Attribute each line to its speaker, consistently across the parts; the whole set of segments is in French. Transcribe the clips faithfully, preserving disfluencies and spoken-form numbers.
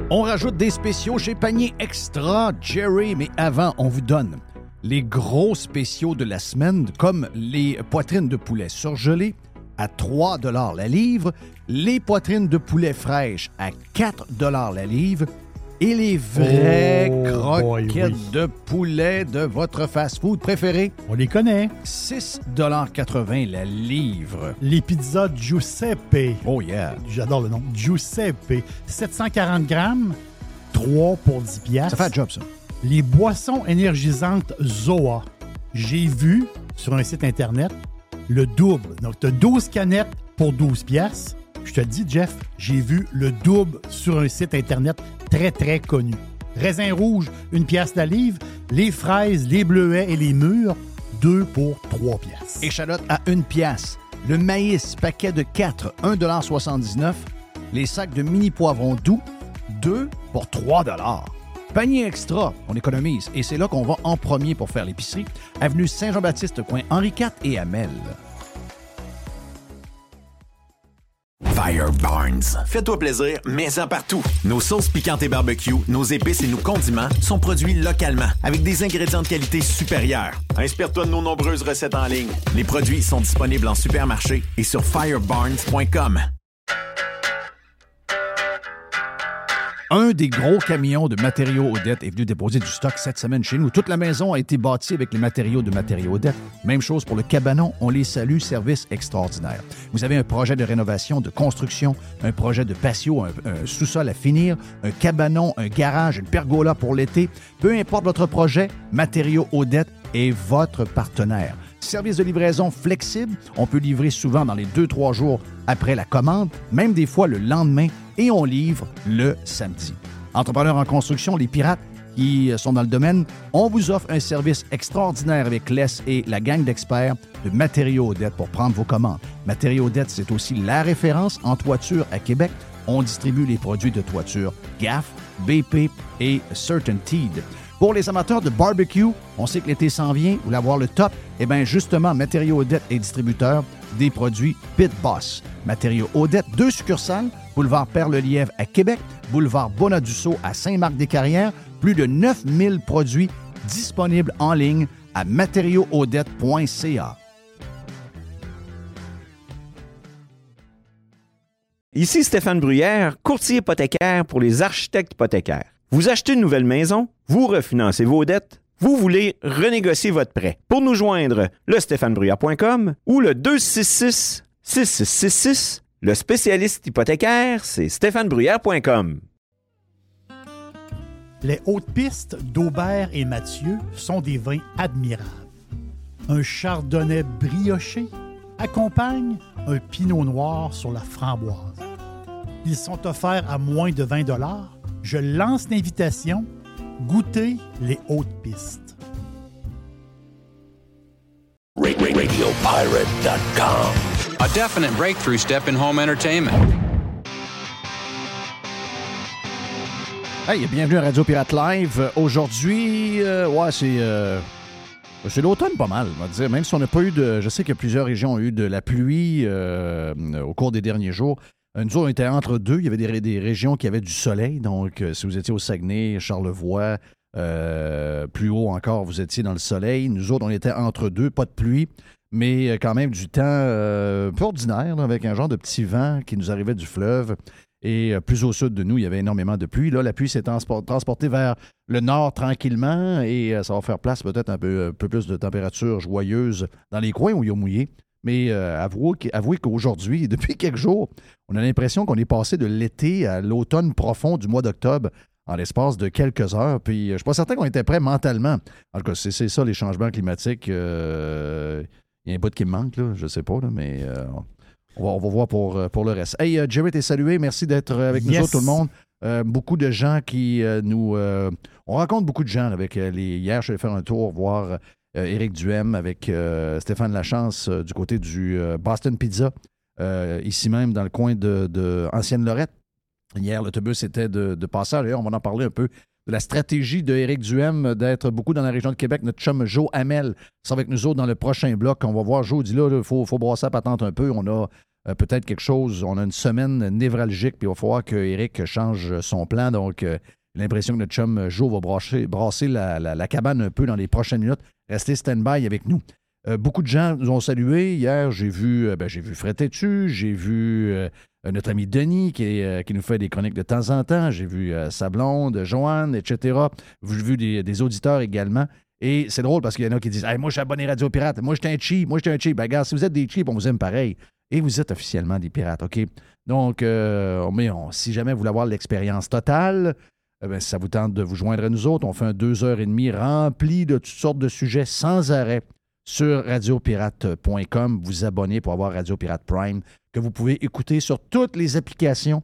Speaker 1: On rajoute des spéciaux chez Panier Extra, Jerry, mais avant, on vous donne les gros spéciaux de la semaine, comme les poitrines de poulet surgelées à trois dollars la livre, les poitrines de poulet fraîches à quatre dollars la livre et les vraies
Speaker 2: oh,
Speaker 1: croquettes
Speaker 2: boy, oui.
Speaker 1: de poulet de votre fast-food préféré.
Speaker 2: On les connaît.
Speaker 1: six dollars quatre-vingts la livre.
Speaker 2: Les pizzas Giuseppe.
Speaker 1: Oh yeah.
Speaker 2: J'adore le nom. Giuseppe. sept cent quarante grammes, trois pour dix piastres.
Speaker 1: Ça fait un job, ça.
Speaker 2: Les boissons énergisantes Zoa. J'ai vu sur un site Internet le double. Donc, tu as douze canettes pour douze piastres. Je te dis, Jeff, j'ai vu le double sur un site Internet très, très connu. Raisin rouge, une pièce la livre. Les fraises, les bleuets et les mûres, deux pour trois piastres.
Speaker 1: Échalote à une pièce. Le maïs, paquet de quatre, un dollar soixante-dix-neuf. Les sacs de mini poivrons doux, deux pour trois dollars. Panier Extra, on économise. Et c'est là qu'on va en premier pour faire l'épicerie. Avenue Saint-Jean-Baptiste, coin Henri quatre et Amel.
Speaker 3: Fire Barnes. Fais-toi plaisir, mets-en partout. Nos sauces piquantes et barbecue, nos épices et nos condiments sont produits localement avec des ingrédients de qualité supérieure. Inspire-toi de nos nombreuses recettes en ligne. Les produits sont disponibles en supermarché et sur fire barnes point com.
Speaker 1: Un des gros camions de matériaux Odette est venu déposer du stock cette semaine chez nous. Toute la maison a été bâtie avec les matériaux de matériaux Odette. Même chose pour le cabanon. On les salue, service extraordinaire. Vous avez un projet de rénovation, de construction, un projet de patio, un, un sous-sol à finir, un cabanon, un garage, une pergola pour l'été. Peu importe votre projet, Matériaux Odette est votre partenaire. Service de livraison flexible. On peut livrer souvent dans les deux trois jours après la commande, même des fois le lendemain, et on livre le samedi. Entrepreneurs en construction, les pirates qui sont dans le domaine, on vous offre un service extraordinaire avec l'E S et la gang d'experts de Matériaux Odette pour prendre vos commandes. Matériaux Odette, c'est aussi la référence en toiture à Québec. On distribue les produits de toiture G A F, B P et CertainTeed. Pour les amateurs de barbecue, on sait que l'été s'en vient, vous voulez avoir le top, eh bien justement, Matériaux Odette est distributeur des produits Pit Boss. Matériaux Odette, deux succursales, boulevard Perle-Lièvre à Québec, boulevard Bonadusseau à Saint-Marc-des-Carrières, plus de neuf mille produits disponibles en ligne à matériaux odette point c a.
Speaker 4: Ici Stéphane Bruyère, courtier hypothécaire pour les architectes hypothécaires. Vous achetez une nouvelle maison, vous refinancez vos dettes, vous voulez renégocier votre prêt. Pour nous joindre, le stéphane bruyère point com ou le deux six six, six six six six. Le spécialiste hypothécaire, c'est stéphane bruyère point com.
Speaker 2: Les hautes pistes d'Aubert et Mathieu sont des vins admirables. Un chardonnay brioché accompagne un pinot noir sur la framboise. Ils sont offerts à moins de vingt dollars. Je lance l'invitation. Goûtez les hautes pistes.
Speaker 5: radio pirate dot com.
Speaker 6: A definite breakthrough step in home entertainment.
Speaker 1: Hey, bienvenue à Radio Pirate Live. Aujourd'hui, euh, ouais, c'est, euh, c'est l'automne pas mal, on va dire. Même si on n'a pas eu de... Je sais que plusieurs régions ont eu de la pluie euh, au cours des derniers jours. Nous autres, on était entre deux. Il y avait des, des régions qui avaient du soleil. Donc, euh, si vous étiez au Saguenay, Charlevoix, euh, plus haut encore, vous étiez dans le soleil. Nous autres, on était entre deux. Pas de pluie, mais quand même du temps euh, peu ordinaire, là, avec un genre de petit vent qui nous arrivait du fleuve. Et euh, plus au sud de nous, il y avait énormément de pluie. Là, la pluie s'est transport- transportée vers le nord tranquillement et euh, ça va faire place peut-être un peu, un peu plus de température joyeuse dans les coins où il y a mouillé. Mais euh, avouez, avouez qu'aujourd'hui, depuis quelques jours, on a l'impression qu'on est passé de l'été à l'automne profond du mois d'octobre en l'espace de quelques heures. Puis je ne suis pas certain qu'on était prêts mentalement. En tout cas, c'est, c'est ça, les changements climatiques. Euh, il y a un bout qui me manque, là, je ne sais pas, là, mais euh, on, va, on va voir pour, pour le reste. Hey, uh, Jerry, t'es salué. Merci d'être avec yes. nous autres, tout le monde. Euh, beaucoup de gens qui euh, nous... Euh, on rencontre beaucoup de gens là, avec euh, les... Hier, je suis allé faire un tour, voir... Euh, Éric Duhem avec euh, Stéphane Lachance euh, du côté du euh, Boston Pizza, euh, ici même dans le coin de, de Ancienne-Lorette. Hier, l'autobus était de, de passage. D'ailleurs, on va en parler un peu de la stratégie de Éric Duhem d'être beaucoup dans la région de Québec. Notre chum Joe Hamel sera avec nous autres dans le prochain bloc. On va voir, Joe dit là, il faut, faut brasser la patente un peu. On a euh, peut-être quelque chose. On a une semaine névralgique, puis il va falloir qu'Éric change son plan. Donc, euh, j'ai l'impression que notre chum Joe va brasser, brasser la, la, la cabane un peu dans les prochaines minutes. Restez stand-by avec nous. Euh, beaucoup de gens nous ont salués. Hier, j'ai vu, euh, ben, j'ai vu Fred Tétu, j'ai vu euh, notre ami Denis qui, est, euh, qui nous fait des chroniques de temps en temps. J'ai vu euh, sa blonde, Joanne, et cetera. J'ai vu des, des auditeurs également. Et c'est drôle parce qu'il y en a qui disent hey, « Moi, je suis abonné Radio Pirate. Moi, je suis un cheap. Moi, je suis un cheap. » Ben, regarde, si vous êtes des cheap, on vous aime pareil. Et vous êtes officiellement des pirates, OK? Donc, euh, mais on, si jamais vous voulez avoir l'expérience totale, eh bien, si ça vous tente de vous joindre à nous autres, on fait un deux heures et demie rempli de toutes sortes de sujets sans arrêt sur radio pirate point com. Vous abonnez pour avoir Radio Pirate Prime, que vous pouvez écouter sur toutes les applications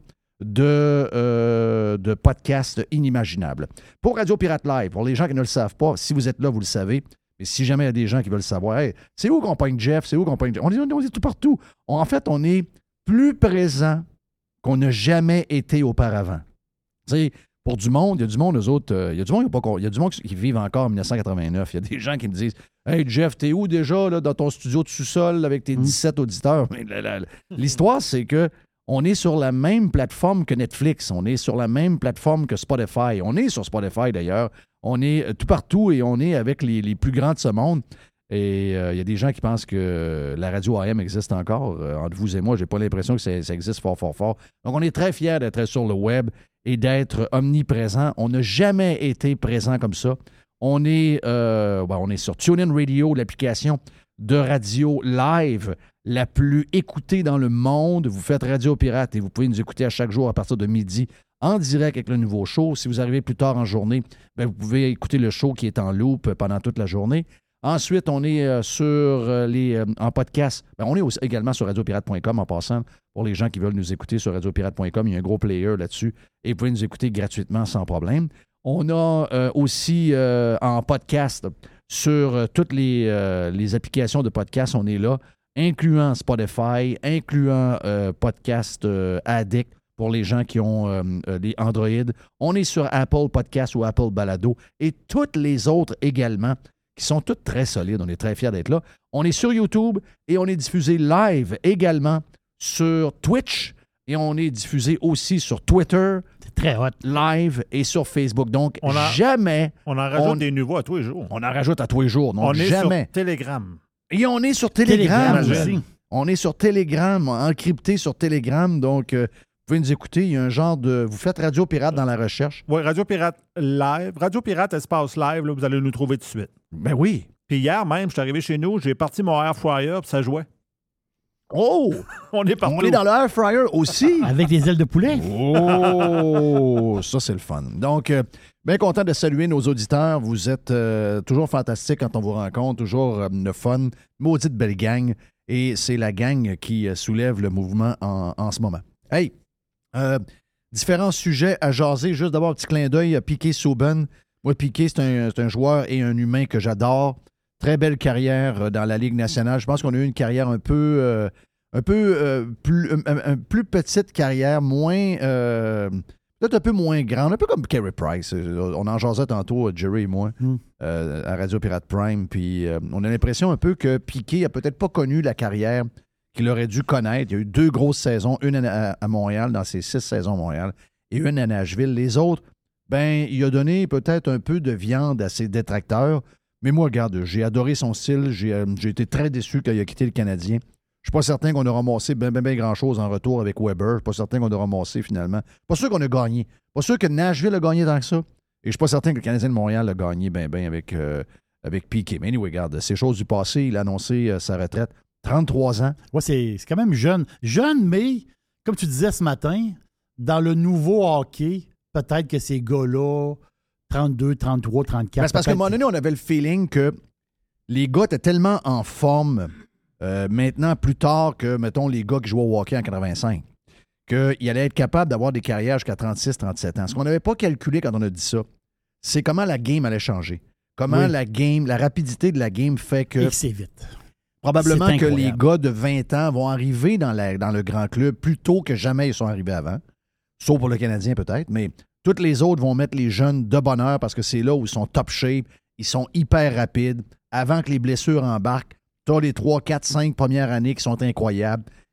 Speaker 1: de, euh, de podcasts inimaginables. Pour Radio Pirate Live, pour les gens qui ne le savent pas, si vous êtes là, vous le savez. Mais si jamais il y a des gens qui veulent savoir, hey, c'est où qu'on pogne Jeff? C'est où qu'on pogne Jeff? On est, on est tout partout. On, en fait, on est plus présent qu'on n'a jamais été auparavant. Tu sais, pour du monde, il y a du monde, eux autres, euh, il y a du monde, il y a du monde qui vivent encore en dix-neuf cent quatre-vingt-neuf. Il y a des gens qui me disent Hey Jeff, t'es où déjà là, dans ton studio de sous-sol avec tes dix-sept auditeurs? Mais la, la, l'histoire, c'est que on est sur la même plateforme que Netflix. On est sur la même plateforme que Spotify. On est sur Spotify, d'ailleurs. On est tout partout et on est avec les, les plus grands de ce monde. Et il euh, y a des gens qui pensent que la radio A M existe encore. Euh, entre vous et moi, j'ai pas l'impression que ça, ça existe fort, fort, fort. Donc, on est très fiers d'être sur le web et d'être omniprésent. On n'a jamais été présent comme ça. On est, euh, ben, on est sur TuneIn Radio, l'application de radio live la plus écoutée dans le monde. Vous faites Radio Pirate et vous pouvez nous écouter à chaque jour à partir de midi en direct avec le nouveau show. Si vous arrivez plus tard en journée, bien, vous pouvez écouter le show qui est en loop pendant toute la journée. Ensuite, on est euh, sur euh, les euh, en podcast. Bien, on est aussi, également sur radio pirate point com en passant. Pour les gens qui veulent nous écouter sur radio pirate point com, il y a un gros player là-dessus et vous pouvez nous écouter gratuitement sans problème. On a euh, aussi euh, en podcast sur euh, toutes les, euh, les applications de podcast, on est là, incluant Spotify, incluant euh, Podcast euh, Addict pour les gens qui ont euh, euh, des Android. On est sur Apple Podcast ou Apple Balado et toutes les autres également qui sont toutes très solides. On est très fiers d'être là. On est sur YouTube et on est diffusé live également sur Twitch et on est diffusé aussi sur Twitter.
Speaker 2: C'est très hot.
Speaker 1: Live et sur Facebook. Donc,
Speaker 7: on a,
Speaker 1: jamais...
Speaker 7: On en rajoute
Speaker 1: on,
Speaker 7: des nouveaux à tous les jours.
Speaker 1: On en rajoute à tous les jours. Donc,
Speaker 7: on est
Speaker 1: jamais.
Speaker 7: sur Telegram.
Speaker 1: Et on est sur Telegram,
Speaker 2: Telegram
Speaker 1: aussi. On est sur Telegram, encrypté sur Telegram. Donc, euh, vous pouvez nous écouter. Il y a un genre de... Vous faites Radio Pirate dans la recherche.
Speaker 7: Oui, Radio Pirate Live. Radio Pirate Espace Live, là, vous allez nous trouver tout de suite.
Speaker 1: Ben oui.
Speaker 7: Puis hier même, je suis arrivé chez nous, j'ai parti mon air fryer, puis ça jouait.
Speaker 1: Oh!
Speaker 7: On est partout.
Speaker 1: On est dans l'air fryer aussi.
Speaker 2: Avec des ailes de poulet.
Speaker 1: Oh! Ça, c'est le fun. Donc, euh, bien content de saluer nos auditeurs. Vous êtes euh, toujours fantastiques quand on vous rencontre, toujours euh, le fun. Maudite belle gang. Et c'est la gang qui euh, soulève le mouvement en, en ce moment. Hey! Euh, différents sujets à jaser. Juste d'abord, un petit clin d'œil à Piquet Souben. Moi, Piquet, c'est un, c'est un joueur et un humain que j'adore. Très belle carrière dans la Ligue nationale. Je pense qu'on a eu une carrière un peu, euh, un peu euh, plus, un, un plus petite carrière, moins, euh, peut-être un peu moins grande, un peu comme Carey Price. On en jasait tantôt, Jerry et moi, mm. euh, à Radio Pirate Prime. Puis euh, on a l'impression un peu que Piquet n'a peut-être pas connu la carrière qu'il aurait dû connaître. Il y a eu deux grosses saisons, une à, à Montréal, dans ses six saisons à Montréal, et une à Nashville. Les autres, ben, il a donné peut-être un peu de viande à ses détracteurs. Mais moi, regarde, j'ai adoré son style. J'ai, euh, j'ai été très déçu quand il a quitté le Canadien. Je suis pas certain qu'on a ramassé bien, bien, bien grand-chose en retour avec Weber. Je suis pas certain qu'on a ramassé finalement. Pas sûr qu'on a gagné. Pas sûr que Nashville a gagné tant que ça. Et je suis pas certain que le Canadien de Montréal a gagné bien, bien avec, euh, avec Piquet. Mais anyway, regarde, c'est chose du passé. Il a annoncé euh, sa retraite. trente-trois ans.
Speaker 2: Ouais, c'est, c'est quand même jeune. Jeune, mais, comme tu disais ce matin, dans le nouveau hockey, peut-être que ces gars-là... trente-deux, trente-trois, trente-quatre.
Speaker 1: Ben, c'est parce qu'à un moment donné, on avait le feeling que les gars étaient tellement en forme euh, maintenant, plus tard que, mettons, les gars qui jouaient au hockey en quatre-vingt-cinq, qu'ils allaient être capables d'avoir des carrières jusqu'à trente-six, trente-sept ans. Ce qu'on n'avait pas calculé quand on a dit ça, c'est comment la game allait changer. Comment oui. la game, la rapidité de la game fait que...
Speaker 2: Et que c'est vite.
Speaker 1: Probablement c'est que les gars de vingt ans vont arriver dans, la, dans le grand club plus tôt que jamais ils sont arrivés avant. Sauf pour le Canadien peut-être, mais... Toutes les autres vont mettre les jeunes de bonne heure parce que c'est là où ils sont top shape, ils sont hyper rapides. Avant que les blessures embarquent, tu as les trois, quatre, cinq premières années qui sont incroyables.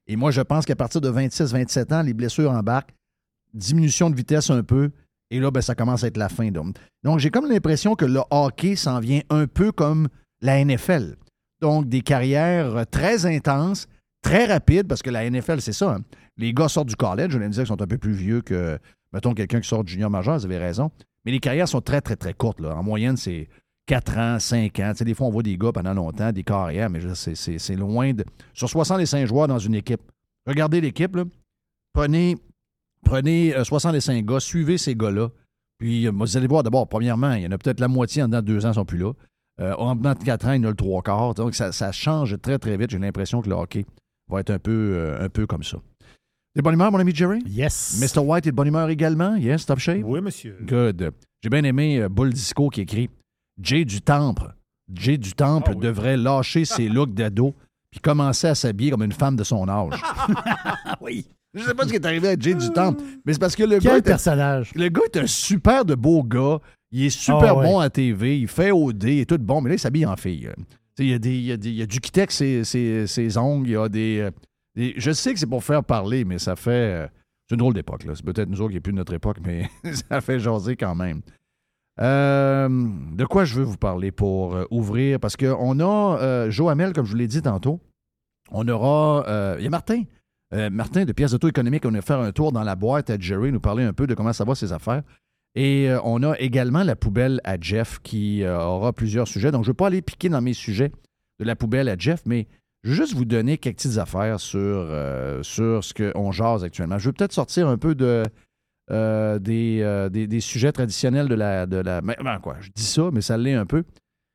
Speaker 1: Et moi, je pense qu'à partir de vingt-six vingt-sept ans, les blessures embarquent, diminution de vitesse un peu, et là, ben, ça commence à être la fin. Donc, donc j'ai comme l'impression que le hockey s'en vient un peu comme la N F L. Donc, des carrières très intenses, très rapides, parce que la N F L, c'est ça. Hein. Les gars sortent du college, je viens de dire qu'ils sont un peu plus vieux que, mettons, quelqu'un qui sort du junior majeur, vous avez raison. Mais les carrières sont très, très, très courtes. Là. En moyenne, c'est quatre ans, cinq ans. Tu sais, des fois, on voit des gars pendant longtemps, des carrières, mais c'est, c'est, c'est loin de... Sur soixante-cinq joueurs dans une équipe, regardez l'équipe, là. Prenez... Prenez euh, soixante-cinq gars, suivez ces gars-là. Puis, euh, vous allez voir, d'abord, premièrement, il y en a peut-être la moitié en dedans de deux ans qui ne sont plus là. Euh, en dedans de quatre ans, il y en a le trois quarts. Donc, ça, ça change très, très vite. J'ai l'impression que le hockey va être un peu, euh, un peu comme ça. T'es de bonne humeur, mon ami Jerry?
Speaker 2: Yes.
Speaker 1: mister White est de bonne humeur également? Yes, top shape?
Speaker 7: Oui, monsieur.
Speaker 1: Good. J'ai bien aimé euh, Bull Disco qui écrit « Jay du Temple. Jay du Temple
Speaker 7: Ah oui.
Speaker 1: devrait lâcher ses looks d'ado puis commencer à s'habiller comme une femme de son âge. »
Speaker 2: Oui.
Speaker 1: Je sais pas ce qui est arrivé à Jay du Temple, mais c'est parce que le
Speaker 2: Quel
Speaker 1: gars, est un,
Speaker 2: personnage.
Speaker 1: le gars est un super de beau gars. Il est super
Speaker 2: Ah ouais.
Speaker 1: bon à T V. Il fait O D. Il est tout bon. Mais là, il s'habille en fille. Tu sais, Il y, a des, il, y a des, il y a du Kitex ses, ses, ses ongles. Il y a des, euh, des- Je sais que c'est pour faire parler, mais ça fait... euh, c'est une drôle d'époque. Là. C'est peut-être nous autres qui n'est plus de notre époque, mais ça fait jaser quand même. Euh, de quoi je veux vous parler pour euh, ouvrir? Parce qu'on a euh, Joe Hamel, comme je vous l'ai dit tantôt. On aura... euh, Il y a Martin. Euh, Martin de Pièces auto-économiques, on va faire un tour dans la boîte à Jerry, nous parler un peu de comment ça va ses affaires. Et euh, on a également la poubelle à Jeff qui euh, aura plusieurs sujets. Donc, je ne veux pas aller piquer dans mes sujets de la poubelle à Jeff, mais je veux juste vous donner quelques petites affaires sur, euh, sur ce qu'on jase actuellement. Je veux peut-être sortir un peu de, euh, des, euh, des, des sujets traditionnels de la... De la mais, ben, quoi, je dis ça, mais ça l'est un peu.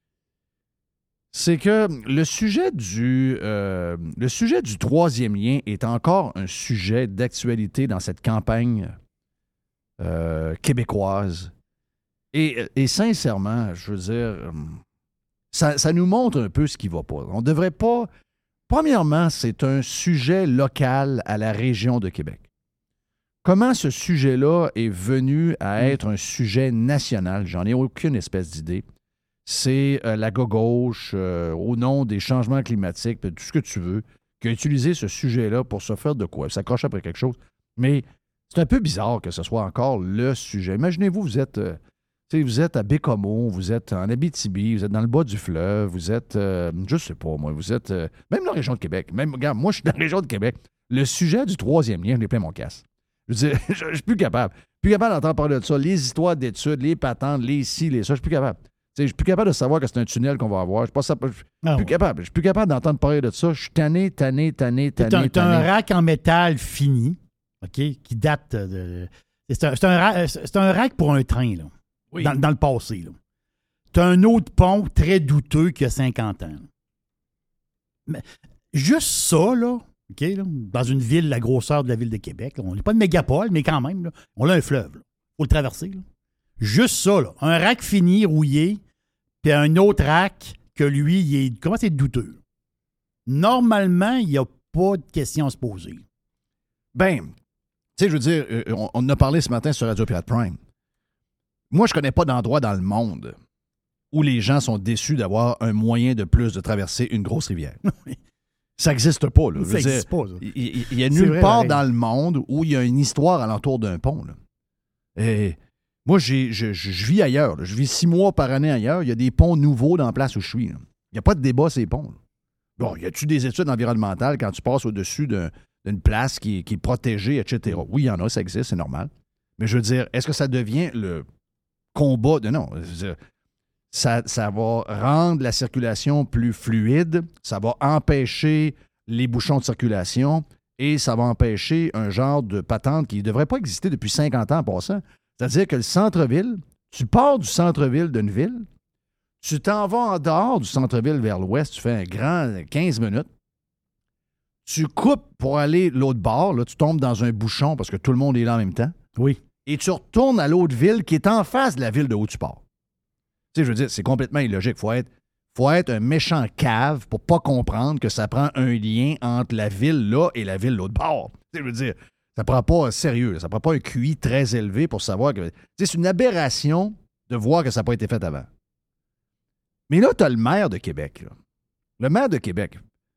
Speaker 1: C'est que le sujet du euh, le sujet du troisième lien est encore un sujet d'actualité dans cette campagne euh, québécoise. Et, et sincèrement, je veux dire, ça, ça nous montre un peu ce qui ne va pas. On ne devrait pas... Premièrement, c'est un sujet local à la région de Québec. Comment ce sujet-là est venu à être un sujet national? J'en ai aucune espèce d'idée. C'est euh, la gauche, euh, au nom des changements climatiques, tout ce que tu veux, qui a utilisé ce sujet-là pour se faire de quoi? S'accrocher après quelque chose. Mais c'est un peu bizarre que ce soit encore le sujet. Imaginez-vous, vous êtes, euh, vous êtes à Bécomo, vous êtes en Abitibi, vous êtes dans le bas du fleuve, vous êtes, euh, je sais pas moi, vous êtes, euh, même dans la région de Québec. Même, regarde, moi, je suis dans la région de Québec. Le sujet du troisième lien, je l'ai plein mon casse. Je veux dire, je, je suis plus capable. Plus capable d'entendre parler de ça. Les histoires d'études, les patentes, les ci, les ça, je suis plus capable. Je suis plus capable de savoir que c'est un tunnel qu'on va avoir. Je suis pas, je suis
Speaker 2: Ah
Speaker 1: plus
Speaker 2: ouais.
Speaker 1: capable. Je suis plus capable d'entendre parler de ça. Je suis tanné, tanné, tanné,
Speaker 2: C'est
Speaker 1: tanné,
Speaker 2: un, t'as un
Speaker 1: tanné.
Speaker 2: rack en métal fini, OK, qui date de... C'est un, c'est un, ra- c'est un rack pour un train, là,
Speaker 1: Oui.
Speaker 2: dans, dans le passé. Là. T'as un autre pont très douteux qui a cinquante ans. là. Mais juste ça, là, OK, là, dans une ville, la grosseur de la ville de Québec, là, on n'est pas de mégapole, mais quand même, là, on a un fleuve. Il faut le traverser. Là. Juste ça, là, un rack fini, rouillé, puis un autre rack que lui, il est, comment c'est douteux. Normalement, il n'y a pas de question à se poser.
Speaker 1: Ben, tu sais, je veux dire, euh, on, on en a parlé ce matin sur Radio Pirate Prime. Moi, je connais pas d'endroit dans le monde où les gens sont déçus d'avoir un moyen de plus de traverser une grosse rivière. Ça n'existe pas, là. Je
Speaker 2: Ça
Speaker 1: veux dire,
Speaker 2: n'existe pas, ça.
Speaker 1: Il il- il y a
Speaker 2: C'est
Speaker 1: nulle
Speaker 2: vrai,
Speaker 1: part
Speaker 2: pareil.
Speaker 1: dans le monde où il y a une histoire alentour d'un pont. Là. Et moi, j'ai, je, je- je vis ailleurs. là. Je vis six mois par année ailleurs. Il y a des ponts nouveaux dans la place où je suis. là. Il n'y a pas de débat, ces ponts. là. Bon, y a-tu des études environnementales quand tu passes au-dessus d'un- d'une place qui est, qui est protégée, et cetera? Oui, il y en a, ça existe, c'est normal. Mais je veux dire, est-ce que ça devient le combat de... Non, je veux dire, ça, ça va rendre la circulation plus fluide, ça va empêcher les bouchons de circulation et ça va empêcher un genre de patente qui ne devrait pas exister depuis cinquante ans en passant. C'est-à-dire que le centre-ville, tu pars du centre-ville d'une ville, tu t'en vas en dehors du centre-ville vers l'ouest, tu fais un grand quinze minutes, tu coupes pour aller l'autre bord, là, tu tombes dans un bouchon parce que tout le monde est là en même temps,
Speaker 2: Oui.
Speaker 1: et tu retournes à l'autre ville qui est en face de la ville de où tu pars. Tu sais, je veux dire, c'est complètement illogique. Il faut être, faut être un méchant cave pour pas comprendre que ça prend un lien entre la ville là et la ville de l'autre bord. Tu sais, je veux dire, ça prend pas sérieux, là. Ça prend pas un Q I très élevé pour savoir que... Tu sais, c'est une aberration de voir que ça n'a pas été fait avant. Mais là, tu as le maire de Québec. là. Le maire de Québec.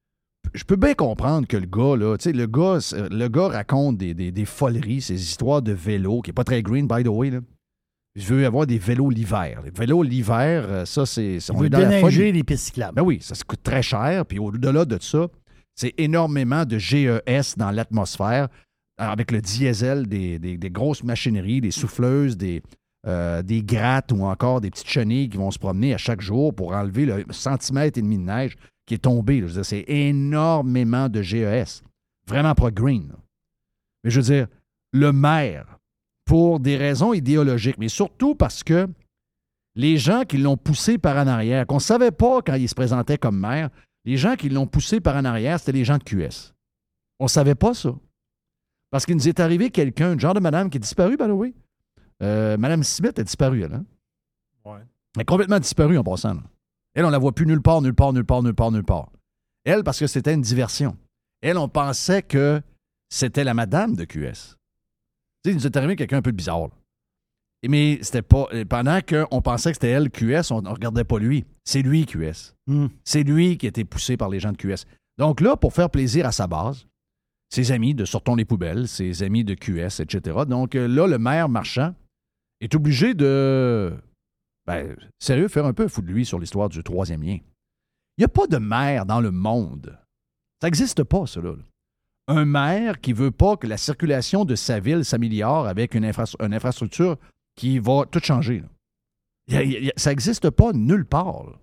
Speaker 1: je peux bien comprendre que le gars, là, tu sais, le gars, le gars raconte des, des, des foleries, ces histoires de vélo, qui n'est pas très green, by the way, là. Je veux avoir des vélos l'hiver. Les vélos l'hiver, ça, c'est... c'est
Speaker 2: Il
Speaker 1: on
Speaker 2: veut
Speaker 1: est dans la
Speaker 2: déneiger
Speaker 1: folie.
Speaker 2: les pistes cyclables.
Speaker 1: Ben oui, ça se coûte très cher. Puis au-delà de ça, c'est énormément de G E S dans l'atmosphère, avec le diesel, des, des, des grosses machineries, des souffleuses, des, euh, des grattes ou encore des petites chenilles qui vont se promener à chaque jour pour enlever le centimètre et demi de neige qui est tombé. Je veux dire, c'est énormément de G E S. Vraiment pas green. Là. Mais je veux dire, le maire, pour des raisons idéologiques, mais surtout parce que les gens qui l'ont poussé par en arrière, qu'on ne savait pas quand il se présentait comme maire, les gens qui l'ont poussé par en arrière, c'était les gens de Q S. On ne savait pas ça. Parce qu'il nous est arrivé quelqu'un, une genre de madame qui est disparue, by the way. Euh, madame Smith est disparue, elle. Hein?
Speaker 7: Ouais.
Speaker 1: Elle est complètement disparue en passant. Là. Elle, on ne la voit plus nulle part, nulle part, nulle part, nulle part, nulle part. Elle, parce que c'était une diversion. Elle, on pensait que c'était la madame de Q S. Tu sais, il nous est arrivé quelqu'un un peu bizarre. Là. Mais c'était pas. Pendant qu'on pensait que c'était elle, Q S, on ne regardait pas lui. C'est lui, Q S.
Speaker 2: Mm.
Speaker 1: C'est lui qui a été poussé par les gens de Q S. Donc là, pour faire plaisir à sa base, ses amis de Sortons les poubelles, ses amis de Q S, et cetera. Donc là, le maire marchand est obligé de. Ben, sérieux, faire un peu fou de lui sur l'histoire du troisième lien. Il n'y a pas de maire dans le monde. Ça n'existe pas, ça, là. Un maire qui ne veut pas que la circulation de sa ville s'améliore avec une, infra- une infrastructure qui va tout changer. Là. Y a, y a, ça n'existe pas nulle part. Là.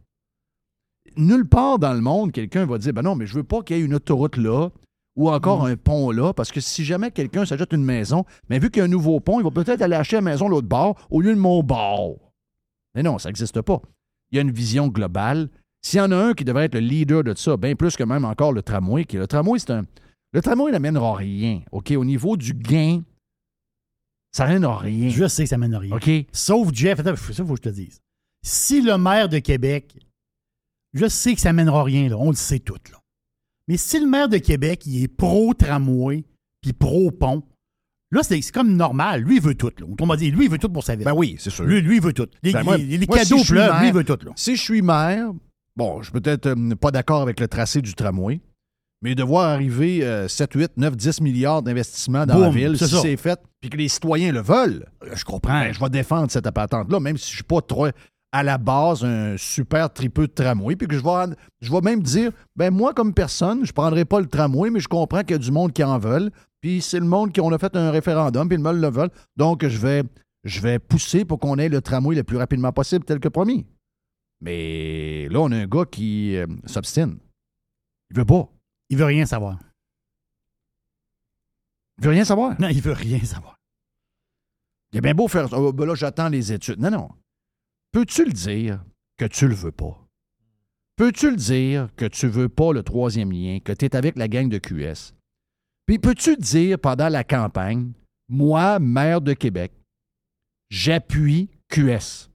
Speaker 1: Nulle part dans le monde, quelqu'un va dire « Ben non, mais je veux pas qu'il y ait une autoroute là ou encore mmh. un pont là, parce que si jamais quelqu'un s'achète une maison, mais vu qu'il y a un nouveau pont, il va peut-être aller acheter la maison l'autre bord au lieu de mon bord. » Mais non, ça n'existe pas. Il y a une vision globale. S'il y en a un qui devrait être le leader de ça, bien plus que même encore le tramway, qui, le tramway, c'est un... Le tramway n'amènera rien, OK? Au niveau du gain, ça n'amènera rien.
Speaker 2: Je sais que ça mène rien.
Speaker 1: OK?
Speaker 2: Sauf, Jeff, attends, ça, il faut que je te dise. Si le maire de Québec, je sais que ça mènera rien, là, on le sait tout, là. Mais si le maire de Québec, il est pro-tramway puis pro-pont, là, c'est, c'est comme normal. Lui, il veut tout, là. On m'a dit, lui, il veut tout pour sa ville.
Speaker 1: Ben oui, c'est sûr.
Speaker 2: Lui, lui il veut tout. Les,
Speaker 1: ben moi,
Speaker 2: les, les
Speaker 1: moi,
Speaker 2: cadeaux
Speaker 1: si
Speaker 2: pleuvent,
Speaker 1: maire,
Speaker 2: lui, il veut tout, là.
Speaker 1: Si je suis maire, bon, je suis peut-être euh, pas d'accord avec le tracé du tramway, mais de voir arriver euh, sept, huit, neuf, dix milliards d'investissements dans
Speaker 2: Boum,
Speaker 1: la ville,
Speaker 2: c'est
Speaker 1: si
Speaker 2: ça.
Speaker 1: c'est fait, puis que les citoyens le veulent,
Speaker 2: Je comprends.
Speaker 1: ben, je vais défendre cette patente-là, même si je ne suis pas trop à la base un super tripeux de tramway, puis que je vais, je vais même dire, ben moi, comme personne, je ne prendrai pas le tramway, mais je comprends qu'il y a du monde qui en veulent, puis c'est le monde qui on a fait un référendum, puis le monde le veut, donc je vais, je vais pousser pour qu'on ait le tramway le plus rapidement possible, tel que promis. Mais là, on a un gars qui euh, s'obstine. Il veut pas.
Speaker 2: Il veut rien savoir.
Speaker 1: Il veut rien savoir.
Speaker 2: Non, il veut rien savoir.
Speaker 1: Il est bien beau faire ça. Oh, ben là, j'attends les études. Non, non. Peux-tu le dire que tu le veux pas? Peux-tu le dire que tu veux pas le troisième lien, que tu es avec la gang de Q S? Puis peux-tu dire pendant la campagne, moi, maire de Québec, j'appuie Q S?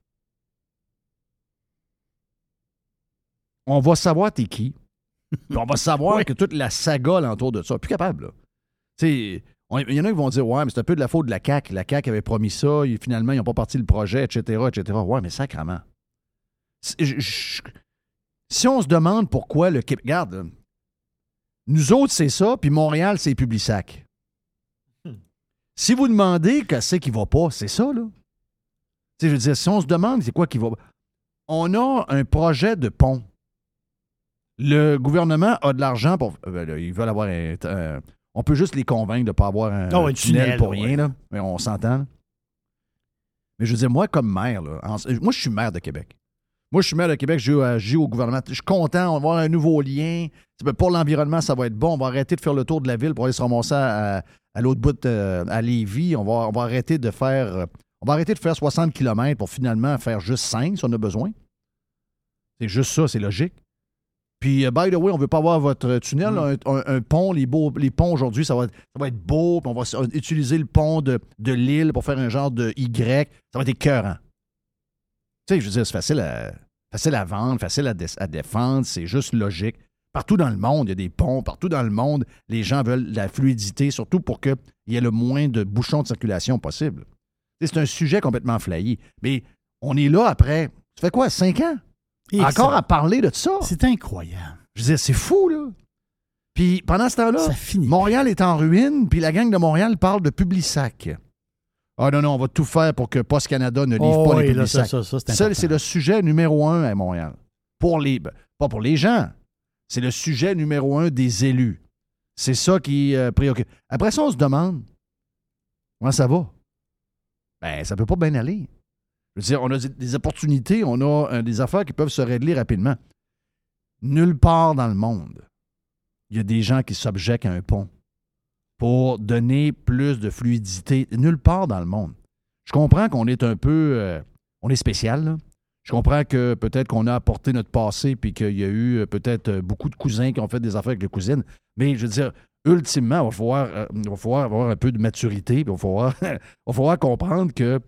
Speaker 1: On va savoir t'es qui. Puis on va savoir oui. que toute la saga alentour de ça. Plus capable, là. Tu sais, il y en a qui vont dire, ouais, mais c'est un peu de la faute de la C A Q. La C A Q avait promis ça, et finalement, ils n'ont pas parti le projet, et cetera, et cetera. Ouais, mais sacrément. Je, je, si on se demande pourquoi le Québec. Regarde, nous autres, c'est ça, puis Montréal, c'est Publisac. Hmm. Si vous demandez qu'est-ce qui va pas, c'est ça, là. Tu sais, je veux dire, si on se demande c'est quoi qui va. On a un projet de pont. Le gouvernement a de l'argent pour. Euh, ils veulent avoir un. un on peut juste les convaincre de ne pas avoir un,
Speaker 2: oh,
Speaker 1: un tunnel, tunnel pour
Speaker 2: ouais.
Speaker 1: rien, là. Mais on s'entend. Là. Mais je veux dire, moi, comme maire, là, en, moi, je suis maire de Québec. Moi, je suis maire de Québec, je agis au gouvernement. Je suis content, on va avoir un nouveau lien. Pour l'environnement, ça va être bon. On va arrêter de faire le tour de la ville pour aller se ramasser à, à l'autre bout, euh, à Lévis. On va, on va arrêter de faire. On va arrêter de faire soixante kilomètres pour finalement faire juste cinq si on a besoin. C'est juste ça, c'est logique. Puis, uh, by the way, on ne veut pas avoir votre tunnel, mm. un, un, un pont. Les, beaux, les ponts aujourd'hui, ça va, ça va être beau. Puis on va utiliser le pont de, de l'île pour faire un genre de Y. Ça va être écœurant. Tu sais, je veux dire, c'est facile à, facile à vendre, facile à, dé, à défendre. C'est juste logique. Partout dans le monde, il y a des ponts. Partout dans le monde, les gens veulent la fluidité, surtout pour qu'il y ait le moins de bouchons de circulation possible. Tu sais, c'est un sujet complètement flayé. Mais on est là après, ça fait quoi, cinq ans? Et encore ça, à parler de ça.
Speaker 2: C'est incroyable.
Speaker 1: Je veux dire, c'est fou, là. Puis pendant ce temps-là,
Speaker 2: Ça finit.
Speaker 1: Montréal est en ruine, puis la gang de Montréal parle de Publisac. Ah non, non, on va tout faire pour que Post Canada ne livre
Speaker 2: Oh,
Speaker 1: pas les
Speaker 2: oui, là, ça,
Speaker 1: Publisac.
Speaker 2: ça, ça, c'est
Speaker 1: Ça,
Speaker 2: important.
Speaker 1: c'est le sujet numéro un à Montréal. Pour les, ben, pas pour les gens. C'est le sujet numéro un des élus. C'est ça qui euh, préoccupe. Après ça, on se demande comment ça va. Ben, ça peut pas bien aller. Je veux dire, on a des opportunités, on a euh, des affaires qui peuvent se régler rapidement. Nulle part dans le monde, il y a des gens qui s'objectent à un pont pour donner plus de fluidité. Nulle part dans le monde. Je comprends qu'on est un peu... euh, on est spécial, là. Je comprends que peut-être qu'on a apporté notre passé puis qu'il y a eu euh, peut-être euh, beaucoup de cousins qui ont fait des affaires avec les cousines. Mais je veux dire, ultimement, il va falloir, euh, il va falloir avoir un peu de maturité. Puis il va falloir, il va falloir comprendre que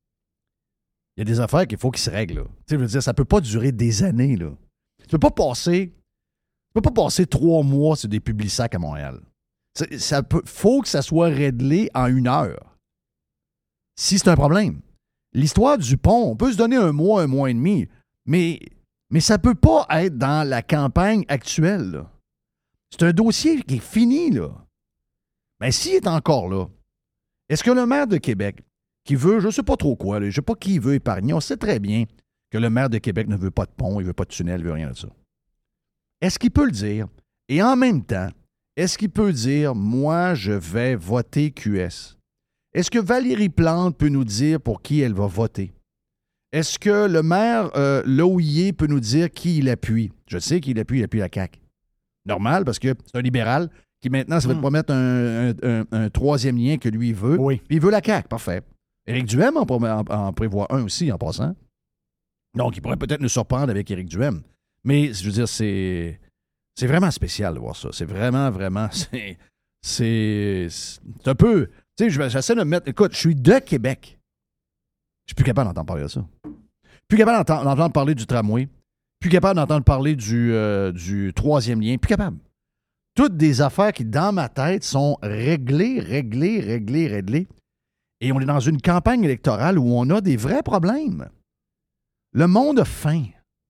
Speaker 1: il y a des affaires qu'il faut qu'ils se règlent. Là. Tu sais, je veux dire, ça ne peut pas durer des années. Là. Tu ne peux pas passer. Tu peux pas passer trois mois sur des Publisac à Montréal. Ça, ça peut, faut que ça soit réglé en une heure. Si c'est un problème. L'histoire du pont, on peut se donner un mois, un mois et demi, mais, mais ça ne peut pas être dans la campagne actuelle. Là. C'est un dossier qui est fini, là. Ben, s'il est encore là, est-ce que le maire de Québec, qui veut, je ne sais pas trop quoi, là, je ne sais pas qui il veut épargner, on sait très bien que le maire de Québec ne veut pas de pont, il ne veut pas de tunnel, il ne veut rien de ça. Est-ce qu'il peut le dire? Et en même temps, est-ce qu'il peut dire, moi, je vais voter Q S? Est-ce que Valérie Plante peut nous dire pour qui elle va voter? Est-ce que le maire euh, Lohier peut nous dire qui il appuie? Je sais qu'il appuie, il appuie la C A Q. Normal, parce que c'est un libéral qui maintenant, ça va
Speaker 2: Mm.
Speaker 1: te promettre un, un, un, un troisième lien que lui veut.
Speaker 2: Oui.
Speaker 1: Puis il veut la C A Q, parfait. Éric Duhem en, en, en prévoit un aussi, en passant. Donc, il pourrait peut-être nous surprendre avec Éric Duhem. Mais, je veux dire, c'est, c'est vraiment spécial de voir ça. C'est vraiment, vraiment, c'est, c'est, c'est un peu... Tu sais, j'essaie de me mettre... Écoute, je suis de Québec. Je suis plus capable d'entendre parler de ça. Plus capable d'entendre, d'entendre parler du tramway. Plus capable d'entendre parler du, euh, du troisième lien. Plus capable. Toutes des affaires qui, dans ma tête, sont réglées, réglées, réglées, réglées. Et on est dans une campagne électorale où on a des vrais problèmes. Le monde a faim.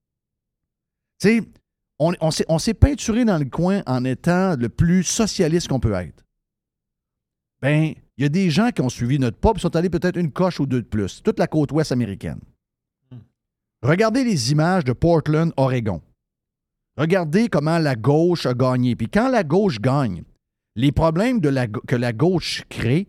Speaker 1: Tu sais, on, on, s'est, on s'est peinturé dans le coin en étant le plus socialiste qu'on peut être. Ben, il y a des gens qui ont suivi notre pas et sont allés peut-être une coche ou deux de plus. Toute la côte ouest américaine. Regardez les images de Portland, Oregon. Regardez comment la gauche a gagné. Puis quand la gauche gagne, les problèmes de la, que la gauche crée,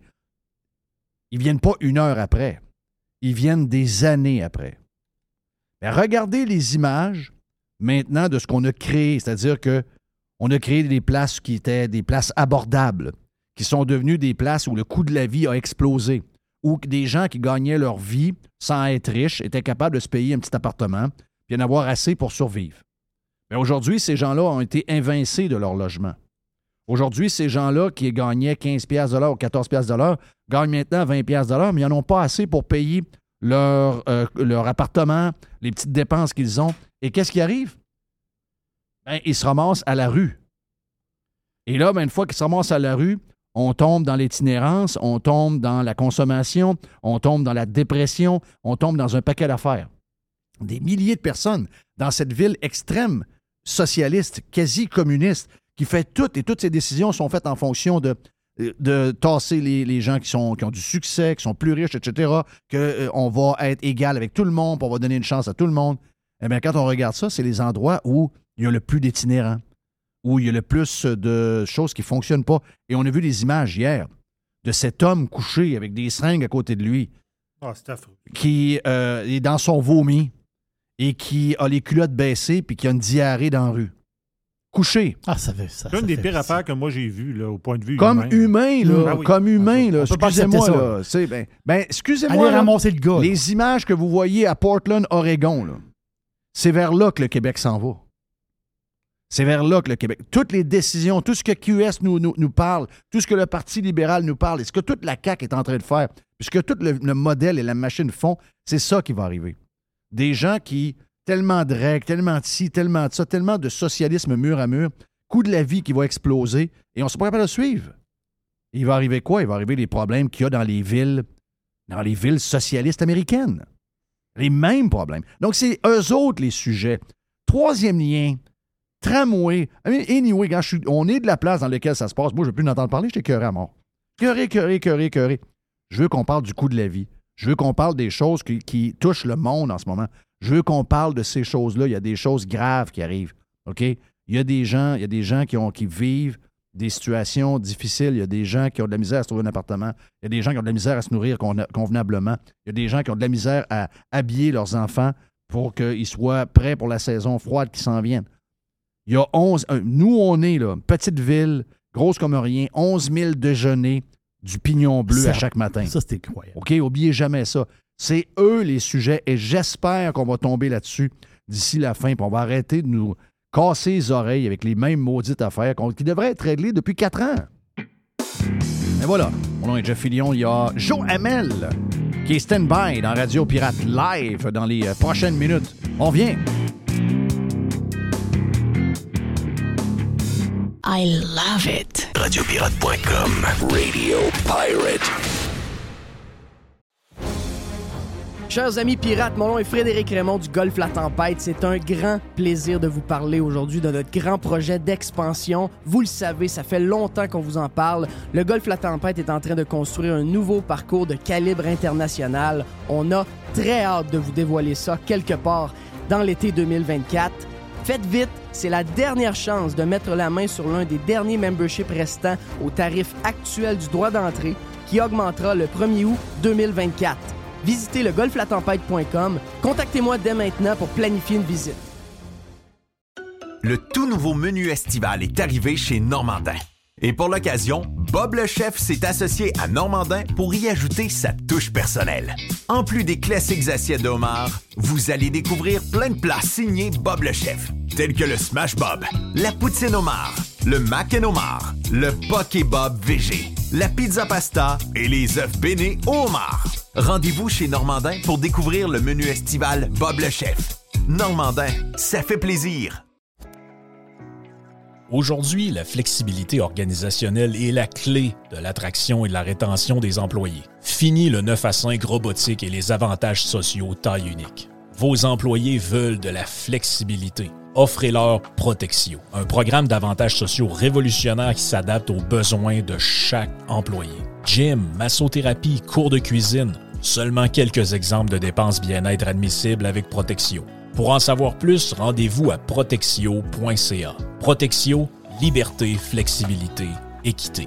Speaker 1: ils ne viennent pas une heure après. Ils viennent des années après. Mais regardez les images maintenant de ce qu'on a créé. C'est-à-dire qu'on a créé des places qui étaient des places abordables, qui sont devenues des places où le coût de la vie a explosé, où des gens qui gagnaient leur vie sans être riches étaient capables de se payer un petit appartement puis en avoir assez pour survivre. Mais aujourd'hui, ces gens-là ont été évincés de leur logement. Aujourd'hui, ces gens-là qui gagnaient quinze piastres de l'heure ou quatorze piastres de l'heure gagnent maintenant vingt piastres de l'heure, mais ils n'en ont pas assez pour payer leur, euh, leur appartement, les petites dépenses qu'ils ont. Et qu'est-ce qui arrive? Ben, ils se ramassent à la rue. Et là, ben, une fois qu'ils se ramassent à la rue, on tombe dans l'itinérance, on tombe dans la consommation, on tombe dans la dépression, on tombe dans un paquet d'affaires. Des milliers de personnes dans cette ville extrême, socialiste, quasi communiste, qui fait tout, et toutes ces décisions sont faites en fonction de, de tasser les, les gens qui, sont, qui ont du succès, qui sont plus riches, et cetera, qu'on euh, va être égal avec tout le monde, puis on va donner une chance à tout le monde. Eh bien, quand on regarde ça, c'est les endroits où il y a le plus d'itinérants, où il y a le plus de choses qui ne fonctionnent pas. Et on a vu des images hier de cet homme couché avec des seringues à côté de lui,
Speaker 7: Ah, c'est affreux.
Speaker 1: qui euh, est dans son vomi et qui a les culottes baissées puis qui a une diarrhée dans la rue. Couché.
Speaker 2: Ah, ça fait ça.
Speaker 7: C'est une
Speaker 2: ça
Speaker 7: des
Speaker 2: fait
Speaker 7: pires
Speaker 2: pitié.
Speaker 7: affaires que moi j'ai vues, là, au point de vue
Speaker 1: Comme
Speaker 7: humain.
Speaker 1: humain, là.
Speaker 7: Ah oui.
Speaker 1: Comme humain, là.
Speaker 2: On peut pas
Speaker 1: Excusez-moi,
Speaker 2: accepter ça,
Speaker 1: là. C'est, ben, ben, excusez-moi.
Speaker 2: Allez
Speaker 1: là.
Speaker 2: ramasser le gars. là.
Speaker 1: Les images que vous voyez à Portland, Oregon, là, c'est vers là que le Québec s'en va. C'est vers là que le Québec... Toutes les décisions, tout ce que Q S nous, nous, nous parle, tout ce que le Parti libéral nous parle, et ce que toute la C A Q est en train de faire, puisque tout le, le modèle et la machine font, c'est ça qui va arriver. Des gens qui, tellement de règles, tellement de ci, tellement de ça, tellement de socialisme mur à mur, coût de la vie qui va exploser, et on ne sera pas capable de suivre. Et il va arriver quoi? Il va arriver les problèmes qu'il y a dans les villes, dans les villes socialistes américaines. Les mêmes problèmes. Donc, c'est eux autres les sujets. Troisième lien, tramway. I mean, anyway, quand je suis, on est de la place dans laquelle ça se passe. Moi, je ne veux plus en entendre parler, j'étais écœuré à mort. Écœuré, écœuré, écœuré, écœuré. Je veux qu'on parle du coût de la vie. Je veux qu'on parle des choses qui, qui touchent le monde en ce moment. Je veux qu'on parle de ces choses-là. Il y a des choses graves qui arrivent. OK? Il y a des gens, il y a des gens qui, ont, qui vivent des situations difficiles. Il y a des gens qui ont de la misère à se trouver un appartement. Il y a des gens qui ont de la misère à se nourrir convenablement. Il y a des gens qui ont de la misère à habiller leurs enfants pour qu'ils soient prêts pour la saison froide qui s'en vient. Il y a onze... Nous, on est là, petite ville, grosse comme rien, onze mille déjeuners du pignon bleu
Speaker 2: ça,
Speaker 1: à chaque matin.
Speaker 2: Ça, c'est incroyable.
Speaker 1: OK? Oubliez jamais ça. C'est eux les sujets et j'espère qu'on va tomber là-dessus d'ici la fin. Puis on va arrêter de nous casser les oreilles avec les mêmes maudites affaires qui devraient être réglées depuis quatre ans. Et voilà. Mon nom est Jeff Fillion. Il y a Joe Hamel qui est stand-by dans Radio Pirate Live dans les prochaines minutes. On vient.
Speaker 8: I love it.
Speaker 5: radio pirate point com. Radio Pirate.
Speaker 9: Chers amis pirates, mon nom est Frédéric Raymond du Golfe La Tempête. C'est un grand plaisir de vous parler aujourd'hui de notre grand projet d'expansion. Vous le savez, ça fait longtemps qu'on vous en parle. Le Golfe La Tempête est en train de construire un nouveau parcours de calibre international. On a très hâte de vous dévoiler ça quelque part dans l'été deux mille vingt-quatre. Faites vite, c'est la dernière chance de mettre la main sur l'un des derniers memberships restants au tarif actuel du droit d'entrée qui augmentera le premier août deux mille vingt-quatre. Visitez le golfe la tempête point com. Contactez-moi dès maintenant pour planifier une visite.
Speaker 3: Le tout nouveau menu estival est arrivé chez Normandin. Et pour l'occasion, Bob le chef s'est associé à Normandin pour y ajouter sa touche personnelle. En plus des classiques assiettes de homard, vous allez découvrir plein de plats signés Bob le chef, tels que le Smash Bob, la poutine homard, le mac and homard, le poké Bob végé, la pizza pasta et les œufs bénis au homard. Rendez-vous chez Normandin pour découvrir le menu estival Bob le chef. Normandin, ça fait plaisir.
Speaker 10: Aujourd'hui, la flexibilité organisationnelle est la clé de l'attraction et de la rétention des employés. Fini le neuf à cinq robotique et les avantages sociaux taille unique. Vos employés veulent de la flexibilité. Offrez-leur Protexio, un programme d'avantages sociaux révolutionnaire qui s'adapte aux besoins de chaque employé. Gym, massothérapie, cours de cuisine, seulement quelques exemples de dépenses bien-être admissibles avec Protexio. Pour en savoir plus, rendez-vous à protexio point c a. Protexio, liberté, flexibilité, équité.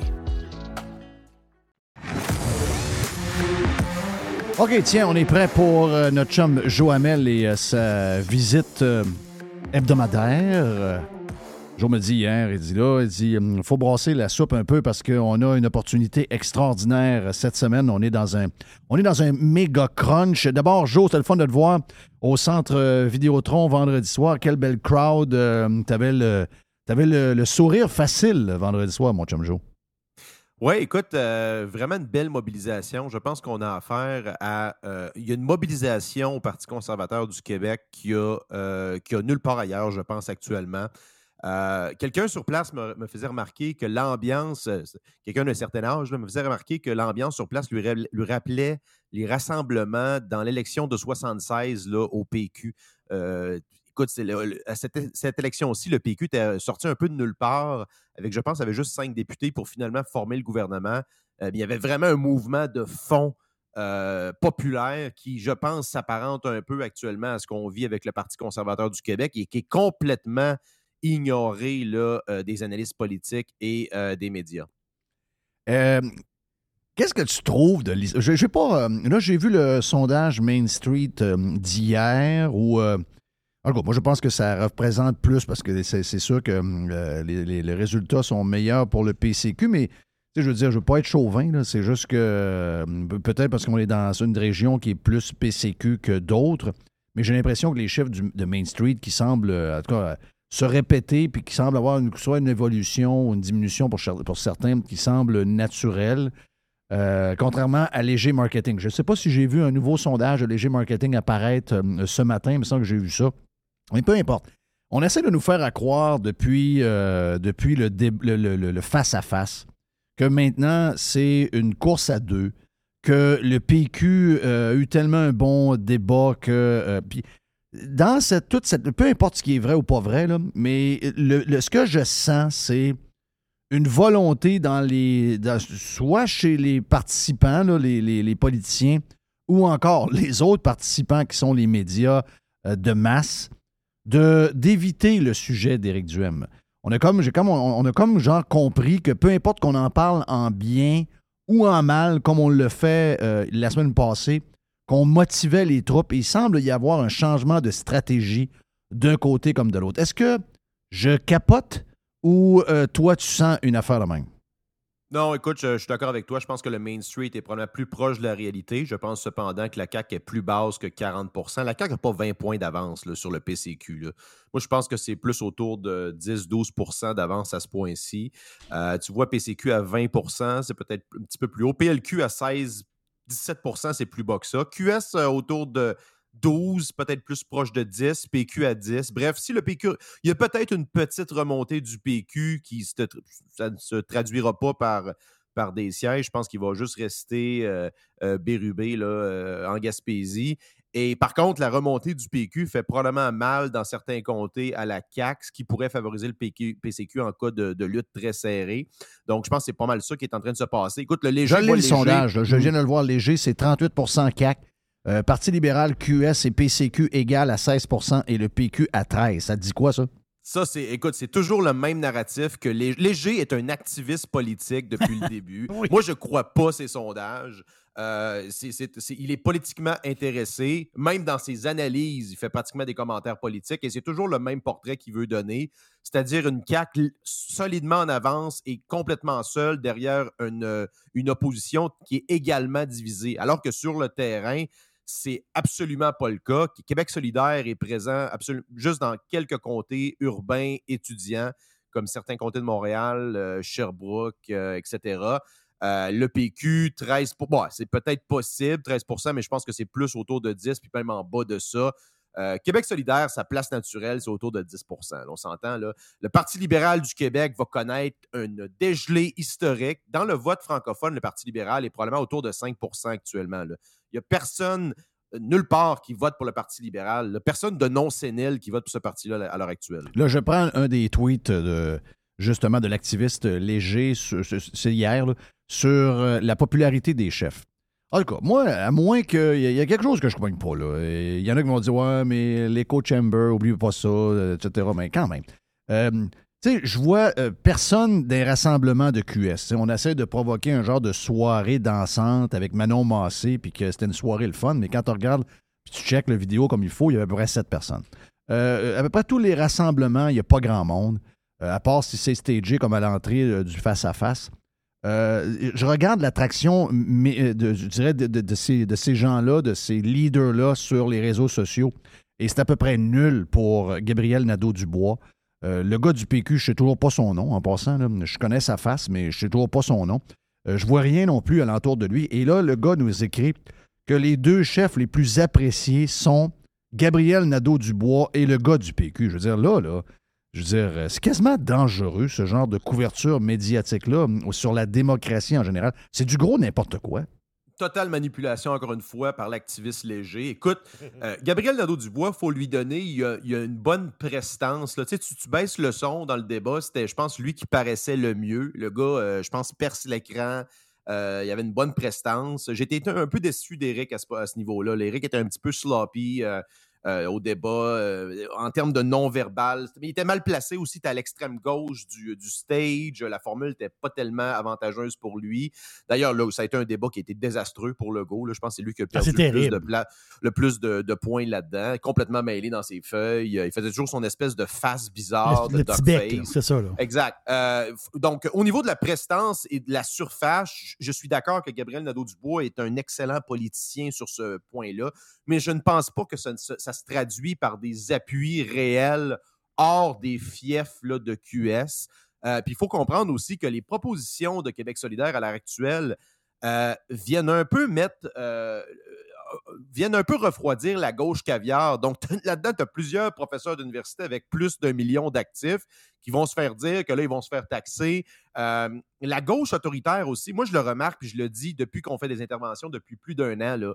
Speaker 1: OK, tiens, on est prêt pour euh, notre chum Joe Hamel et euh, sa visite euh, hebdomadaire. Euh, Joe me dit hier, il dit là, il dit il faut brasser la soupe un peu parce qu'on a une opportunité extraordinaire cette semaine. On est dans un, on est dans un méga crunch. D'abord, Joe, c'était le fun de te voir au centre Vidéotron vendredi soir. Quelle belle crowd. Euh, t'avais le, t'avais le, le sourire facile vendredi soir, mon chum Joe.
Speaker 11: Oui, écoute, euh, vraiment une belle mobilisation. Je pense qu'on a affaire à... Euh, il y a une mobilisation au Parti conservateur du Québec qui a, euh, qui a nulle part ailleurs, je pense, actuellement. Euh, quelqu'un sur place me, me faisait remarquer que l'ambiance, quelqu'un d'un certain âge, là, me faisait remarquer que l'ambiance sur place lui, lui rappelait les rassemblements dans l'élection de soixante-seize là, au P Q. Euh, écoute, c'est le, le, à cette, cette élection-ci, le P Q était sorti un peu de nulle part, avec, je pense, avait juste cinq députés pour finalement former le gouvernement. Euh, il y avait vraiment un mouvement de fond euh, populaire qui, je pense, s'apparente un peu actuellement à ce qu'on vit avec le Parti conservateur du Québec et qui est complètement ignoré là, euh, des analystes politiques et euh, des médias. Euh,
Speaker 1: qu'est-ce que tu trouves de l'histoire? Je, j'ai pas, euh, là, j'ai vu le sondage Main Street euh, d'hier où, euh, en tout cas, moi, je pense que ça représente plus parce que c'est, c'est sûr que euh, les, les, les résultats sont meilleurs pour le P C Q, mais je veux dire, je ne veux pas être chauvin, là, c'est juste que euh, peut-être parce qu'on est dans une région qui est plus P C Q que d'autres, mais j'ai l'impression que les chiffres du, de Main Street qui semblent, en tout cas, se répéter, puis qui semble avoir une, soit une évolution ou une diminution pour, pour certains, qui semble naturelle, euh, contrairement à Léger Marketing. Je ne sais pas si j'ai vu un nouveau sondage de Léger Marketing apparaître euh, ce matin, il me semble que j'ai vu ça. Mais peu importe. On essaie de nous faire à croire depuis, euh, depuis le, dé, le, le, le face-à-face que maintenant, c'est une course à deux, que le P Q euh, a eu tellement un bon débat que... Euh, puis, dans cette, toute cette... Peu importe ce qui est vrai ou pas vrai, là, mais le, le, ce que je sens, c'est une volonté dans les... Dans, soit chez les participants, là, les, les, les politiciens, ou encore les autres participants qui sont les médias euh, de masse, de, d'éviter le sujet d'Éric Duhem. On a comme, j'ai comme, on, on a comme genre compris que peu importe qu'on en parle en bien ou en mal, comme on le fait euh, la semaine passée, qu'on motivait les troupes, et il semble y avoir un changement de stratégie d'un côté comme de l'autre. Est-ce que je capote ou euh, toi, tu sens une affaire de même?
Speaker 11: Non, écoute, je, je suis d'accord avec toi. Je pense que le Main Street est probablement plus proche de la réalité. Je pense cependant que la C A Q est plus basse que quarante pour cent. La C A Q n'a pas vingt points d'avance là, sur le P C Q. Là. Moi, je pense que c'est plus autour de dix à douze pour cent d'avance à ce point-ci. Euh, tu vois, P C Q à vingt pour cent, c'est peut-être un petit peu plus haut. P L Q à seize à dix-sept pour cent, c'est plus bas que ça. Q S euh, autour de douze, peut-être plus proche de dix, P Q à dix. Bref, si le P Q... Il y a peut-être une petite remontée du P Q qui se, ça ne se traduira pas par, par des sièges. Je pense qu'il va juste rester euh, euh, bérubé là, euh, en Gaspésie. Et par contre, la remontée du P Q fait probablement mal dans certains comtés à la C A Q, ce qui pourrait favoriser le P Q, P C Q en cas de, de lutte très serrée. Donc, je pense que c'est pas mal ça qui est en train de se passer. Écoute, le léger...
Speaker 1: Je lis le
Speaker 11: léger,
Speaker 1: sondage. Là, je viens de le voir léger. C'est trente-huit pour cent C A Q. Euh, Parti libéral, Q S et P C Q égale à seize pour cent et le P Q à treize pour cent. Ça te dit quoi, ça?
Speaker 11: Ça, c'est, écoute, c'est toujours le même narratif que Lé- Léger est un activiste politique depuis le début. Oui. Moi, je ne crois pas ces sondages. Euh, c'est, c'est, c'est, il est politiquement intéressé. Même dans ses analyses, il fait pratiquement des commentaires politiques et c'est toujours le même portrait qu'il veut donner, c'est-à-dire une C A Q solidement en avance et complètement seule derrière une, une opposition qui est également divisée. Alors que sur le terrain, c'est absolument pas le cas. Québec solidaire est présent absolu- juste dans quelques comtés urbains étudiants, comme certains comtés de Montréal, euh, Sherbrooke, euh, et cetera. Euh, le P Q, treize pour cent. Bon, c'est peut-être possible, treize pour cent, mais je pense que c'est plus autour de dix, puis même en bas de ça. Euh, Québec solidaire, sa place naturelle, c'est autour de dix pour cent. Là, on s'entend, là. Le Parti libéral du Québec va connaître une dégelée historique. Dans le vote francophone, le Parti libéral est probablement autour de cinq pour cent actuellement. Là. Il n'y a personne, nulle part, qui vote pour le Parti libéral. Là. Personne de non-sénile qui vote pour ce parti-là à l'heure actuelle.
Speaker 1: Là, je prends un des tweets de, justement de l'activiste Léger, c'est hier, là, sur la popularité des chefs. En tout cas, moi, à moins qu'il y, y a quelque chose que je ne comprends pas, là. Il y en a qui vont dire, ouais, mais l'écho chamber, oublie pas ça, et cetera. Mais quand même. Euh, tu sais, je vois euh, personne des rassemblements de Q S. T'sais, on essaie de provoquer un genre de soirée dansante avec Manon Massé, puis que c'était une soirée le fun, mais quand tu regardes, puis tu checkes la vidéo comme il faut, il y avait à peu près sept personnes. Euh, à peu près tous les rassemblements, il n'y a pas grand monde, euh, à part si c'est stagé comme à l'entrée euh, du face-à-face. Euh, je regarde l'attraction, mais, de, je dirais, de, de, de ces, de ces gens-là, de ces leaders-là sur les réseaux sociaux. Et c'est à peu près nul pour Gabriel Nadeau-Dubois. Euh, le gars du P Q, je ne sais toujours pas son nom, en passant. Là, je connais sa face, mais je ne sais toujours pas son nom. Euh, je ne vois rien non plus alentour de lui. Et là, le gars nous écrit que les deux chefs les plus appréciés sont Gabriel Nadeau-Dubois et le gars du P Q. Je veux dire, là, là, je veux dire, c'est quasiment dangereux, ce genre de couverture médiatique-là sur la démocratie en général. C'est du gros n'importe quoi.
Speaker 11: Totale manipulation, encore une fois, par l'activiste Léger. Écoute, euh, Gabriel Nadeau-Dubois, il faut lui donner, il a, il a une bonne prestance. Là. Tu sais, tu, tu baisses le son dans le débat, c'était, je pense, lui qui paraissait le mieux. Le gars, euh, je pense, perce l'écran. Euh, il avait une bonne prestance. J'étais un peu déçu d'Éric à ce, à ce niveau-là. Éric était un petit peu sloppy. Euh, Euh, au débat, euh, en termes de non-verbal. Mais il était mal placé aussi, tu à l'extrême gauche du, du stage. La formule n'était pas tellement avantageuse pour lui. D'ailleurs, là, ça a été un débat qui a été désastreux pour Legault. Là. Je pense que c'est lui qui a perdu ah, le, plus de pla- le plus de, de points là-dedans. Complètement mêlé dans ses feuilles. Il faisait toujours son espèce de face bizarre,
Speaker 2: le,
Speaker 11: de
Speaker 2: le
Speaker 11: dog
Speaker 2: bec,
Speaker 11: face.
Speaker 2: C'est ça, là.
Speaker 11: Exact. Euh, donc, au niveau de la prestance et de la surface, je suis d'accord que Gabriel Nadeau-Dubois est un excellent politicien sur ce point-là, mais je ne pense pas que ça, ça se traduit par des appuis réels hors des fiefs là, de Q S. Euh, puis il faut comprendre aussi que les propositions de Québec solidaire à l'heure actuelle euh, viennent un peu mettre... Euh, viennent un peu refroidir la gauche caviar. Donc, là-dedans, tu as plusieurs professeurs d'université avec plus d'un million d'actifs qui vont se faire dire que là, ils vont se faire taxer. Euh, la gauche autoritaire aussi, moi, je le remarque, puis je le dis depuis qu'on fait des interventions depuis plus d'un an, là,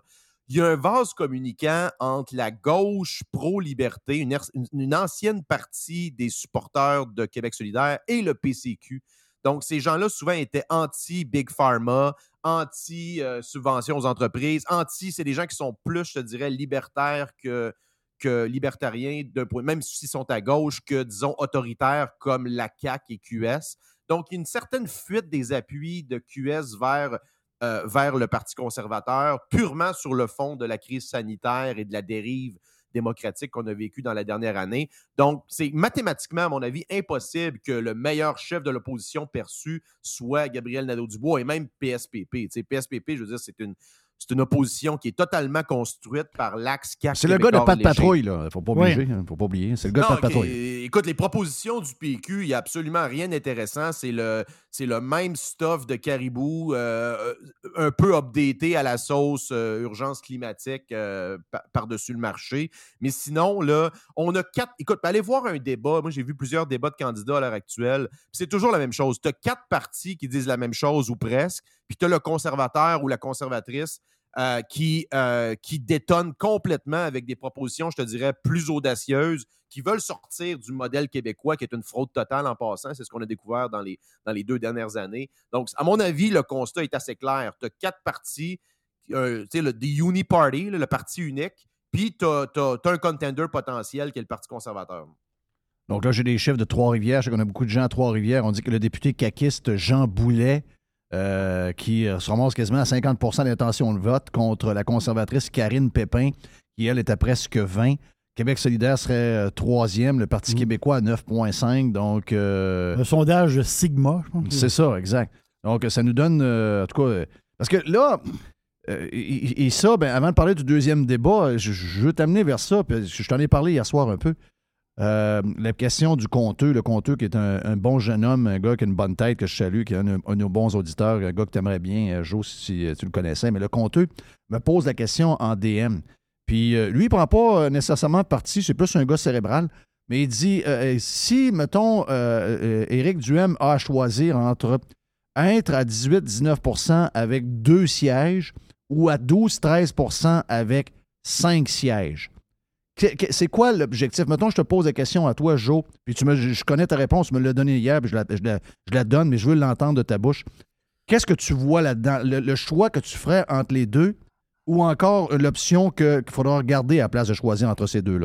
Speaker 11: il y a un vase communicant entre la gauche pro-liberté, une, une, une ancienne partie des supporters de Québec solidaire et le P C Q. Donc, ces gens-là, souvent, étaient anti-Big Pharma, anti-subventions aux entreprises, anti, c'est des gens qui sont plus, je te dirais, libertaires que, que libertariens, d'un point, même s'ils sont à gauche, que, disons, autoritaires comme la C A Q et Q S. Donc, il y a une certaine fuite des appuis de Q S vers, euh, vers le Parti conservateur, purement sur le fond de la crise sanitaire et de la dérive démocratique qu'on a vécu dans la dernière année. Donc, c'est mathématiquement, à mon avis, impossible que le meilleur chef de l'opposition perçu soit Gabriel Nadeau-Dubois et même P S P P. Tu sais, P S P P, je veux dire, c'est une, c'est une opposition qui est totalement construite par l'axe C A Q.
Speaker 1: C'est le gars de Pat Patrouille, là. Il ne faut pas oublier. Il
Speaker 11: oui.
Speaker 1: ne faut pas oublier. C'est le gars non, de Pat Patrouille.
Speaker 11: Okay. Écoute, les propositions du P Q, il n'y a absolument rien d'intéressant. C'est le, c'est le même stuff de Caribou, euh, un peu updaté à la sauce euh, urgence climatique euh, par- par-dessus le marché. Mais sinon, là, on a quatre... Écoute, allez voir un débat. Moi, j'ai vu plusieurs débats de candidats à l'heure actuelle. C'est toujours la même chose. Tu as quatre partis qui disent la même chose ou presque. Puis tu as le conservateur ou la conservatrice Euh, qui, euh, qui détonnent complètement avec des propositions, je te dirais, plus audacieuses, qui veulent sortir du modèle québécois, qui est une fraude totale en passant. C'est ce qu'on a découvert dans les, dans les deux dernières années. Donc, à mon avis, le constat est assez clair. Tu as quatre partis, euh, tu sais, le the Uni Party, là, le parti unique, puis tu as un contender potentiel qui est le Parti conservateur.
Speaker 1: Donc là, j'ai des chiffres de Trois-Rivières. Je sais qu'on a beaucoup de gens à Trois-Rivières. On dit que le député caquiste Jean Boulet, Euh, qui euh, se ramasse quasiment à cinquante pour cent d'intention de vote contre la conservatrice Karine Pépin, qui, elle, est à presque vingt. Québec solidaire serait euh, troisième, le Parti mmh. québécois à neuf virgule cinq. Donc, euh,
Speaker 2: un sondage Sigma, je pense.
Speaker 1: C'est ça, exact. Donc, ça nous donne, euh, en tout cas, euh, parce que là, euh, et, et ça, ben, avant de parler du deuxième débat, je, je veux t'amener vers ça, puis je t'en ai parlé hier soir un peu. Euh, la question du Conteux, le Conteux qui est un, un bon jeune homme, un gars qui a une bonne tête, que je salue, qui est un, un de nos bons auditeurs, un gars que tu aimerais bien, Joe, si, si tu le connaissais, mais le Conteux me pose la question en D M. Puis euh, lui, il ne prend pas nécessairement parti, c'est plus un gars cérébral, mais il dit, euh, si, mettons, euh, euh, Éric Duhem a à choisir entre être à dix-huit à dix-neuf pour cent avec deux sièges ou à douze à treize pour cent avec cinq sièges. C'est quoi l'objectif? Mettons, je te pose la question à toi, Joe, puis tu me, je connais ta réponse, tu me l'as donnée hier, puis je la, je, la, je la donne, mais je veux l'entendre de ta bouche. Qu'est-ce que tu vois là-dedans? Le, le choix que tu ferais entre les deux ou encore l'option que, qu'il faudra regarder à la place de choisir entre ces deux-là?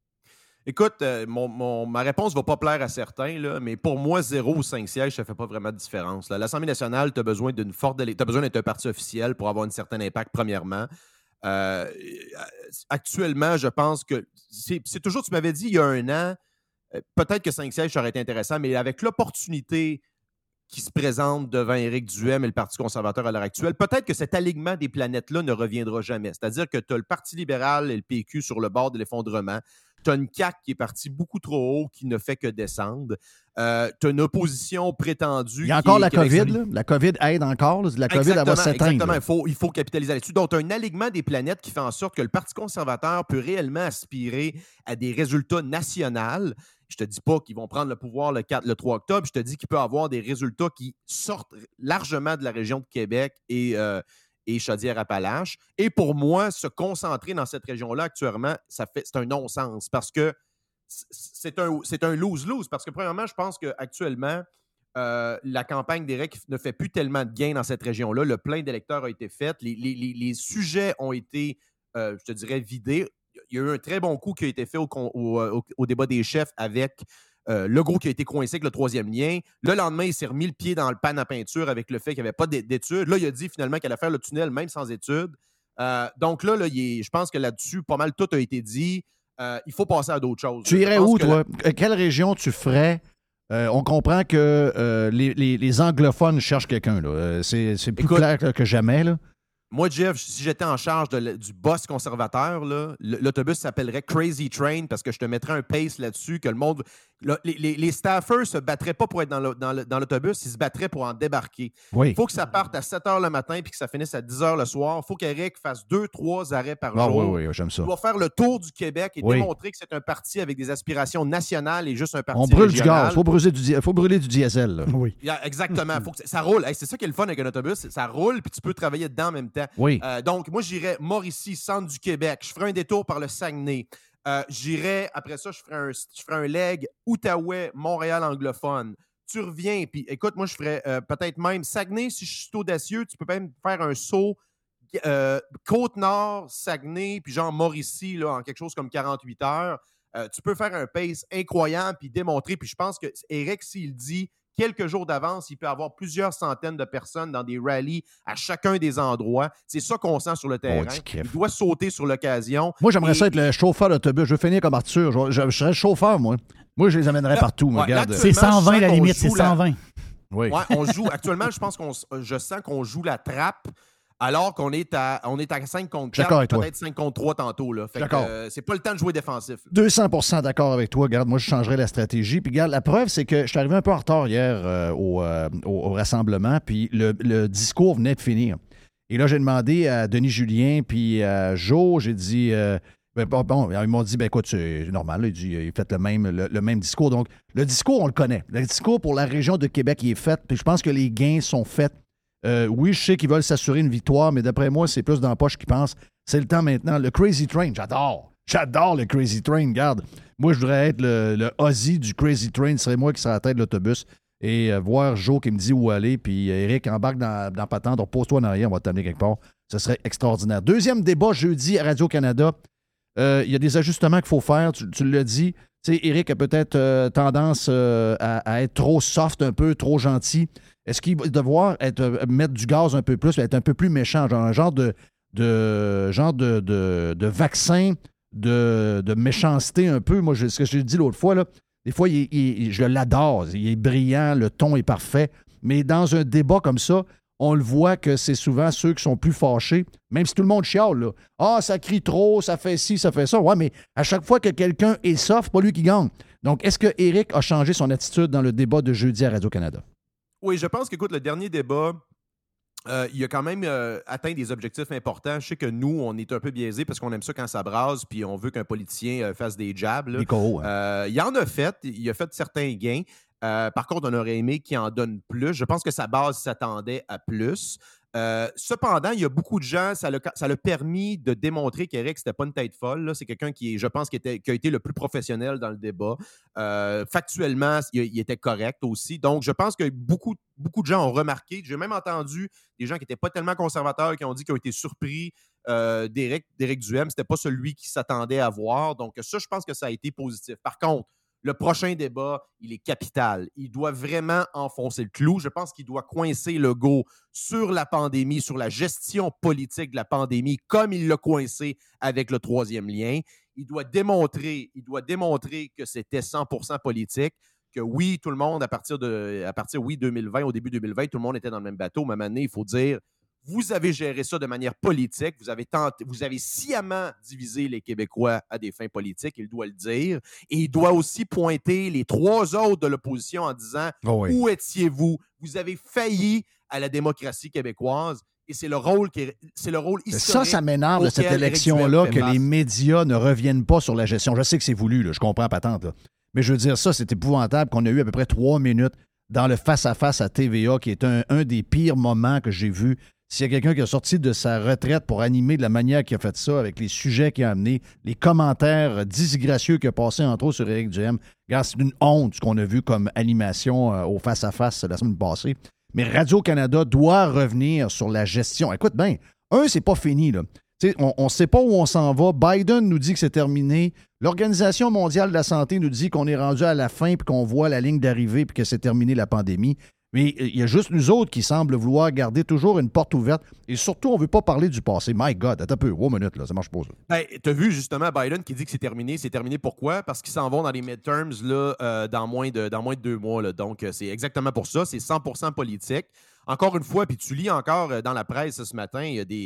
Speaker 11: Écoute, euh, mon, mon, ma réponse ne va pas plaire à certains, là, mais pour moi, zéro ou cinq sièges, ça ne fait pas vraiment de différence. Là. L'Assemblée nationale, tu as besoin d'une forte délé... tu as besoin d'être un parti officiel pour avoir un certain impact, premièrement. Euh, actuellement, je pense que c'est, c'est toujours, tu m'avais dit il y a un an, euh, peut-être que cinq sièges, ça aurait été intéressant, mais avec l'opportunité qui se présente devant Éric Duhem et le Parti conservateur à l'heure actuelle, peut-être que cet alignement des planètes-là ne reviendra jamais. C'est-à-dire que tu as le Parti libéral et le P Q sur le bord de l'effondrement. Tu as une C A Q qui est partie beaucoup trop haut, qui ne fait que descendre. Euh, tu as une opposition prétendue.
Speaker 1: Il y a encore
Speaker 11: qui
Speaker 1: la
Speaker 11: est,
Speaker 1: COVID.
Speaker 11: qui
Speaker 1: là. La COVID aide encore. Là. La COVID, elle va s'éteindre.
Speaker 11: Exactement. Il faut, il faut capitaliser là-dessus. Donc, tu as un alignement des planètes qui fait en sorte que le Parti conservateur peut réellement aspirer à des résultats nationaux. Je te dis pas qu'ils vont prendre le pouvoir le, quatre, le trois octobre. Je te dis qu'il peut avoir des résultats qui sortent largement de la région de Québec et, euh, et Chaudière-Appalaches. Et pour moi, se concentrer dans cette région-là actuellement, ça fait, c'est un non-sens parce que c'est un, c'est un lose-lose. Parce que premièrement, je pense qu'actuellement, euh, la campagne d'Éric ne fait plus tellement de gains dans cette région-là. Le plein d'électeurs a été fait. Les, les, les, les sujets ont été, euh, je te dirais, vidés. Il y a eu un très bon coup qui a été fait au, au, au, au débat des chefs avec euh, Legault qui a été coincé avec le troisième lien. Le lendemain, il s'est remis le pied dans le pan à peinture avec le fait qu'il n'y avait pas d'études. Là, il a dit finalement qu'il allait faire le tunnel même sans études. Euh, donc là, là il est, je pense que là-dessus, pas mal tout a été dit. Euh, il faut passer à d'autres choses.
Speaker 1: Tu irais où, toi? La... Quelle région tu ferais? Euh, on comprend que euh, les, les, les anglophones cherchent quelqu'un. Là. C'est, c'est plus Écoute, clair que jamais. Là.
Speaker 11: Moi, Jeff, si j'étais en charge de, du boss conservateur, là, l'autobus s'appellerait Crazy Train parce que je te mettrais un pace là-dessus que le monde... Le, les, les, les staffers ne se battraient pas pour être dans, le, dans, le, dans l'autobus, ils se battraient pour en débarquer. Il
Speaker 1: oui.
Speaker 11: faut que ça parte à sept heures le matin et que ça finisse à dix heures le soir. Il faut qu'Éric fasse deux, trois arrêts par
Speaker 1: ah,
Speaker 11: jour.
Speaker 1: Oui, oui, j'aime ça.
Speaker 11: Il doit faire le tour du Québec et
Speaker 1: oui.
Speaker 11: démontrer que c'est un parti avec des aspirations nationales et juste un parti
Speaker 1: On brûle
Speaker 11: régional.
Speaker 1: du gaz. Il faut brûler du, faut brûler du diesel. Là.
Speaker 2: Oui.
Speaker 11: Exactement. Faut que ça roule. Hey, c'est ça qui est le fun avec un autobus. Ça roule puis tu peux travailler dedans en même temps.
Speaker 1: Oui.
Speaker 11: Euh, donc, moi, j'irais Mauricie, centre du Québec. Je ferai un détour par le Saguenay. Euh, j'irais, après ça, je ferai un, je ferai un leg Outaouais, Montréal anglophone. Tu reviens, puis écoute, moi, je ferais euh, peut-être même Saguenay, si je suis audacieux, tu peux même faire un saut euh, Côte-Nord, Saguenay, puis genre Mauricie, là, en quelque chose comme quarante-huit heures. Euh, tu peux faire un pace incroyable, puis démontrer, puis je pense que Éric, s'il dit quelques jours d'avance, il peut avoir plusieurs centaines de personnes dans des rallyes à chacun des endroits. C'est ça qu'on sent sur le terrain. Oh, il doit sauter sur l'occasion.
Speaker 1: Moi, j'aimerais
Speaker 11: et...
Speaker 1: ça être le chauffeur d'autobus. Je veux finir comme Arthur. Je, je, je serais chauffeur, moi. Moi, je les amènerais là, partout.
Speaker 11: Ouais,
Speaker 1: regarde.
Speaker 2: C'est cent vingt la limite, c'est cent vingt.
Speaker 11: La...
Speaker 1: Oui.
Speaker 11: Ouais, on joue. Actuellement, je pense qu'on je sens qu'on joue la trappe. Alors qu'on est à, on est à cinq contre quatre, peut-être cinq contre trois tantôt. Là. Fait
Speaker 1: d'accord.
Speaker 11: Que, euh, c'est pas le temps de jouer défensif. Là.
Speaker 1: deux cents pour cent d'accord avec toi. Regarde, moi, je changerais la stratégie. Puis, regarde, la preuve, c'est que je suis arrivé un peu en retard hier euh, au, euh, au, au rassemblement, puis le, le discours venait de finir. Et là, j'ai demandé à Denis Julien, puis à Joe, j'ai dit... Euh, ben, bon, ils m'ont dit, ben écoute, c'est normal. Là, il dit, il fait le même, le, le même discours. Donc, le discours, on le connaît. Le discours pour la région de Québec, il est fait. Puis je pense que les gains sont faits. Euh, oui, je sais qu'ils veulent s'assurer une victoire, mais d'après moi, c'est plus dans la poche qu'ils pensent. C'est le temps maintenant. Le Crazy Train, j'adore. J'adore le Crazy Train. Regarde, moi, je voudrais être le, le Ozzy du Crazy Train. Ce serait moi qui serais à la tête de l'autobus. Et euh, voir Joe qui me dit où aller, puis Éric embarque dans, dans Patente, on pose-toi en arrière, on va t'amener quelque part. Ce serait extraordinaire. Deuxième débat jeudi à Radio-Canada. Il euh, y a des ajustements qu'il faut faire, tu, tu l'as dit. Tu sais, Éric a peut-être euh, tendance euh, à, à être trop soft un peu, trop gentil. Est-ce qu'il va devoir être, mettre du gaz un peu plus, être un peu plus méchant, genre un genre de, de, genre de, de, de vaccin de, de méchanceté un peu? Moi, je, ce que j'ai dit l'autre fois, là, des fois, il, il, je l'adore. Il est brillant, le ton est parfait. Mais dans un débat comme ça, on le voit que c'est souvent ceux qui sont plus fâchés, même si tout le monde chiale, là. Ah, ça crie trop, ça fait ci, ça fait ça. Ouais, mais à chaque fois que quelqu'un est soft, c'est pas lui qui gagne. Donc, est-ce que Éric a changé son attitude dans le débat de jeudi à Radio-Canada?
Speaker 11: Oui, je pense qu'écoute, le dernier débat, euh, il a quand même euh, atteint des objectifs importants. Je sais que nous, on est un peu biaisés parce qu'on aime ça quand ça brasse, puis on veut qu'un politicien euh, fasse des jabs. Là.
Speaker 1: Nico, hein.
Speaker 11: euh, il en a fait, il a fait certains gains. Euh, par contre, on aurait aimé qu'il en donne plus. Je pense que sa base s'attendait à plus. Euh, cependant, il y a beaucoup de gens, ça l'a, ça l'a permis de démontrer qu'Éric, c'était pas une tête folle. Là. C'est quelqu'un qui, je pense, qui, était, qui a été le plus professionnel dans le débat. Euh, factuellement, il, il était correct aussi. Donc, je pense que beaucoup, beaucoup de gens ont remarqué. J'ai même entendu des gens qui n'étaient pas tellement conservateurs qui ont dit qu'ils ont été surpris euh, d'Éric, d'Éric Duhem. C'était pas celui qui s'attendait à voir. Donc, ça, je pense que ça a été positif. Par contre, le prochain débat, il est capital. Il doit vraiment enfoncer le clou. Je pense qu'il doit coincer Legault sur la pandémie, sur la gestion politique de la pandémie, comme il l'a coincé avec le troisième lien. Il doit démontrer, il doit démontrer que c'était cent pour cent politique, que oui, tout le monde, à partir de, à partir, oui, deux mille vingt, au début deux mille vingt, tout le monde était dans le même bateau. Mais maintenant, il faut dire, vous avez géré ça de manière politique. Vous avez tenté, vous avez sciemment divisé les Québécois à des fins politiques, il doit le dire. Et il doit aussi pointer les trois autres de l'opposition en disant
Speaker 1: oh oui.
Speaker 11: Où étiez-vous? Vous avez failli à la démocratie québécoise. Et c'est le rôle qui est, c'est le rôle historique.
Speaker 1: Ça, ça m'énerve de cette élection-là, que les médias ne reviennent pas sur la gestion. Je sais que c'est voulu, là, je comprends patente. Là. Mais je veux dire, ça, c'est épouvantable qu'on a eu à peu près trois minutes dans le face-à-face à T V A, qui est un, un des pires moments que j'ai vus. S'il y a quelqu'un qui a sorti de sa retraite pour animer de la manière qu'il a fait ça, avec les sujets qu'il a amenés, les commentaires disgracieux qu'il a passés, entre autres, sur Éric Duhem, regarde, c'est une honte ce qu'on a vu comme animation euh, au face-à-face la semaine passée. Mais Radio-Canada doit revenir sur la gestion. Écoute bien, un, c'est pas fini, là. T'sais, on ne sait pas où on s'en va. Biden nous dit que c'est terminé. L'Organisation mondiale de la santé nous dit qu'on est rendu à la fin puis qu'on voit la ligne d'arrivée puis que c'est terminé la pandémie. Mais il y a juste nous autres qui semblent vouloir garder toujours une porte ouverte. Et surtout, on ne veut pas parler du passé. My God, attends un peu. One minute, là, ça marche pas, ça.
Speaker 11: Ben, tu as vu justement Biden qui dit que c'est terminé. C'est terminé pourquoi? Parce qu'ils s'en vont dans les midterms là, euh, dans, moins de, dans moins de deux mois. Là. Donc, c'est exactement pour ça. C'est cent pour cent politique. Encore une fois, puis tu lis encore dans la presse ce matin, il y a des...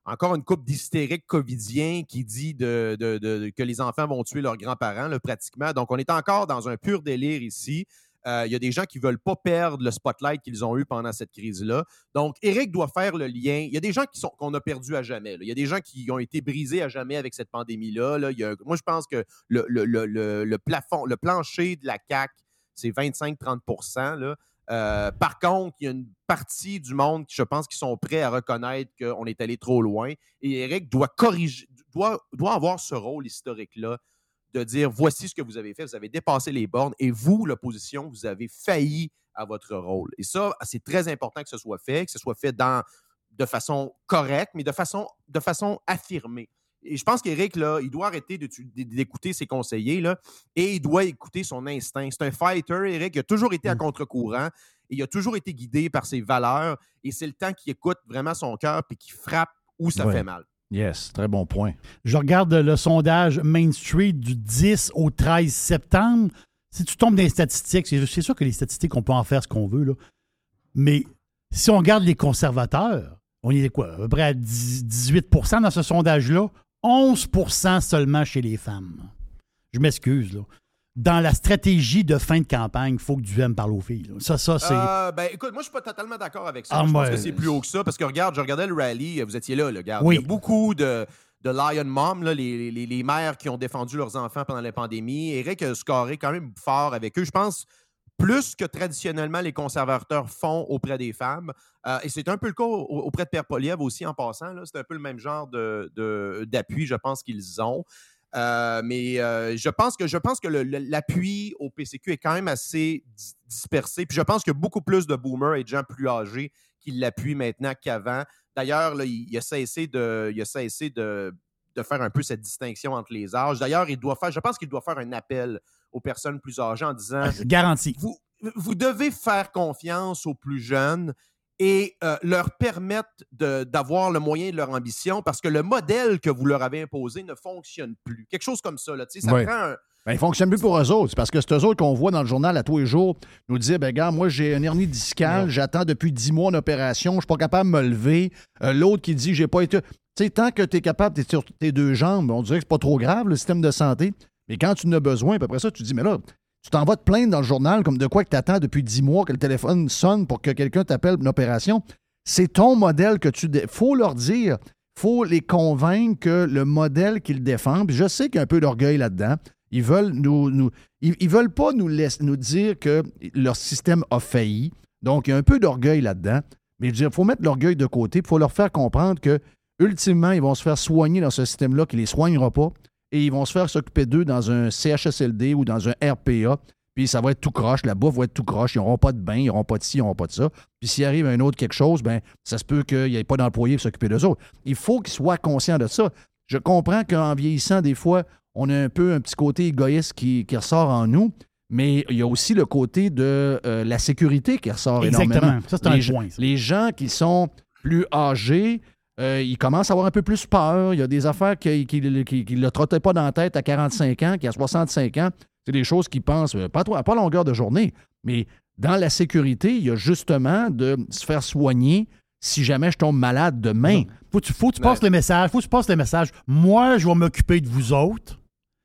Speaker 11: encore une couple d'hystériques covidiens qui dit de, de, de, de, que les enfants vont tuer leurs grands-parents, là, pratiquement. Donc, on est encore dans un pur délire ici. Il euh, y a des gens qui ne veulent pas perdre le spotlight qu'ils ont eu pendant cette crise-là. Donc, Éric doit faire le lien. Il y a des gens qui sont, qu'on a perdus à jamais. Il y a des gens qui ont été brisés à jamais avec cette pandémie-là. Là. Y a, moi, je pense que le, le, le, le, le plafond, le plancher de la C A Q, c'est vingt-cinq à trente pour cent. Là. Euh, par contre, il y a une partie du monde qui, je pense, qui sont prêts à reconnaître qu'on est allé trop loin. Et Éric doit corriger, doit, doit avoir ce rôle historique-là de dire, voici ce que vous avez fait, vous avez dépassé les bornes et vous, l'opposition, vous avez failli à votre rôle. Et ça, c'est très important que ce soit fait, que ce soit fait dans, de façon correcte, mais de façon, de façon affirmée. Et je pense qu'Éric, là, il doit arrêter de, d'écouter ses conseillers, là, et il doit écouter son instinct. C'est un fighter, Éric, il a toujours été à contre-courant, et il a toujours été guidé par ses valeurs, et c'est le temps qu'il écoute vraiment son cœur et qu'il frappe où ça
Speaker 1: ouais.
Speaker 11: fait mal.
Speaker 1: Yes, très bon point.
Speaker 2: Je regarde le sondage Main Street du dix au treize septembre. Si tu tombes dans les statistiques, c'est, c'est sûr que les statistiques, on peut en faire ce qu'on veut, là. Mais si on regarde les conservateurs, on est quoi, à peu près à dix-huit pour cent dans ce sondage-là, onze pour cent seulement chez les femmes. Je m'excuse, là. Dans la stratégie de fin de campagne, il faut que Duhem parle aux filles. Là. Ça, ça, c'est...
Speaker 11: Euh, ben, écoute, moi, je suis pas totalement d'accord avec ça.
Speaker 2: Ah,
Speaker 11: je
Speaker 2: moi,
Speaker 11: pense que c'est plus haut que ça. Parce que, regarde, je regardais le rallye. Vous étiez là, là, regarde.
Speaker 2: Oui.
Speaker 11: Il y a beaucoup de, de Lion Mom, là, les, les, les mères qui ont défendu leurs enfants pendant la pandémie. Éric a scoré quand même fort avec eux. Je pense plus que traditionnellement les conservateurs font auprès des femmes. Euh, et c'est un peu le cas auprès de Pierre Poilievre aussi, en passant. Là. C'est un peu le même genre de, de, d'appui, je pense, qu'ils ont. Euh, mais euh, je pense que, je pense que le, le, l'appui au P C Q est quand même assez dis- dispersé. Puis je pense qu'il y a beaucoup plus de boomers et de gens plus âgés qui l'appuient maintenant qu'avant. D'ailleurs, là, il, il a cessé, de, il a cessé de, de faire un peu cette distinction entre les âges. D'ailleurs, il doit faire, je pense qu'il doit faire un appel aux personnes plus âgées en disant...
Speaker 2: Ah, garanti.
Speaker 11: Vous, vous devez faire confiance aux plus jeunes et euh, leur permettre de, d'avoir le moyen de leur ambition parce que le modèle que vous leur avez imposé ne fonctionne plus. Quelque chose comme ça. Là, ça
Speaker 1: oui.
Speaker 11: prend un...
Speaker 1: Ben, il ne fonctionne plus pour eux autres. C'est parce que c'est eux autres qu'on voit dans le journal à tous les jours nous dire, ben gars, moi, j'ai une hernie discale, non. J'attends depuis dix mois une opération, je ne suis pas capable de me lever. Euh, l'autre qui dit, j'ai pas été... Tu sais, tant que tu es capable, tu es sur tes deux jambes, on dirait que c'est pas trop grave, le système de santé. Mais quand tu en as besoin, puis après ça, tu dis, mais là, tu t'en vas te plaindre dans le journal comme de quoi que tu attends depuis dix mois que le téléphone sonne pour que quelqu'un t'appelle pour une opération. C'est ton modèle que tu... Il dé... faut leur dire, il faut les convaincre que le modèle qu'ils défendent, puis je sais qu'il y a un peu d'orgueil là-dedans, ils veulent nous... nous ils, ils veulent pas nous, laisser, nous dire que leur système a failli. Donc, il y a un peu d'orgueil là-dedans. Mais je veux dire, il faut mettre l'orgueil de côté, il faut leur faire comprendre que, ultimement, ils vont se faire soigner dans ce système-là qui ne les soignera pas. Et ils vont se faire s'occuper d'eux dans un C H S L D ou dans un R P A, puis ça va être tout croche, la bouffe va être tout croche, ils n'auront pas de bain, ils n'auront pas de ci, ils n'auront pas de ça. Puis s'il arrive un autre quelque chose, ben ça se peut qu'il n'y ait pas d'employés pour s'occuper d'eux autres. Il faut qu'ils soient conscients de ça. Je comprends qu'en vieillissant, des fois, on a un peu un petit côté égoïste qui, qui ressort en nous, mais il y a aussi le côté de euh, la sécurité qui ressort
Speaker 2: Exactement.
Speaker 11: énormément.
Speaker 2: Ça, c'est
Speaker 11: les,
Speaker 2: un point. Ça.
Speaker 1: Les gens qui sont plus âgés, Euh, il commence à avoir un peu plus peur. Il y a des affaires qui ne le trottaient pas dans la tête à quarante-cinq ans, qui à soixante-cinq ans. C'est des choses qu'ils pensent, euh, pas, pas à longueur de journée, mais dans la sécurité, il y a justement de se faire soigner si jamais je tombe malade demain.
Speaker 2: Faut que tu, faut que tu passes le message. Faut que tu passes le message. Moi, je vais m'occuper de vous autres.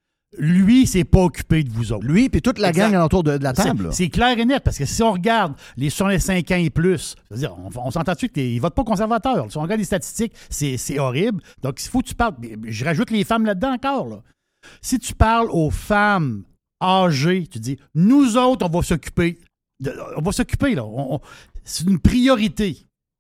Speaker 2: Lui, il s'est pas occupé de vous autres.
Speaker 1: Lui, puis toute la
Speaker 2: exact.
Speaker 1: gang alentour de, de la table.
Speaker 2: C'est, c'est clair et net, parce que si on regarde les soixante-cinq ans et plus, c'est-à-dire, on, on s'entend-tu qu'ils ne votent pas conservateurs. Si on regarde les statistiques, c'est, c'est horrible. Donc, il faut que tu parles. Je rajoute les femmes là-dedans encore. Là. Si tu parles aux femmes âgées, tu dis, nous autres, on va s'occuper. De, on va s'occuper, là. On, on, c'est une priorité.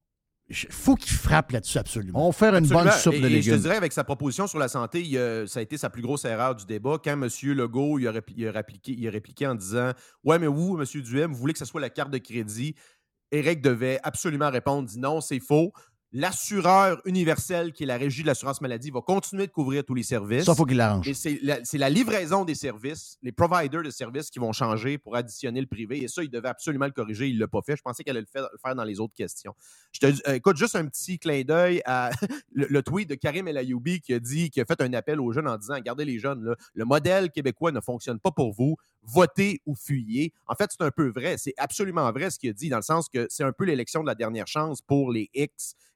Speaker 2: Il faut qu'il frappe là-dessus, absolument.
Speaker 1: On va faire une
Speaker 11: absolument.
Speaker 1: bonne soupe
Speaker 11: et,
Speaker 1: de
Speaker 11: et
Speaker 1: légumes.
Speaker 11: Je te dirais, avec sa proposition sur la santé, il a, ça a été sa plus grosse erreur du débat. Quand M. Legault il a, répli, il a, répliqué, il a répliqué en disant « Ouais, mais vous, M. Duhem, vous voulez que ce soit la carte de crédit? » Éric devait absolument répondre, dit « Non, c'est faux. » L'assureur universel, qui est la Régie de l'assurance maladie, va continuer de couvrir tous les services.
Speaker 1: Ça, il faut qu'il l'arrange.
Speaker 11: Et c'est la, c'est la livraison des services, les providers de services qui vont changer pour additionner le privé. Et ça, il devait absolument le corriger. Il ne l'a pas fait. Je pensais qu'elle allait le faire, le faire dans les autres questions. Je te, euh, écoute, juste un petit clin d'œil à le, le tweet de Karim El Ayoubi qui a dit, qui a fait un appel aux jeunes en disant « Regardez les jeunes, là, le modèle québécois ne fonctionne pas pour vous. Votez ou fuyez. » En fait, c'est un peu vrai. C'est absolument vrai ce qu'il a dit, dans le sens que c'est un peu l'élection de la dernière chance pour les X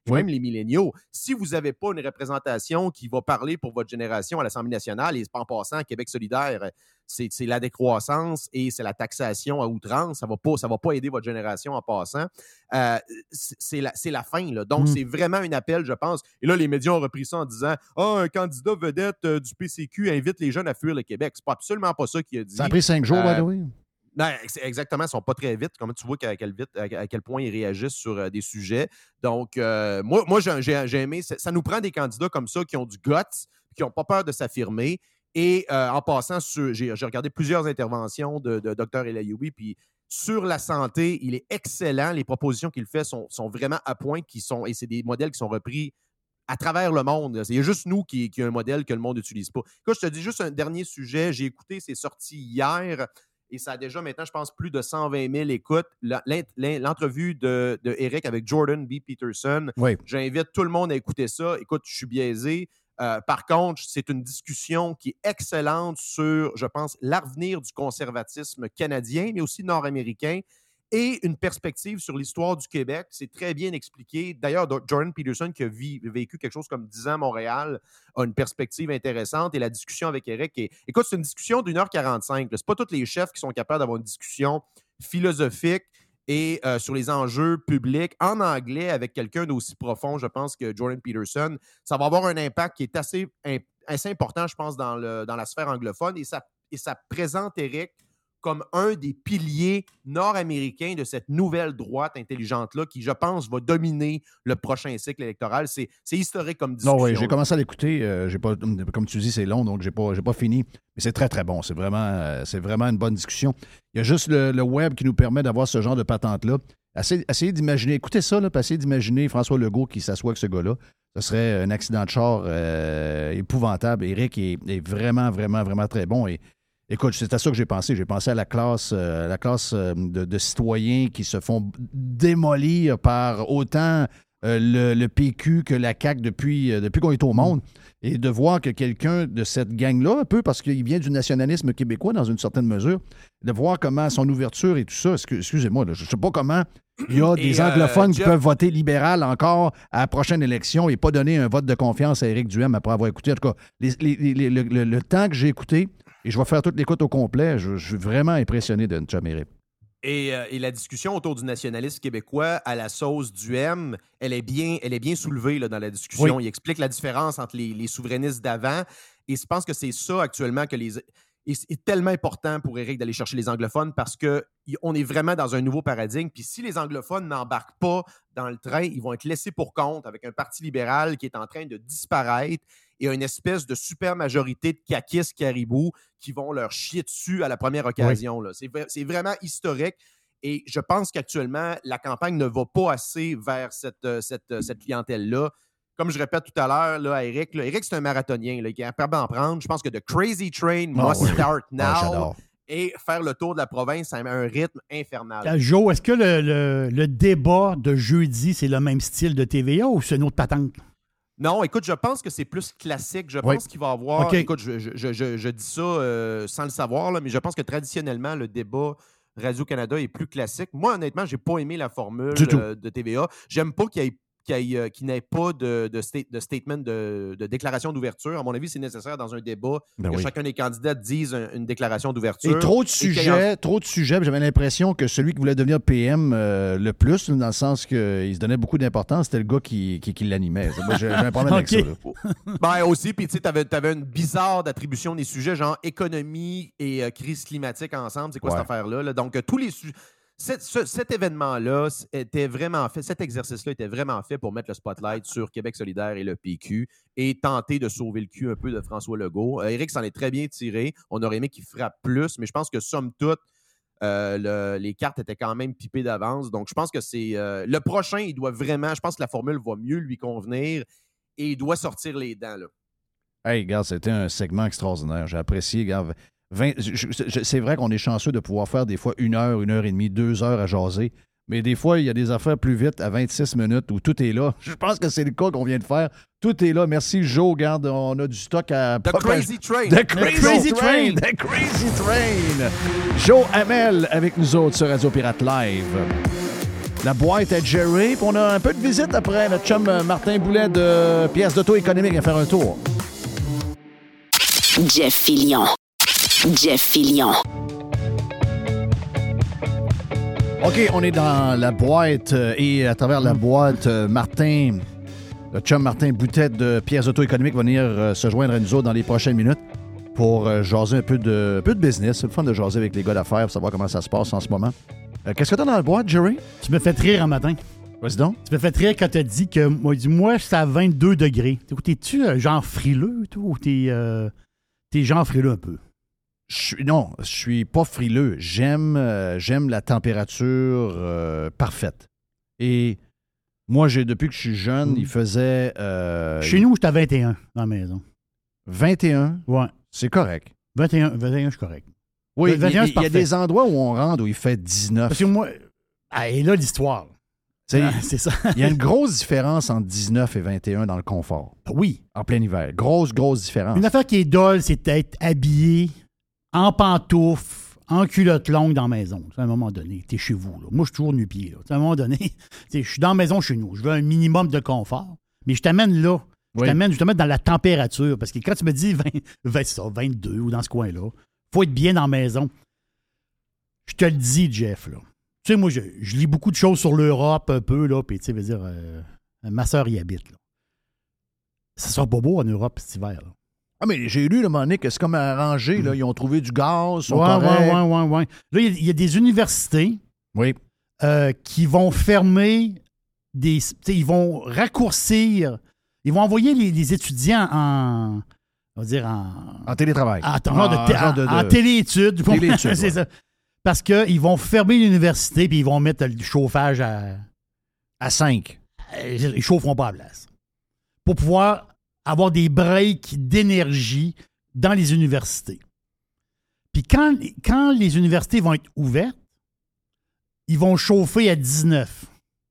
Speaker 11: puis
Speaker 1: Oui.
Speaker 11: même les milléniaux. Si vous n'avez pas une représentation qui va parler pour votre génération à l'Assemblée nationale, et en passant, Québec solidaire, c'est, c'est la décroissance et c'est la taxation à outrance. Ça ne va, pas, ça va pas aider votre génération en passant. Euh, c'est, la, c'est la fin. Là. Donc,
Speaker 1: Mm.
Speaker 11: c'est vraiment un appel, je pense. Et là, les médias ont repris ça en disant « Ah, un candidat vedette euh, du P C Q invite les jeunes à fuir le Québec. » C'est pas absolument pas ça qu'il a dit.
Speaker 1: Ça a pris cinq jours,
Speaker 11: Euh,
Speaker 1: by the way.
Speaker 11: Non, exactement, ils ne sont pas très vite. Comment tu vois qu'à quel, vite, à quel point ils réagissent sur euh, des sujets. Donc, euh, moi, moi j'ai, j'ai aimé. Ça, ça nous prend des candidats comme ça qui ont du guts, qui n'ont pas peur de s'affirmer. Et euh, en passant, sur, j'ai, j'ai regardé plusieurs interventions de, de Dr Elayoui, puis sur la santé, il est excellent. Les propositions qu'il fait sont, sont vraiment à point, qui sont, et c'est des modèles qui sont repris à travers le monde. Il y a juste nous qui, qui a un modèle que le monde n'utilise pas. Écoute, je te dis juste un dernier sujet. J'ai écouté, c'est sorti hier. Et ça a déjà maintenant, je pense, plus de cent vingt mille écoutes. La, l'entrevue de, de Eric avec Jordan B. Peterson.
Speaker 1: Oui.
Speaker 11: J'invite tout le monde à écouter ça. Écoute, je suis biaisé. Euh, par contre, c'est une discussion qui est excellente sur, je pense, l'avenir du conservatisme canadien, mais aussi nord-américain, et une perspective sur l'histoire du Québec. C'est très bien expliqué. D'ailleurs, Jordan Peterson, qui a vi- vécu quelque chose comme dix ans à Montréal, a une perspective intéressante. Et la discussion avec Eric est... Écoute, c'est une discussion d'une heure quarante-cinq. Ce n'est pas tous les chefs qui sont capables d'avoir une discussion philosophique et euh, sur les enjeux publics en anglais avec quelqu'un d'aussi profond, je pense, que Jordan Peterson. Ça va avoir un impact qui est assez, assez important, je pense, dans, le, dans la sphère anglophone. Et ça, et ça présente Eric comme un des piliers nord-américains de cette nouvelle droite intelligente-là qui, je pense, va dominer le prochain cycle électoral. C'est, c'est historique comme discussion.
Speaker 1: Non, oui, j'ai commencé à l'écouter. Euh, j'ai pas, comme tu dis, c'est long, donc j'ai pas, j'ai pas fini. Mais c'est très, très bon. C'est vraiment, euh, c'est vraiment une bonne discussion. Il y a juste le, le web qui nous permet d'avoir ce genre de patente-là. Essayez, essayez d'imaginer, écoutez ça, là, puis essayez d'imaginer François Legault qui s'assoit avec ce gars-là. Ce serait un accident de char euh, épouvantable. Éric est, est vraiment, vraiment, vraiment très bon. Et écoute, c'est à ça que j'ai pensé. J'ai pensé à la classe, euh, la classe euh, de, de citoyens qui se font démolir par autant euh, le, le P Q que la C A Q depuis, euh, depuis qu'on est au monde. Et de voir que quelqu'un de cette gang-là, un peu parce qu'il vient du nationalisme québécois dans une certaine mesure, de voir comment son ouverture et tout ça, excusez-moi, là, je ne sais pas comment il y a des
Speaker 11: et
Speaker 1: anglophones
Speaker 11: euh,
Speaker 1: qui
Speaker 11: Jeff...
Speaker 1: peuvent voter libéral encore à la prochaine élection et pas donner un vote de confiance à Éric Duhem après avoir écouté. En tout cas, les, les, les, le, le, le temps que j'ai écouté, et je vais faire toute l'écoute au complet, je, je suis vraiment impressionné de notre chum Éric.
Speaker 11: Et, euh, et la discussion autour du nationalisme québécois à la sauce du M, elle est bien, elle est bien soulevée là, dans la discussion.
Speaker 1: Oui.
Speaker 11: Il explique la différence entre les, les souverainistes d'avant. Et je pense que c'est ça actuellement que les. Et c'est tellement important pour Éric d'aller chercher les anglophones parce qu'on est vraiment dans un nouveau paradigme. Puis si les anglophones n'embarquent pas dans le train, ils vont être laissés pour compte avec un parti libéral qui est en train de disparaître et une espèce de super majorité de caquistes caribous qui vont leur chier dessus à la première occasion.
Speaker 1: Oui.
Speaker 11: Là. C'est, c'est vraiment historique. Et je pense qu'actuellement, la campagne ne va pas assez vers cette, cette, cette clientèle-là. Comme je répète tout à l'heure là, à Éric, là, Éric, c'est un marathonien là, qui est capable d'en prendre. Je pense que The Crazy Train
Speaker 1: oh,
Speaker 11: must
Speaker 1: oui.
Speaker 11: start now.
Speaker 1: Oh, j'adore.
Speaker 11: Et faire le tour de la province à un rythme infernal.
Speaker 2: Joe, est-ce que le, le, le débat de jeudi, c'est le même style de T V A ou c'est une autre patente?
Speaker 11: Non, écoute, je pense que c'est plus classique. Je
Speaker 1: oui.
Speaker 11: pense qu'il va y avoir...
Speaker 2: Okay.
Speaker 11: Écoute, je, je, je, je dis ça euh, sans le savoir, là, mais je pense que traditionnellement, le débat Radio-Canada est plus classique. Moi, honnêtement, j'ai pas aimé la formule euh, de T V A. J'aime pas qu'il y ait Qu'il, ait, qu'il n'ait pas de, de, state, de statement, de, de déclaration d'ouverture. À mon avis, c'est nécessaire dans un débat
Speaker 1: ben
Speaker 11: que
Speaker 1: oui.
Speaker 11: chacun des candidats dise un, une déclaration d'ouverture.
Speaker 1: Et trop de sujets,
Speaker 11: en...
Speaker 1: trop de sujets. J'avais l'impression que celui qui voulait devenir P M euh, le plus, dans le sens qu'il se donnait beaucoup d'importance, c'était le gars qui, qui, qui l'animait. Moi, j'ai, j'ai un problème
Speaker 2: okay.
Speaker 1: avec ça. Là.
Speaker 11: Ben aussi, puis tu sais, t'avais, t'avais une bizarre d'attribution des sujets, genre économie et euh, crise climatique ensemble. C'est quoi
Speaker 1: ouais.
Speaker 11: cette affaire-là? Là? Donc, euh, tous les sujets... Cet, ce, cet événement-là était vraiment fait, cet exercice-là était vraiment fait pour mettre le spotlight sur Québec solidaire et le P Q et tenter de sauver le cul un peu de François Legault. Euh, Éric s'en est très bien tiré. On aurait aimé qu'il frappe plus, mais je pense que somme toute, euh, le, les cartes étaient quand même pipées d'avance. Donc, je pense que c'est... Euh, le prochain, il doit vraiment... Je pense que la formule va mieux lui convenir et il doit sortir les dents, là.
Speaker 1: Hey, regarde, c'était un segment extraordinaire. J'ai apprécié, regarde... vingt, je, je, c'est vrai qu'on est chanceux de pouvoir faire des fois une heure, une heure et demie, deux heures à jaser. Mais des fois, il y a des affaires plus vite à vingt-six minutes où tout est là. Je pense que c'est le cas qu'on vient de faire. Tout est là. Merci, Joe. Regarde, on a du stock à...
Speaker 11: The Crazy Train.
Speaker 1: The Crazy,
Speaker 2: The crazy
Speaker 1: train.
Speaker 2: train.
Speaker 1: The Crazy Train. Joe Hamel avec nous autres sur Radio Pirate Live. la boîte à Jerry. Puis on a un peu de visite après. Notre chum Martin Boulet de Pièces d'auto économique va faire un tour.
Speaker 8: Jeff Fillion. Jeff Fillion.
Speaker 1: OK, on est dans la boîte euh, et à travers la boîte, euh, Martin, le chum Martin Boutet de Pièces d'auto économique va venir euh, se joindre à nous autres dans les prochaines minutes pour euh, jaser un peu de, un peu de business. C'est le fun de jaser avec les gars d'affaires pour savoir comment ça se passe en ce moment. Euh, qu'est-ce que t'as dans la boîte, Jerry?
Speaker 2: Tu me fais rire un matin.
Speaker 1: Vas-y donc.
Speaker 2: Tu me fais rire quand t'as dit que moi, dis, moi c'est à vingt-deux degrés. T'es-tu euh, genre frileux, toi, ou t'es, euh, t'es genre frileux un peu?
Speaker 1: Je suis, non, je suis pas frileux. J'aime, euh, j'aime la température euh, parfaite. Et moi, j'ai depuis que je suis jeune, mmh. il faisait... Euh,
Speaker 2: Chez nous, j'étais à vingt et un dans la maison.
Speaker 1: vingt et un?
Speaker 2: Ouais.
Speaker 1: C'est correct.
Speaker 2: vingt et un, vingt et un, je suis correct.
Speaker 1: Oui,
Speaker 2: vingt et un,
Speaker 1: il y, y a des endroits où on rentre où il fait dix-neuf.
Speaker 2: Parce que moi... Ah, et là, l'histoire. Ah, c'est ça.
Speaker 1: Il y a une grosse différence entre dix-neuf et vingt et un dans le confort.
Speaker 2: Oui.
Speaker 1: En plein hiver. Grosse, grosse différence.
Speaker 2: Une affaire qui est dole, c'est d'être habillé en pantoufles, en culotte longue dans la maison. À un moment donné, t'es chez vous. Là. Moi, je suis toujours nu-pied. À un moment donné, je suis dans la maison chez nous. Je veux un minimum de confort. Mais je t'amène là. Je
Speaker 1: oui.
Speaker 2: t'amène justement dans la température. Parce que quand tu me dis vingt, vingt, ça, vingt-deux ou dans ce coin-là, il faut être bien dans la maison. Je te le dis, Jeff. Là. Tu sais, moi, je, je lis beaucoup de choses sur l'Europe un peu. Là, puis, tu sais, veux dire, euh, ma soeur y habite. Là. Ça sera pas beau en Europe cet hiver. Là.
Speaker 1: Ah, mais j'ai lu, le moment donné, que c'est comme arrangé. Là, ils ont trouvé du gaz, sont
Speaker 2: ouais,
Speaker 1: corrects.
Speaker 2: ouais, ouais, ouais, ouais. Là, il y, y a des universités
Speaker 1: oui.
Speaker 2: euh, qui vont fermer des... Ils vont raccourcir... Ils vont envoyer les, les étudiants en... On va dire en...
Speaker 1: En télétravail.
Speaker 2: En,
Speaker 1: en,
Speaker 2: en, de, en, de, de... en téléétudes.
Speaker 1: Téléétudes,
Speaker 2: c'est
Speaker 1: ouais.
Speaker 2: ça. Parce qu'ils vont fermer l'université puis ils vont mettre le chauffage à...
Speaker 1: À cinq.
Speaker 2: Ils ne chaufferont pas à la place. Pour pouvoir avoir des breaks d'énergie dans les universités. Puis quand, quand les universités vont être ouvertes, ils vont chauffer à dix-neuf.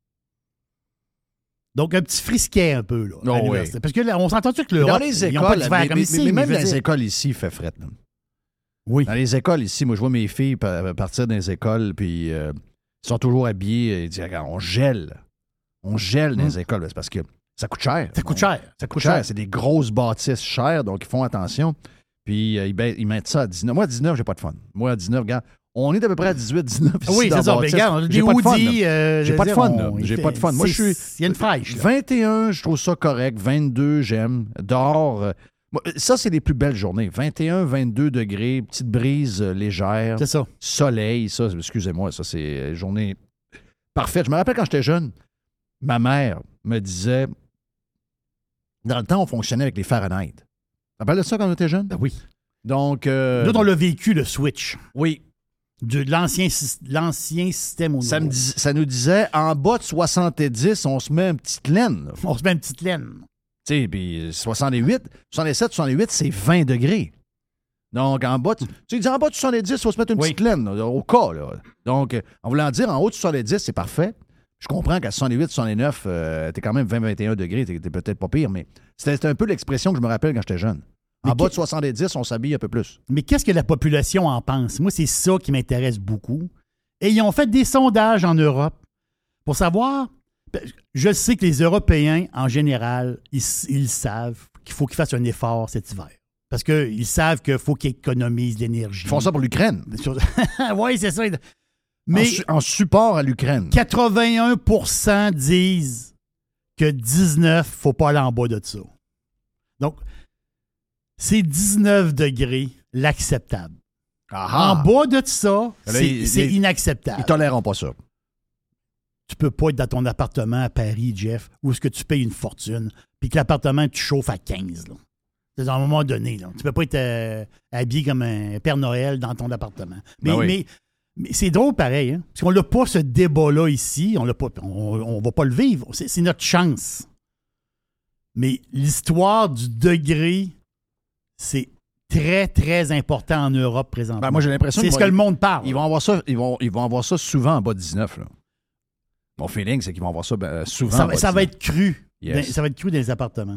Speaker 2: Donc, un petit frisquet un peu, là,
Speaker 1: oh,
Speaker 2: à l'université.
Speaker 1: Oui.
Speaker 2: Parce que là, on s'entend-tu que l'Europe,
Speaker 1: dans les écoles,
Speaker 2: ils n'ont pas d'hiver
Speaker 1: mais,
Speaker 2: comme
Speaker 1: mais,
Speaker 2: ici.
Speaker 1: Mais, mais même
Speaker 2: mais
Speaker 1: dans les
Speaker 2: dire...
Speaker 1: écoles ici, il fait fret. Là.
Speaker 2: Oui.
Speaker 1: Dans les écoles ici, moi, je vois mes filles partir dans les écoles, puis euh, ils sont toujours habillés. Ils disent, regarde, on gèle. On gèle dans
Speaker 2: hum.
Speaker 1: les écoles. C'est parce que ça coûte cher.
Speaker 2: Ça coûte
Speaker 1: on,
Speaker 2: cher.
Speaker 1: Ça coûte cher. cher. C'est des grosses bâtisses chères, donc ils font attention. Puis euh, ils, ba- ils mettent ça à dix-neuf. Moi, à dix-neuf, j'ai pas de fun. Moi, à dix-neuf, regarde, on est à peu près à dix-huit, dix-neuf.
Speaker 2: Oui, c'est ça. Mais regarde, on a des hoodies.
Speaker 1: Euh, j'ai pas de fun. On, j'ai fait, pas de fun. Moi, je suis.
Speaker 2: Il y a une fraîche. Là.
Speaker 1: vingt et un, je trouve ça correct. vingt-deux, j'aime. Dehors. Euh, ça, c'est les plus belles journées. vingt et un, vingt-deux degrés, petite brise euh, légère.
Speaker 2: C'est ça.
Speaker 1: Soleil, ça, excusez-moi, ça, c'est une journée parfaite. Je me rappelle quand j'étais jeune, ma mère me disait. Dans le temps, on fonctionnait avec les Fahrenheit. Tu te rappelles de ça quand on était jeune?
Speaker 2: Ben oui.
Speaker 1: Donc. Euh,
Speaker 2: Nous, on l'a vécu, le switch.
Speaker 1: Oui.
Speaker 2: De l'ancien, l'ancien système au nouveau.
Speaker 1: Ça, me dis, ça nous disait, en bas de soixante-dix, on se met une petite laine. Là.
Speaker 2: On se met une petite laine.
Speaker 1: Tu sais, puis soixante-huit, soixante-sept, soixante-huit, c'est vingt degrés. Donc, en bas, de, tu dis en bas de soixante-dix, il faut se mettre une oui. petite laine, là, au cas. Là. Donc, en voulant dire, en haut de soixante-dix, c'est parfait. Je comprends qu'à soixante-huit, soixante-neuf, euh, t'es quand même vingt, vingt et un degrés, t'es, t'es peut-être pas pire, mais c'était, c'était un peu l'expression que je me rappelle quand j'étais jeune. En mais bas de soixante-dix, on s'habille un peu plus.
Speaker 2: Mais qu'est-ce que la population en pense? Moi, c'est ça qui m'intéresse beaucoup. Et ils ont fait des sondages en Europe pour savoir... Je sais que les Européens, en général, ils, ils savent qu'il faut qu'ils fassent un effort cet hiver. Parce qu'ils savent qu'il faut qu'ils économisent de l'énergie.
Speaker 1: Ils font ça pour l'Ukraine.
Speaker 2: Oui, c'est ça. Mais
Speaker 1: en, su- en support à l'Ukraine.
Speaker 2: quatre-vingt-un pour cent disent que dix-neuf, il ne faut pas aller en bas de ça. Donc, c'est dix-neuf degrés l'acceptable.
Speaker 1: Aha.
Speaker 2: En bas de ça,
Speaker 1: là,
Speaker 2: c'est,
Speaker 1: il,
Speaker 2: c'est
Speaker 1: il,
Speaker 2: inacceptable.
Speaker 1: Ils ne toléreront pas ça.
Speaker 2: Tu peux pas être dans ton appartement à Paris, Jeff, où est-ce que tu payes une fortune, puis que l'appartement, tu chauffes à quinze. Là. C'est à un moment donné. Là. Tu peux pas être euh, habillé comme un Père Noël dans ton appartement. Mais,
Speaker 1: ben oui.
Speaker 2: mais, mais c'est drôle pareil, hein? Parce qu'on n'a pas ce débat-là ici. On l'a pas, on ne va pas le vivre. C'est, c'est notre chance. Mais l'histoire du degré, c'est très, très important en Europe présentement.
Speaker 1: Ben moi, j'ai l'impression
Speaker 2: c'est ce
Speaker 1: vont,
Speaker 2: que le monde parle.
Speaker 1: Ils vont avoir ça, ils vont, ils vont avoir ça souvent en bas de dix-neuf. Là. Mon feeling, c'est qu'ils vont avoir ça ben, souvent
Speaker 2: ça,
Speaker 1: en bas de
Speaker 2: ça
Speaker 1: dix-neuf.
Speaker 2: va être cru.
Speaker 1: Yes.
Speaker 2: Ça va être cru dans les appartements.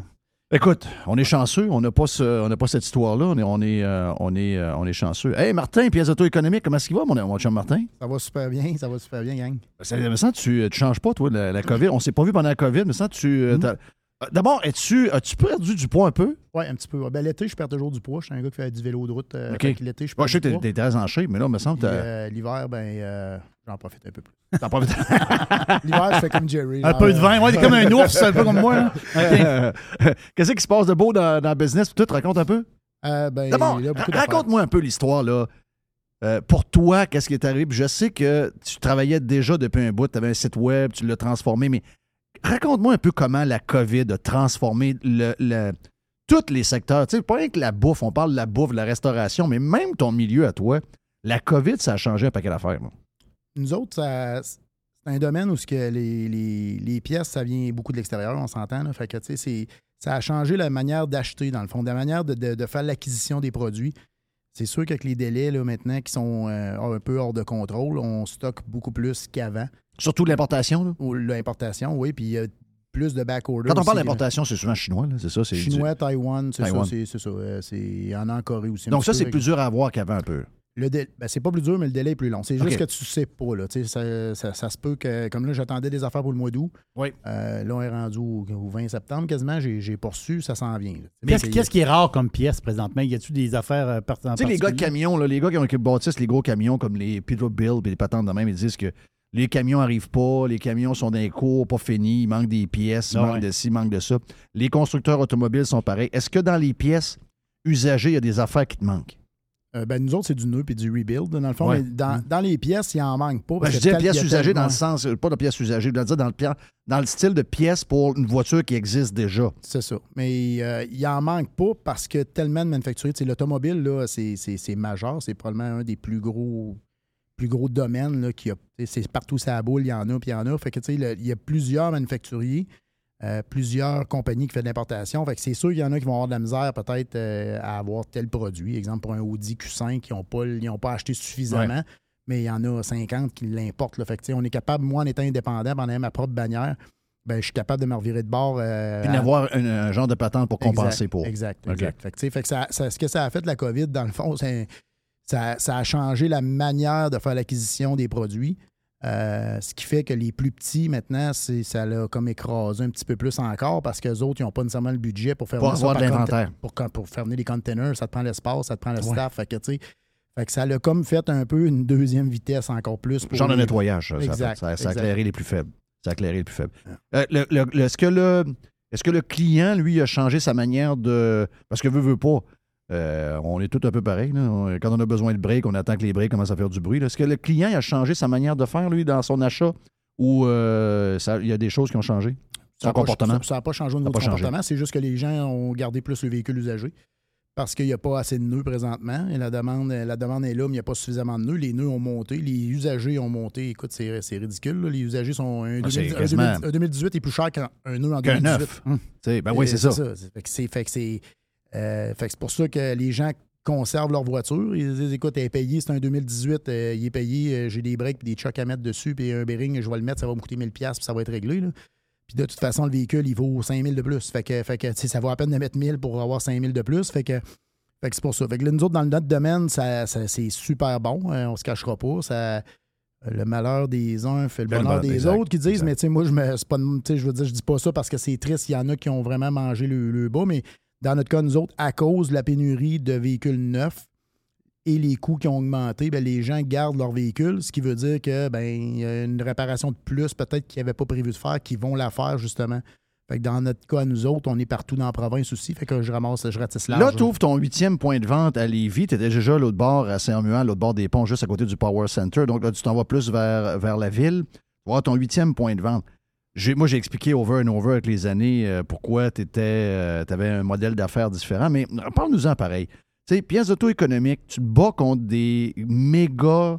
Speaker 1: Écoute, on est chanceux. On n'a pas, ce, on n'a pas cette histoire-là. On est, on est, euh, on est, euh, on est chanceux. Hey, Martin, pièce auto-économique, comment est-ce qu'il va, mon, mon chum Martin?
Speaker 12: Ça va super bien, ça va super bien, gang.
Speaker 1: Ça me semble que tu ne changes pas, toi, la, la COVID. On ne s'est pas vu pendant la COVID, mais ça, tu. Euh, mm-hmm. D'abord, es-tu, as-tu perdu du poids un peu?
Speaker 12: Oui, un petit peu. Ben, l'été, je perds toujours du poids. Je suis un gars qui fait du vélo de route. Euh,
Speaker 1: OK.
Speaker 12: L'été, je
Speaker 1: perds ouais,
Speaker 12: du
Speaker 1: je sais
Speaker 12: poids.
Speaker 1: que t'es très en shape, mais là, il me semble que
Speaker 12: euh, l'hiver, ben, euh, j'en profite un peu plus.
Speaker 1: T'en profites?
Speaker 12: L'hiver, je fais comme Jerry.
Speaker 2: Un
Speaker 12: genre,
Speaker 2: peu de vin. Ouais, t'es comme un ours, un peu comme moi.
Speaker 1: Okay. Qu'est-ce qui se passe de beau dans, dans le business? Tu te racontes un peu?
Speaker 12: Euh, ben,
Speaker 1: D'abord, raconte-moi un peu l'histoire, là. Euh, pour toi, qu'est-ce qui est arrivé? Je sais que tu travaillais déjà depuis un bout, tu avais un site web, tu l'as transformé, mais raconte-moi un peu comment la COVID a transformé le, le, tous les secteurs. Tu sais, pas rien que la bouffe, on parle de la bouffe, de la restauration, mais même ton milieu à toi. La COVID, ça a changé un paquet d'affaires. Là.
Speaker 12: Nous autres, ça, c'est un domaine où ce que les, les, les pièces, ça vient beaucoup de l'extérieur, on s'entend. Là. Fait que, tu sais, c'est, ça a changé la manière d'acheter, dans le fond, la manière de, de, de faire l'acquisition des produits. C'est sûr qu'avec les délais, là, maintenant, qui sont euh, un peu hors de contrôle, on stocke beaucoup plus qu'avant.
Speaker 1: Surtout l'importation, là?
Speaker 12: Ou l'importation, oui, puis il y a plus de back-order.
Speaker 1: Quand on parle
Speaker 12: aussi,
Speaker 1: d'importation, c'est souvent chinois, là, c'est ça? C'est
Speaker 12: chinois,
Speaker 1: du...
Speaker 12: Taïwan, c'est
Speaker 1: Taïwan.
Speaker 12: ça, c'est, c'est ça. Euh, c'est, il y en a en Corée aussi.
Speaker 1: Donc ça, c'est plus dur à avoir qu'avant un peu.
Speaker 12: Le délai, ben, c'est pas plus dur, mais le délai est plus long. C'est juste
Speaker 1: okay.
Speaker 12: que tu sais pas. Là, ça, ça, ça se peut que, comme là, j'attendais des affaires pour le mois d'août.
Speaker 1: Oui.
Speaker 12: Euh, là, on est rendu au, au vingt septembre quasiment. J'ai, j'ai poursu, ça s'en vient. Là.
Speaker 2: Qu'est-ce, qu'est-ce qui est rare comme pièce présentement? Y a-tu des affaires euh, particulières?
Speaker 1: Tu sais, les gars de camions, là, les gars qui, ont, qui bâtissent les gros camions comme les Peterbilt et les patentes de même, ils disent que les camions n'arrivent pas, les camions sont dans les cours, pas finis, il manque des pièces, il
Speaker 2: ah,
Speaker 1: manque
Speaker 2: ouais.
Speaker 1: de ci, il manque de ça. Les constructeurs automobiles sont pareils. Est-ce que dans les pièces usagées, il y a des affaires qui te manquent?
Speaker 12: Euh, ben, nous autres, c'est du nœud et du rebuild, dans le fond.
Speaker 1: Ouais.
Speaker 12: Mais dans,
Speaker 1: mmh.
Speaker 12: dans les pièces, il n'en manque pas.
Speaker 1: Ben, je dis pièces usagées dans le sens, pas de pièces usagées, je veux dire dans le, dans le style de pièces pour une voiture qui existe déjà.
Speaker 12: C'est ça. Mais euh, il n'en manque pas parce que tellement de manufacturiers. L'automobile, là, c'est, c'est, c'est majeur. C'est probablement un des plus gros, plus gros domaines. Là, qui a, c'est partout sur la boule, il y en a, puis il y en a. Fait que, il y a plusieurs manufacturiers. Euh, plusieurs compagnies qui font de l'importation. Fait que c'est sûr qu'il y en a qui vont avoir de la misère peut-être euh, à avoir tel produit. Exemple, pour un Audi Q cinq, ils n'ont pas, ils ont pas acheté suffisamment, ouais. mais il y en a cinquante qui l'importent. Là. Fait que, on est capable, moi, en étant indépendant, en ayant ma propre bannière, ben, je suis capable de me revirer de bord. Euh,
Speaker 1: Puis d'avoir un, un genre de patente pour compenser
Speaker 12: exact,
Speaker 1: pour.
Speaker 12: Exact,
Speaker 1: okay.
Speaker 12: exact. Fait que, fait que ça, ça, ce que ça a fait, la COVID, dans le fond, c'est, ça, ça a changé la manière de faire l'acquisition des produits. Euh, ce qui fait que les plus petits, maintenant, c'est, ça l'a comme écrasé un petit peu plus encore parce qu'eux autres, ils n'ont pas nécessairement le budget pour faire
Speaker 1: pour avoir de l'inventaire.
Speaker 12: Pour, pour faire venir les containers, ça te prend l'espace, ça te prend le
Speaker 1: ouais.
Speaker 12: staff. Fait que, tu sais, fait que ça l'a comme fait un peu une deuxième vitesse encore plus. Pour
Speaker 1: genre
Speaker 12: les...
Speaker 1: de nettoyage. Ça,
Speaker 12: exact,
Speaker 1: ça, ça, ça a
Speaker 12: exact.
Speaker 1: éclairé les plus faibles. Ça a éclairé les plus faibles. Euh, le, le, le, est-ce, que le, est-ce que le client, lui, a changé sa manière de... Parce que veut, veut pas. Euh, on est tous un peu pareil. Là. Quand on a besoin de break, on attend que les breaks commencent à faire du bruit. Là. Est-ce que le client a changé sa manière de faire, lui, dans son achat, ou euh, il y a des choses qui ont changé? Son
Speaker 12: ça
Speaker 1: comportement?
Speaker 12: Pas, ça n'a pas changé au niveau du comportement. C'est juste que les gens ont gardé plus le véhicule usagé parce qu'il n'y a pas assez de nœuds présentement. Et la demande, la demande est là, mais il n'y a pas suffisamment de nœuds. Les nœuds ont monté. Les usagers ont monté. Écoute, c'est, c'est ridicule. Là. Les usagers sont... Un, ah, deux mille, quasiment... un, deux mille dix-huit est plus cher qu'un nœud en deux mille dix-huit.
Speaker 1: neuf. Hum. Ben oui, c'est, c'est ça.
Speaker 12: ça. Fait que c'est, fait que c'est, euh, fait que c'est pour ça que les gens conservent leur voiture. Ils disent, écoute, elle est payée, c'est un deux mille dix-huit, euh, il est payé, euh, j'ai des breaks et des chocs à mettre dessus, puis un bearing, je vais le mettre, ça va me coûter mille dollars, puis ça va être réglé. Là. Puis de toute façon, le véhicule, il vaut cinq mille de plus. Fait que, fait que ça vaut à peine de mettre mille pour avoir cinq mille de plus. Fait que, fait que c'est pour ça. Fait que là, nous autres, dans notre domaine, ça, ça, c'est super bon. Hein, on se cachera pas. Ça, le malheur des uns fait le bonheur des exact, autres qui disent, exact. Mais tu sais, moi, je me, c'est pas, je veux dire, je dis pas ça parce que c'est triste. Il y en a qui ont vraiment mangé le, le bas, mais dans notre cas, nous autres, à cause de la pénurie de véhicules neufs et les coûts qui ont augmenté, bien, les gens gardent leur véhicule, ce qui veut dire que ben, il y a une réparation de plus peut-être qu'ils n'avaient pas prévu de faire, qui vont la faire justement. Fait que dans notre cas, nous autres, on est partout dans la province aussi, fait que je ramasse, je ratisse large.
Speaker 1: Là, tu ouvres ton huitième point de vente à Lévis, tu étais déjà à l'autre bord, à Saint-Romuald, à l'autre bord des ponts, juste à côté du Power Center. Donc là, tu t'en vas plus vers, vers la ville. Tu vas avoir ton huitième point de vente. J'ai, moi, j'ai expliqué over and over avec les années euh, pourquoi tu euh, avais un modèle d'affaires différent, mais parle-nous-en pareil. Tu sais, pièces auto-économiques, tu te bats contre des méga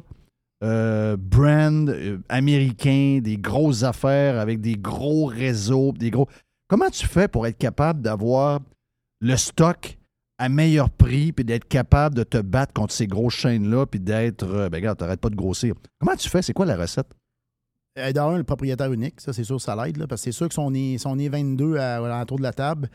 Speaker 1: euh, brands euh, américains, des grosses affaires avec des gros réseaux, des gros... Comment tu fais pour être capable d'avoir le stock à meilleur prix puis d'être capable de te battre contre ces grosses chaînes-là puis d'être... Euh, ben regarde, t'arrêtes pas de grossir. Comment tu fais? C'est quoi la recette?
Speaker 12: D'ailleurs, le propriétaire unique, ça, c'est sûr, ça l'aide, là, parce que c'est sûr que si on est, si on est vingt-deux à, à l'entour de la table,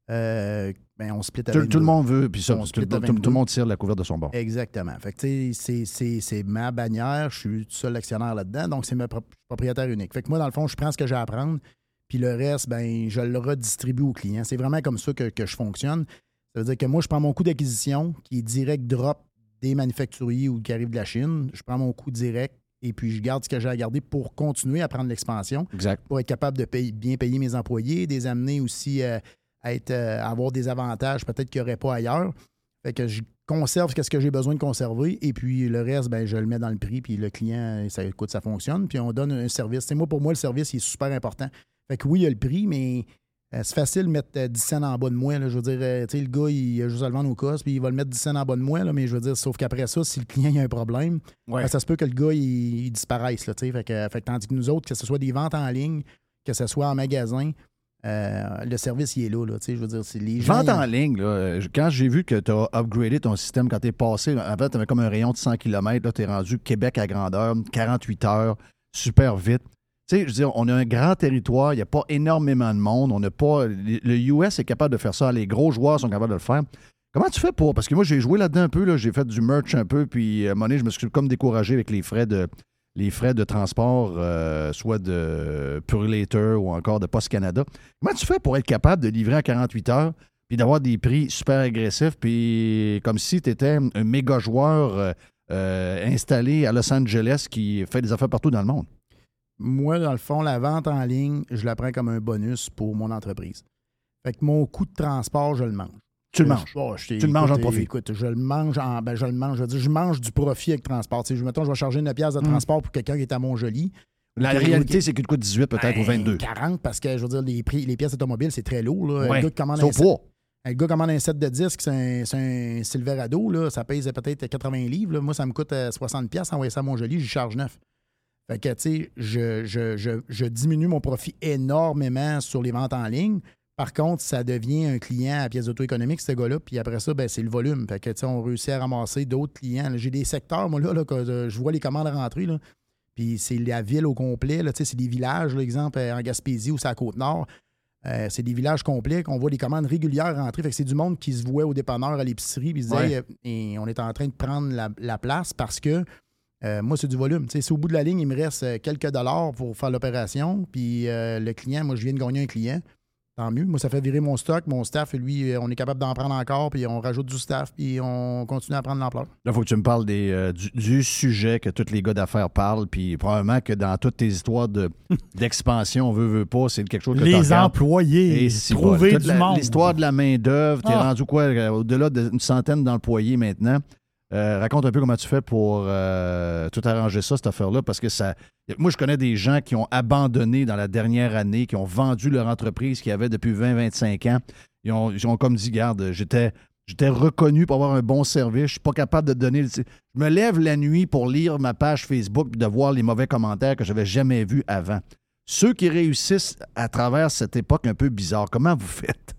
Speaker 12: Euh, ben, on split à
Speaker 1: Tout,
Speaker 12: vingt-deux.
Speaker 1: tout le monde veut, puis ça,
Speaker 12: On
Speaker 1: tout,
Speaker 12: split
Speaker 1: tout-
Speaker 12: à
Speaker 1: tout- tout
Speaker 12: vingt-deux.
Speaker 1: le monde tire la couverte de son bord.
Speaker 12: Exactement. Fait que, tu sais, c'est- c'est c'est ma bannière. Je suis tout seul actionnaire là-dedans, donc c'est ma pro- propriétaire unique. Fait que moi, dans le fond, je prends ce que j'ai à prendre, puis le reste, ben, je le redistribue aux clients. C'est vraiment comme ça que, que je fonctionne. Ça veut dire que moi, je prends mon coût d'acquisition, qui est direct drop des manufacturiers ou qui arrive de la Chine. Je prends mon coût direct et puis je garde ce que j'ai à garder pour continuer à prendre l'expansion.
Speaker 1: Exact.
Speaker 12: Pour être capable de payer- bien payer mes employés, des amener aussi euh, à, être, euh, à avoir des avantages peut-être qu'il n'y aurait pas ailleurs. Fait que je conserve ce que j'ai besoin de conserver et puis le reste, ben, je le mets dans le prix puis le client, ça écoute, ça fonctionne. Puis on donne un service. C'est moi, pour moi, le service, il est super important. Fait que oui, il y a le prix, mais euh, c'est facile de mettre euh, dix cents en bas de moi. Là. Je veux dire, euh, tu sais, le gars, il a juste à le vendre au cost, puis il va le mettre dix cents en bas de moi, là, mais je veux dire, sauf qu'après ça, si le client il a un problème,
Speaker 1: Ouais.
Speaker 12: ben, ça se peut que le gars, il, il disparaisse. Là, tu sais. fait que, fait que tandis que nous autres, que ce soit des ventes en ligne, que ce soit en magasin, euh, le service, il est là. là tu sais, je veux dire, c'est les gens.
Speaker 1: Vente
Speaker 12: ils-
Speaker 1: en ligne, là, je- quand j'ai vu que tu as upgradé ton système, quand tu es passé, avant, tu avais comme un rayon de cent kilomètres, tu es rendu Québec à grandeur, quarante-huit heures, super vite. Tu sais, je veux dire, on a un grand territoire, il n'y a pas énormément de monde, on n'a pas. Le U S est capable de faire ça, les gros joueurs sont capables de le faire. Comment tu fais pour. Parce que moi, j'ai joué là-dedans un peu, là, j'ai fait du merch un peu, puis à un moment donné, je me suis comme découragé avec les frais de. Les frais de transport, euh, soit de Purlator ou encore de Post Canada. Comment tu fais pour être capable de livrer en quarante-huit heures puis d'avoir des prix super agressifs, puis comme si tu étais un méga joueur euh, euh, installé à Los Angeles qui fait des affaires partout dans le monde?
Speaker 12: Moi, dans le fond, la vente en ligne, je la prends comme un bonus pour mon entreprise. Fait que mon coût de transport, je le mange.
Speaker 1: Tu le
Speaker 12: Je-
Speaker 1: manges.
Speaker 12: oh, je t'ai-
Speaker 1: Tu le manges en
Speaker 12: écoute,
Speaker 1: profit.
Speaker 12: Écoute, je le mange en. Ben, je le mange. Je veux dire, je mange du profit avec transport. Tu sais, je, mettons, je vais charger une pièce de transport pour quelqu'un qui est à Montjoli.
Speaker 1: La
Speaker 12: Qui-
Speaker 1: réalité, c'est qu'il coûte dix-huit peut-être
Speaker 12: Ben,
Speaker 1: ou vingt-deux.
Speaker 12: quarante parce que, je veux dire, les, prix, les pièces automobiles, c'est très lourd. Là.
Speaker 1: Ouais.
Speaker 12: Le gars qui commande
Speaker 1: C'est au
Speaker 12: un set-
Speaker 1: poids.
Speaker 12: un gars commande un set de disques, c'est un, c'est un Silverado, là, ça pèse peut-être quatre-vingts livres. Là. Moi, ça me coûte euh, soixante pièces envoyer ça à Montjoli, j'y charge neuf. Fait que, tu sais, je, je, je, je diminue mon profit énormément sur les ventes en ligne. Par contre, ça devient un client à pièce d'auto-économique, ce gars-là. Puis après ça, ben, c'est le volume. Fait que, tu sais, on réussit à ramasser d'autres clients. Là, j'ai des secteurs, moi, là, là que euh, je vois les commandes rentrer, là. Puis c'est la ville au complet, là. Tu sais, c'est des villages, là, exemple, euh, en Gaspésie ou c'est la Côte-Nord. Euh, c'est des villages complets qu'on voit des commandes régulières rentrer. Fait que c'est du monde qui se voit au dépanneur, à l'épicerie, puis se disait,
Speaker 1: Ouais.
Speaker 12: euh, et on est en train de prendre la, la place parce que euh, moi, c'est du volume. Tu sais, si au bout de la ligne, il me reste euh, quelques dollars pour faire l'opération, puis euh, le client, moi, je viens de gagner un client, tant mieux. Moi, ça fait virer mon stock. Mon staff, lui, euh, on est capable d'en prendre encore, puis on rajoute du staff, puis on continue à prendre l'ampleur.
Speaker 1: Là, il faut que tu me parles des, euh, du, du sujet que tous les gars d'affaires parlent, puis probablement que dans toutes tes histoires de, d'expansion, on veut, veut pas, c'est quelque chose que tu
Speaker 2: Les
Speaker 1: regardes.
Speaker 2: employés,
Speaker 1: Et si
Speaker 2: trouver
Speaker 1: bon, toute
Speaker 2: du
Speaker 1: la-
Speaker 2: monde.
Speaker 1: L'histoire de la main-d'œuvre, t'es
Speaker 2: Ah.
Speaker 1: rendu quoi, euh, au-delà d'une centaine d'employés maintenant. Euh, raconte un peu comment tu fais pour euh, tout arranger ça, cette affaire-là, parce que ça. Moi, je connais des gens qui ont abandonné dans la dernière année, qui ont vendu leur entreprise qu'ils avaient depuis vingt à vingt-cinq ans. Ils ont, ils ont comme dit, garde, j'étais. J'étais reconnu pour avoir un bon service. Je suis pas capable de donner. le- Je me lève la nuit pour lire ma page Facebook et de voir les mauvais commentaires que j'avais jamais vus avant. Ceux qui réussissent à travers cette époque un peu bizarre, comment vous faites?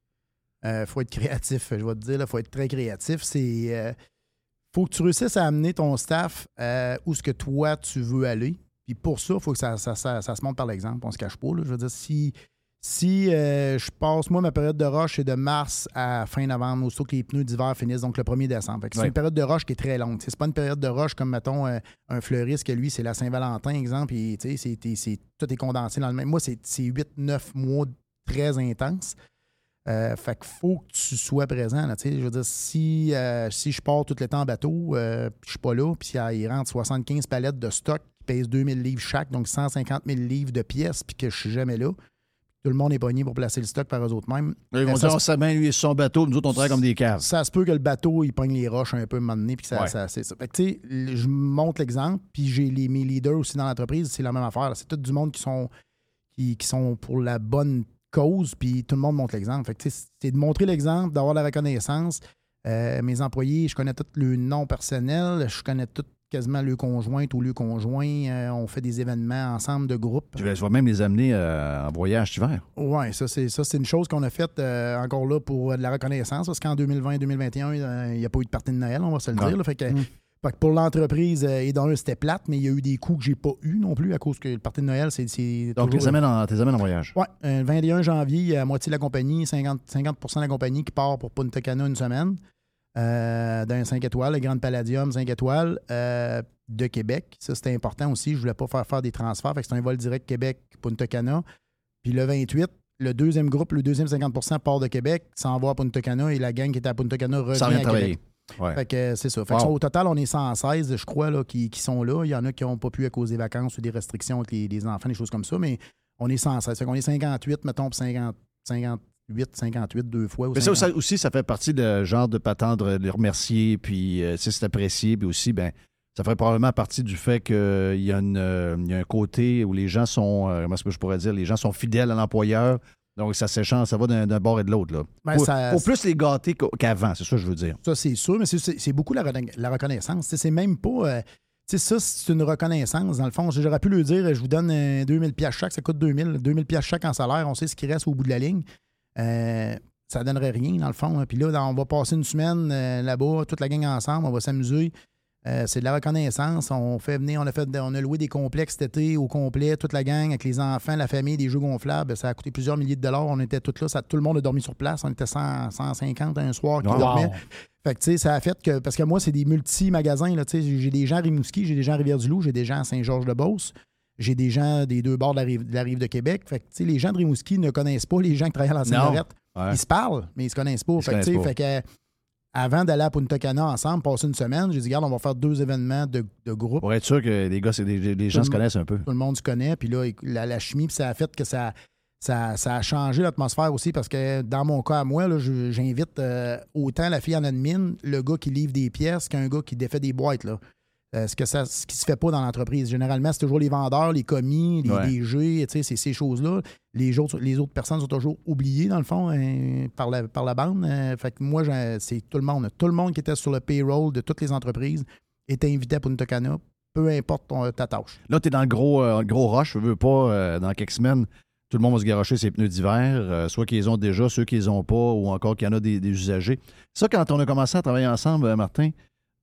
Speaker 12: Il Euh, faut être créatif, je vais te dire. Il faut être très créatif. C'est. euh, faut que tu réussisses à amener ton staff euh, où ce que toi, tu veux aller. Puis pour ça, il faut que ça, ça, ça, ça se montre par l'exemple. On se cache pas. Là. Je veux dire, si, si euh, je passe, moi, ma période de rush, c'est de mars à fin novembre, aussitôt que les pneus d'hiver finissent, donc le premier décembre. Fait que c'est
Speaker 1: Ouais.
Speaker 12: une période de rush qui est très longue. C'est pas une période de rush comme, mettons, euh, un fleuriste que lui, c'est la Saint-Valentin, exemple, et tu sais, c'est, c'est- c'est- tout est condensé dans le même. Moi, c'est, c'est huit neuf mois très intenses. Euh, fait qu'il faut que tu sois présent. Là, tu sais. Je veux dire, si, euh, si je pars tout le temps en bateau, euh, puis je suis pas là, puis euh, il rentre soixante-quinze palettes de stock qui pèsent deux mille livres chaque, donc cent cinquante mille livres de pièces, puis que je suis jamais là, tout le monde est pogné pour placer le stock par eux autres mêmes.
Speaker 1: Ils vont
Speaker 12: Euh, ça
Speaker 1: dire,
Speaker 12: se-
Speaker 1: oh, sa main, lui, est sur son bateau, nous autres, on travaille comme des caves.
Speaker 12: Ça se peut que le bateau, il pogne les roches un peu à un moment donné, puis que ça,
Speaker 1: Ouais.
Speaker 12: ça- c'est ça. Fait que, tu sais, l- je montre l'exemple, puis j'ai les, mes leaders aussi dans l'entreprise, c'est la même affaire. là. C'est tout du monde qui sont, qui, qui sont pour la bonne cause, puis tout le monde montre l'exemple. Fait que, tu sais, c'est de montrer l'exemple, d'avoir la reconnaissance. Euh, mes employés, je connais tous le nom personnel, je connais tout quasiment le conjointe ou le conjoint. Euh, on fait des événements ensemble de groupe.
Speaker 1: Je vais, je vais même les amener euh, en voyage cet hiver.
Speaker 12: Oui, ça, c'est ça, c'est une chose qu'on a faite euh, encore là pour euh, de la reconnaissance, parce qu'en deux mille vingt deux mille vingt et un, euh, il n'y a pas eu de partie de Noël, on va se le
Speaker 1: Ouais.
Speaker 12: dire. là. Fait que,
Speaker 1: Mm.
Speaker 12: Fait que pour l'entreprise, euh, et d'un, c'était plate, mais il y a eu des coûts que j'ai pas eu non plus à cause que le party de Noël, c'est. c'est
Speaker 1: Donc,
Speaker 12: toujours...
Speaker 1: tes amènes en, tes amènes en voyage.
Speaker 12: Oui, le vingt et un janvier, il y a la moitié de la compagnie, cinquante, cinquante pour cent de la compagnie qui part pour Punta Cana une semaine, euh, d'un cinq étoiles, le Grand Palladium cinq étoiles euh, de Québec. Ça, c'était important aussi. Je voulais pas faire faire des transferts. Fait que c'est un vol direct Québec-Punta Cana. Puis le vingt-huit, le deuxième groupe, le deuxième cinquante pour cent part de Québec, s'en va à Punta Cana et la gang qui était à Punta Cana revient à Québec.
Speaker 1: Ouais.
Speaker 12: Fait que euh, c'est ça. Fait
Speaker 1: wow.
Speaker 12: que, au total, on est cent seize, je crois, là, qui, qui sont là. Il y en a qui n'ont pas pu à cause des vacances ou des restrictions avec les, les enfants, des choses comme ça, mais on est cent seize. Fait qu'on est cinquante-huit, mettons, pour cinquante, cinquante-huit, cinquante-huit deux fois. Ou
Speaker 1: mais ça, ça aussi, ça fait partie de genre de patendre, de les remercier, puis euh, c'est apprécié, puis aussi, ben ça ferait probablement partie du fait qu'il y, euh, y a un côté où les gens sont, euh, comment est-ce que je pourrais dire, les gens sont fidèles à l'employeur. Donc, ça s'échange, ça va d'un, d'un bord et de l'autre. Là.
Speaker 12: Ben,
Speaker 1: faut,
Speaker 12: ça,
Speaker 1: faut plus les gâter qu'avant, c'est ça que je veux dire.
Speaker 12: Ça, c'est sûr, mais c'est, c'est beaucoup la, la reconnaissance. T'sais, c'est même pas... Euh, tu sais, ça, c'est une reconnaissance. Dans le fond, j'aurais pu lui dire, je vous donne euh, deux mille dollars chaque, ça coûte deux mille. deux mille dollars chaque en salaire, on sait ce qui reste au bout de la ligne. Euh, ça donnerait rien, dans le fond. Puis là, on va passer une semaine euh, là-bas, toute la gang ensemble, on va s'amuser. Euh, c'est de la reconnaissance. On fait venir, on a fait, on a loué des complexes cet été au complet, toute la gang, avec les enfants, la famille, des jeux gonflables. Ça a coûté plusieurs milliers de dollars. On était tous là, ça, tout le monde a dormi sur place. On était cent, cent cinquante un soir qui wow. dormaient. Fait que, tu sais, ça a fait que, parce que moi, c'est des multi-magasins, là, tu sais, j'ai des gens à Rimouski, j'ai des gens à Rivière-du-Loup, j'ai des gens à Saint-Georges-de-Beauce, j'ai des gens des deux bords de la rive de, la rive de Québec. Fait que, tu sais, les gens de Rimouski ne connaissent pas les gens qui travaillent à la Sainte-Lorette. Ouais. Ils se parlent, mais ils se connaissent pas. Ils fait, connaissent pas. Fait que, avant d'aller à Punta Cana ensemble, passer une semaine, j'ai dit, regarde, on va faire deux événements de, de groupe.
Speaker 1: Pour être sûr que les gars, c'est des, les gens tout se connaissent un peu.
Speaker 12: Tout le monde se connaît. Puis là, la, la chimie, puis ça a fait que ça, ça, ça a changé l'atmosphère aussi parce que dans mon cas à moi, là, je, j'invite euh, autant la fille en admin, le gars qui livre des pièces, qu'un gars qui défait des boîtes. Là. Euh, ce, que ça, ce qui se fait pas dans l'entreprise. Généralement, c'est toujours les vendeurs, les commis, les D G, ouais. c'est ces choses-là. Les autres, les autres personnes sont toujours oubliées, dans le fond, hein, par, la, par la bande. Euh, fait que moi, c'est tout le monde. Tout le monde qui était sur le payroll de toutes les entreprises était invité à Punta Cana, peu importe ton, ta tâche.
Speaker 1: Là, tu es dans le gros, euh, gros rush. Je veux pas, euh, dans quelques semaines, tout le monde va se garocher ses pneus d'hiver, euh, soit qu'ils les ont déjà, ceux qui les ont pas, ou encore qu'il y en a des, des usagers. Ça, quand on a commencé à travailler ensemble, Martin,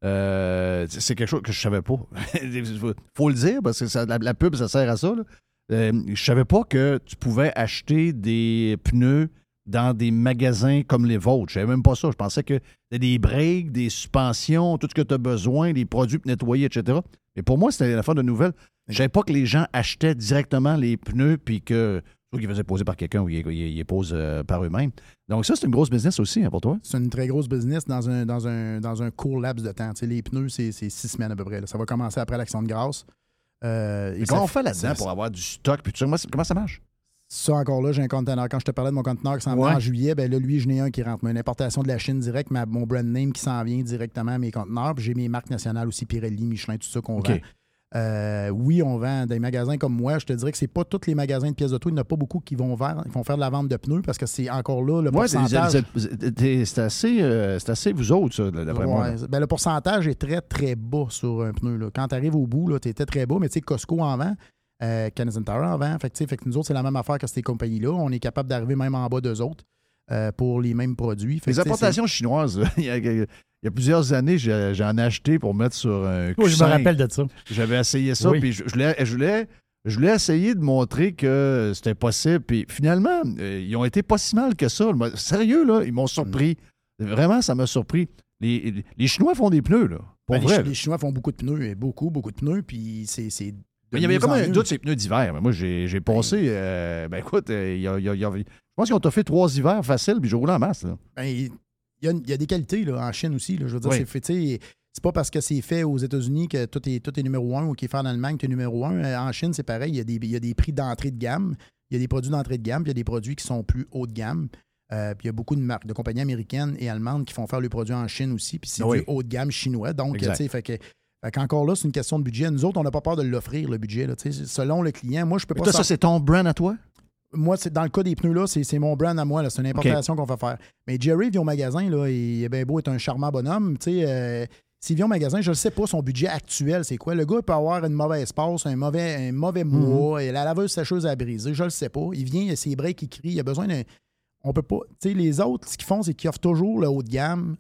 Speaker 1: Euh, c'est quelque chose que je savais pas. Faut le dire, parce que ça, la, la pub, ça sert à ça. Euh, je savais pas que tu pouvais acheter des pneus dans des magasins comme les vôtres. Je savais même pas ça. Je pensais que c'était des breaks, des suspensions, tout ce que tu as besoin, des produits pour nettoyer, et cetera. Mais pour moi, c'était l'affaire de nouvelles. Je savais pas que les gens achetaient directement les pneus puis que soit qu'ils faisaient poser par quelqu'un ou ils les posent euh, par eux-mêmes. Donc ça, c'est une grosse business aussi hein, pour toi?
Speaker 12: C'est une très grosse business dans un, dans un, dans un court laps de temps. T'sais, les pneus, c'est, c'est six semaines à peu près. Là. Ça va commencer après l'Action de grâce. Euh,
Speaker 1: et comment on fait là-dedans pour avoir du stock? Puis tout ça, comment, comment ça marche?
Speaker 12: Ça, encore là, j'ai un conteneur. Quand je te parlais de mon conteneur qui s'en vient ouais. en juillet, ben là, lui, j'en ai un qui rentre. Une importation de la Chine direct, ma, mon brand name qui s'en vient directement à mes conteneurs. Puis j'ai mes marques nationales aussi, Pirelli, Michelin, tout ça qu'on okay. vend. Euh, oui, on vend des magasins comme moi. Je te dirais que c'est pas tous les magasins de pièces d'auto. Il n'y en a pas beaucoup qui vont, vers, qui vont faire de la vente de pneus parce que c'est encore là le ouais, pourcentage.
Speaker 1: C'est assez, euh, c'est assez vous autres, ça, d'après ouais. moi.
Speaker 12: Ben, le pourcentage est très, très bas sur un pneu. Là. Quand tu arrives au bout, tu étais très bas, mais tu sais, Costco en vend, euh, Canadian Tire en vend. Fait que, fait que nous autres, c'est la même affaire que ces compagnies-là. On est capable d'arriver même en bas d'eux autres euh, pour les mêmes produits. Fait
Speaker 1: les
Speaker 12: que,
Speaker 1: importations chinoises, il y a, il y a plusieurs années, j'en ai acheté pour mettre sur un
Speaker 2: coussin. Oui, je me rappelle de ça.
Speaker 1: J'avais essayé ça,
Speaker 2: oui.
Speaker 1: puis je, je, voulais, je, voulais, je voulais essayer de montrer que c'était possible. Puis finalement, euh, ils ont été pas si mal que ça. Sérieux, là, ils m'ont surpris. Mm. Vraiment, ça m'a surpris. Les, les Chinois font des pneus, là. Pour
Speaker 12: ben,
Speaker 1: vrai.
Speaker 12: Les, les Chinois font beaucoup de pneus, beaucoup, beaucoup de pneus, puis c'est... c'est
Speaker 1: il y avait comme un doute, ces pneus d'hiver. Moi, j'ai, j'ai passé... Ben, euh, ben écoute, euh, y a, y a, y a, je pense qu'ils ont fait trois hivers faciles, puis j'ai roulé en masse, là.
Speaker 12: Ben, il y, a, il y a des qualités là, en Chine aussi. Là, je veux dire, oui. c'est fait, c'est pas parce que c'est fait aux États-Unis que tout est, tout est numéro un ou qu'il est fait en Allemagne que tu es numéro un. En Chine, c'est pareil. Il y a des, il y a des prix d'entrée de gamme. Il y a des produits d'entrée de gamme, puis il y a des produits qui sont plus haut de gamme. Euh, puis il y a beaucoup de marques, de compagnies américaines et allemandes qui font faire les produits en Chine aussi. Puis c'est oui. du haut de gamme chinois. Donc, tu sais, fait que. Fait qu'encore là, c'est une question de budget. Nous autres, on n'a pas peur de l'offrir, le budget. Là, selon le client, moi, je peux pas...
Speaker 1: Toi, ça, c'est ton brand à toi?
Speaker 12: Moi, c'est, dans le cas des pneus, là, c'est, c'est mon brand à moi. Là, c'est une importation okay. qu'on fait faire. Mais Jerry vient au magasin, là, il est bien beau, est un charmant bonhomme. Euh, s'il vient au magasin, je ne sais pas son budget actuel, c'est quoi. Le gars il peut avoir une mauvaise passe, un mauvais, un mauvais mois, mm-hmm. et la laveuse sécheuse à briser, je ne le sais pas. Il vient, il a ses breaks, il crie, il a besoin d'un... On peut pas... Tu sais, les autres, ce qu'ils font, c'est qu'ils offrent toujours le haut de gamme.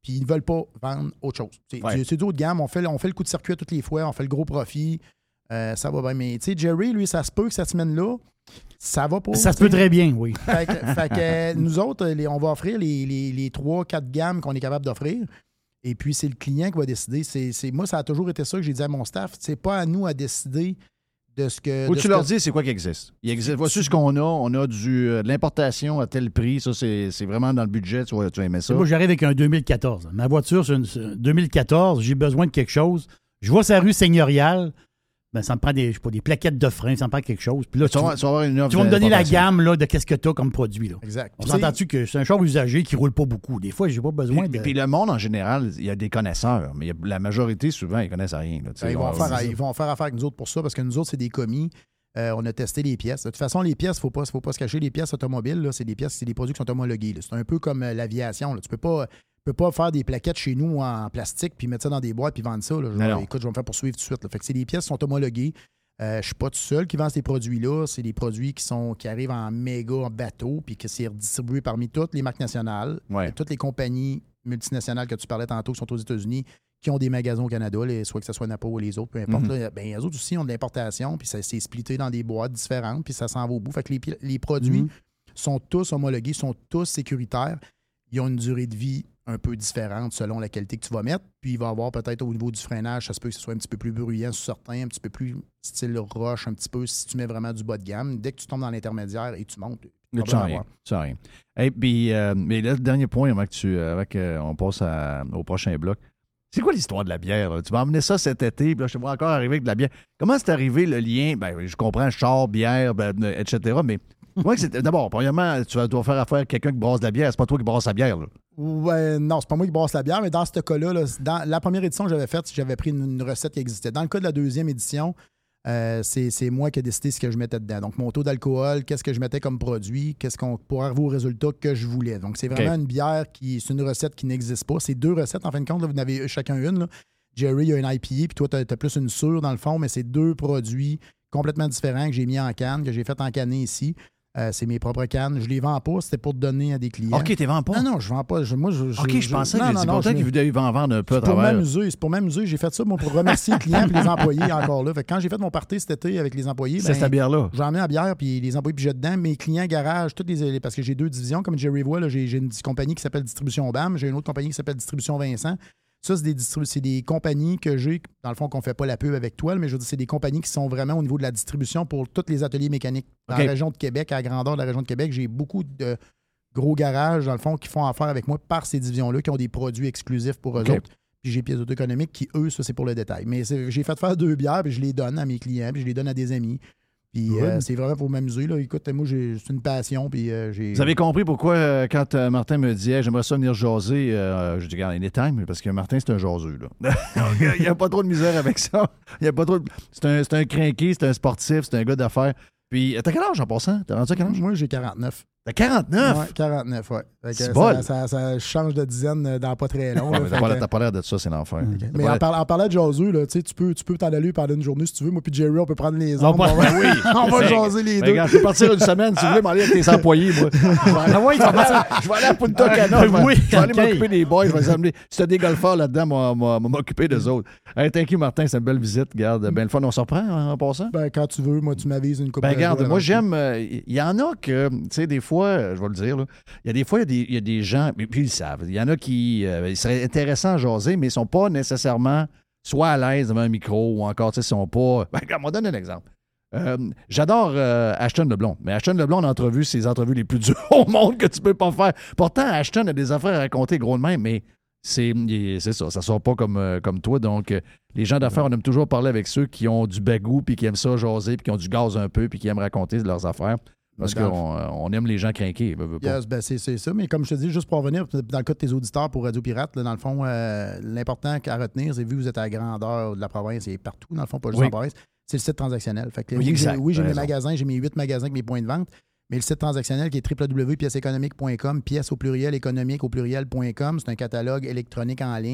Speaker 12: puis ils ne veulent pas vendre autre chose. C'est,
Speaker 1: Ouais.
Speaker 12: du, c'est du haut de gamme, on fait, on fait le coup de circuit toutes les fois, on fait le gros profit, euh, ça va bien. Mais tu sais, Jerry, lui, ça se peut que cette semaine-là, ça va pas.
Speaker 2: Ça se peut très bien, oui.
Speaker 12: Fait que, fait que, euh, nous autres, les, on va offrir les, les, les trois quatre gammes qu'on est capable d'offrir. Et puis, c'est le client qui va décider. C'est, c'est, moi, ça a toujours été ça que j'ai dit à mon staff. C'est pas à nous à décider de ce que.
Speaker 1: Ou
Speaker 12: de
Speaker 1: tu
Speaker 12: ce
Speaker 1: leur
Speaker 12: que-
Speaker 1: dis c'est quoi qui existe. Il existe. Voici ce qu'on a. On a du, euh, de l'importation à tel prix. Ça, c'est, c'est vraiment dans le budget. Tu vas, tu vas aimer ça.
Speaker 2: Moi, j'arrive avec un deux mille quatorze. Ma voiture, c'est une c'est une deux mille quatorze. J'ai besoin de quelque chose. Je vois sa rue seigneuriale. Ben, ça me prend des, je sais pas, des plaquettes de frein. Ça me prend quelque chose. Puis là,
Speaker 1: Tu vas avoir- tu vas avoir une offre
Speaker 2: tu vas me donner la
Speaker 1: d'importation.
Speaker 2: gamme là, de qu'est-ce que tu as comme produit. Là.
Speaker 12: Exact.
Speaker 2: On
Speaker 12: Puis,
Speaker 2: s'entend-tu que c'est un char usagé qui ne roule pas beaucoup? Des fois, j'ai pas besoin
Speaker 1: Puis,
Speaker 2: de.
Speaker 1: puis le monde, en général, il y a des connaisseurs, mais il y a- la majorité, souvent, ils connaissent rien. Là, tu sais.
Speaker 12: Ben, ils, vont
Speaker 1: On-
Speaker 12: faire, ils vont faire affaire avec nous autres pour ça parce que nous autres, c'est des commis. Euh, on a testé les pièces. De toute façon, les pièces, il ne faut pas, faut pas se cacher. Les pièces automobiles, là, c'est des pièces, c'est des produits qui sont homologués. là. C'est un peu comme euh, l'aviation. Là. Tu ne peux pas, peux pas faire des plaquettes chez nous en plastique puis mettre ça dans des boîtes puis vendre ça. Là. Je vais-
Speaker 1: Non, non.
Speaker 12: écoute, je vais me faire poursuivre tout de suite. Là. Fait que c'est des pièces qui sont homologuées. Euh, je ne suis pas tout seul qui vend ces produits-là. C'est des produits qui, sont, qui arrivent en méga bateau puis que c'est redistribué parmi toutes les marques nationales,
Speaker 1: Ouais.
Speaker 12: toutes les compagnies multinationales que tu parlais tantôt qui sont aux États-Unis, qui ont des magasins au Canada, les- soit que ce soit Napo ou les autres, peu importe.
Speaker 1: Mhm.
Speaker 12: là, ben, les autres aussi ont de l'importation, puis ça s'est splitté dans des boîtes différentes, puis ça s'en va au bout. Fait que les, pi- les produits
Speaker 2: Mhm.
Speaker 12: sont tous homologués, sont tous sécuritaires. Ils ont une durée de vie un peu différente selon la qualité que tu vas mettre. Puis il va y avoir peut-être au niveau du freinage, ça se peut que ce soit un petit peu plus bruyant sur certains, un petit peu plus style roche, un petit peu si tu mets vraiment du bas de gamme. Dès que tu tombes dans l'intermédiaire et tu montes,
Speaker 1: Là, tu
Speaker 12: problème
Speaker 1: sens
Speaker 12: à
Speaker 1: rien.
Speaker 12: voir.
Speaker 1: Tu sens rien. Et puis, euh, mais là, le dernier point, avant que tu, avant qu'on passe à- au prochain bloc, c'est quoi l'histoire de la bière? Là? Tu m'as emmené ça cet été, puis là, je te vois encore arriver avec de la bière. Comment c'est arrivé le lien? Ben, je comprends, char, bière, ben, et cetera, mais moi, c'est, d'abord, premièrement, tu vas- dois faire affaire à quelqu'un qui brasse de la bière. C'est pas toi qui brasse la bière. Là.
Speaker 12: Ouais, non, c'est pas moi qui brasse la bière, mais dans ce cas-là, là, dans la première édition que j'avais faite, j'avais pris une, une recette qui existait. Dans le cas de la deuxième édition, euh, c'est, c'est moi qui ai décidé ce que je mettais dedans. Donc, mon taux d'alcool, qu'est-ce que je mettais comme produit, qu'est-ce qu'on pour arriver au résultat que je voulais. Donc, c'est vraiment
Speaker 1: OK.
Speaker 12: une bière qui, c'est une recette qui n'existe pas. C'est deux recettes, en fin de compte, là, vous en avez chacun une. là. Jerry a une I P A, puis toi, tu as plus une sûre dans le fond, mais c'est deux produits complètement différents que j'ai mis en canne, que j'ai fait en canner ici. Euh, c'est mes propres cannes. Je les vends pas, c'était pour donner à des clients.
Speaker 1: OK, tu vends pas?
Speaker 12: Non, non, je vends pas. Je- moi, je,
Speaker 1: OK, je pensais
Speaker 12: non,
Speaker 1: que
Speaker 12: non,
Speaker 1: c'est
Speaker 12: non,
Speaker 1: pourtant
Speaker 12: je-
Speaker 1: qu'il devait en vendre un peu à
Speaker 12: c'est pour
Speaker 1: travers.
Speaker 12: m'amuser. C'est pour m'amuser. J'ai fait ça moi, pour remercier les clients et les employés encore là. Fait que quand j'ai fait mon party cet été avec les employés,
Speaker 1: C'est cette bière-là.
Speaker 12: J'en mets la bière, puis les employés pigeaient dedans. Mes clients garage, toutes les, parce que j'ai deux divisions. Comme Jerry voit, là, j'ai, j'ai une compagnie qui s'appelle Distribution B A M. J'ai une autre compagnie qui s'appelle Distribution Vincent. Ça, c'est des, distribu- c'est des compagnies que j'ai, dans le fond, qu'on ne fait pas la pub avec toi, mais je veux dire, c'est des compagnies qui sont vraiment au niveau de la distribution pour tous les ateliers mécaniques. Dans
Speaker 1: OK.
Speaker 12: la région de Québec, à la grandeur de la région de Québec, j'ai beaucoup de gros garages, dans le fond, qui font affaire avec moi par ces divisions-là, qui ont des produits exclusifs pour eux
Speaker 1: OK.
Speaker 12: autres. Puis j'ai pièces auto-économiques qui, eux, ça, c'est pour le détail. Mais c'est- j'ai fait faire deux bières, puis je les donne à mes clients, puis je les donne à des amis. Puis
Speaker 1: Good.
Speaker 12: euh, c'est vraiment pour m'amuser. Là. Écoute, moi, j'ai, c'est une passion, puis euh, j'ai...
Speaker 1: Vous avez compris pourquoi, euh, quand euh, Martin me dit hey, j'aimerais ça venir jaser, euh, je dis regarde, il est time, parce que Martin, c'est un jaseux. Là. Il n'y a pas trop de misère avec ça. Il y a pas trop de- c'est, un, c'est un crinqué, c'est un sportif, c'est un gars d'affaires. Puis, t'as quel âge en passant? T'as rendu à quel âge?
Speaker 12: Moi, j'ai quarante-neuf.
Speaker 1: T'as quarante-neuf?
Speaker 12: Ouais, quarante-neuf, ouais. Fait que
Speaker 1: C'est
Speaker 12: ça,
Speaker 1: bol.
Speaker 12: ça, ça change de dizaine euh, dans pas très long.
Speaker 1: Ouais,
Speaker 12: là,
Speaker 1: mais
Speaker 12: fait
Speaker 1: t'as, pas,
Speaker 12: que-
Speaker 1: t'as pas l'air de ça, c'est l'enfer. T'as
Speaker 12: Mais
Speaker 1: pas
Speaker 12: en,
Speaker 1: l'air-
Speaker 12: par- en parlant de jaseux, là, tu sais, tu peux, tu peux t'en aller pendant une journée si tu veux. Moi puis Jerry, on peut prendre les
Speaker 2: On
Speaker 12: ondes.
Speaker 2: va-
Speaker 12: On va,
Speaker 1: Oui.
Speaker 12: on va
Speaker 1: Ben,
Speaker 12: jaser les
Speaker 1: ben,
Speaker 12: deux.
Speaker 1: regarde, je peux partir une semaine, si vous voulez m'aller avec tes employés, moi. Je vais aller,
Speaker 2: Ah ouais, ça va-
Speaker 1: je vais aller à Punta Cana, je vais,
Speaker 2: Oui,
Speaker 1: je vais aller
Speaker 2: OK.
Speaker 1: m'occuper des boys, je vais les amener. Si t'as des golfeurs là-dedans, moi, moi, moi, m'occuper d'eux autres. Hey, thank you, Martin, c'est une belle visite. Regarde, ben le fun, on se reprend en, en passant.
Speaker 12: Ben, quand tu veux, moi, tu m'avises une coupe
Speaker 1: Ben
Speaker 12: de
Speaker 1: regarde,
Speaker 12: jours
Speaker 1: moi
Speaker 12: avant.
Speaker 1: j'aime. Il y en a que, tu sais, des fois, euh, je vais le dire, là, il y a des fois, il y a des- il y, a des gens, mais puis ils le savent. Il y en a qui euh, il serait intéressant à jaser, mais ils sont pas nécessairement soit à l'aise devant un micro ou encore, tu sais, ils sont pas. Ben, regarde, on donne un exemple. Euh, j'adore euh, Ashton Leblond, mais Ashton Leblond, en entrevue, c'est les entrevues les plus dures au monde que tu peux pas faire. Pourtant, Ashton a des affaires à raconter gros de même, mais c'est, il- c'est ça, ça sort pas comme, euh, comme toi. Donc, euh, les gens d'affaires, on aime toujours parler avec ceux qui ont du bagou, puis qui aiment ça jaser, puis qui ont du gaz un peu, puis qui aiment raconter leurs affaires. Parce
Speaker 12: Dans le
Speaker 1: qu'on euh, on aime les gens crinqués. veux, veux pas.
Speaker 12: Yes, ben c'est, c'est ça. Mais comme je te dis, juste pour revenir, dans le cas de tes auditeurs pour Radio Pirate, là, dans le fond, euh, l'important à retenir, c'est vu que vous êtes à la grandeur de la province et partout, dans le fond, pas juste
Speaker 1: Oui.
Speaker 12: en province, c'est le site transactionnel. Fait que,
Speaker 1: Oui,
Speaker 12: oui,
Speaker 1: exact.
Speaker 12: j'ai, oui, j'ai
Speaker 1: T'as
Speaker 12: mes
Speaker 1: raison.
Speaker 12: magasins, j'ai mes huit magasins avec mes points de vente, mais le site transactionnel qui est w w w point pièces économiques point com, pièces au pluriel, économique au pluriel point com, c'est un catalogue électronique en ligne.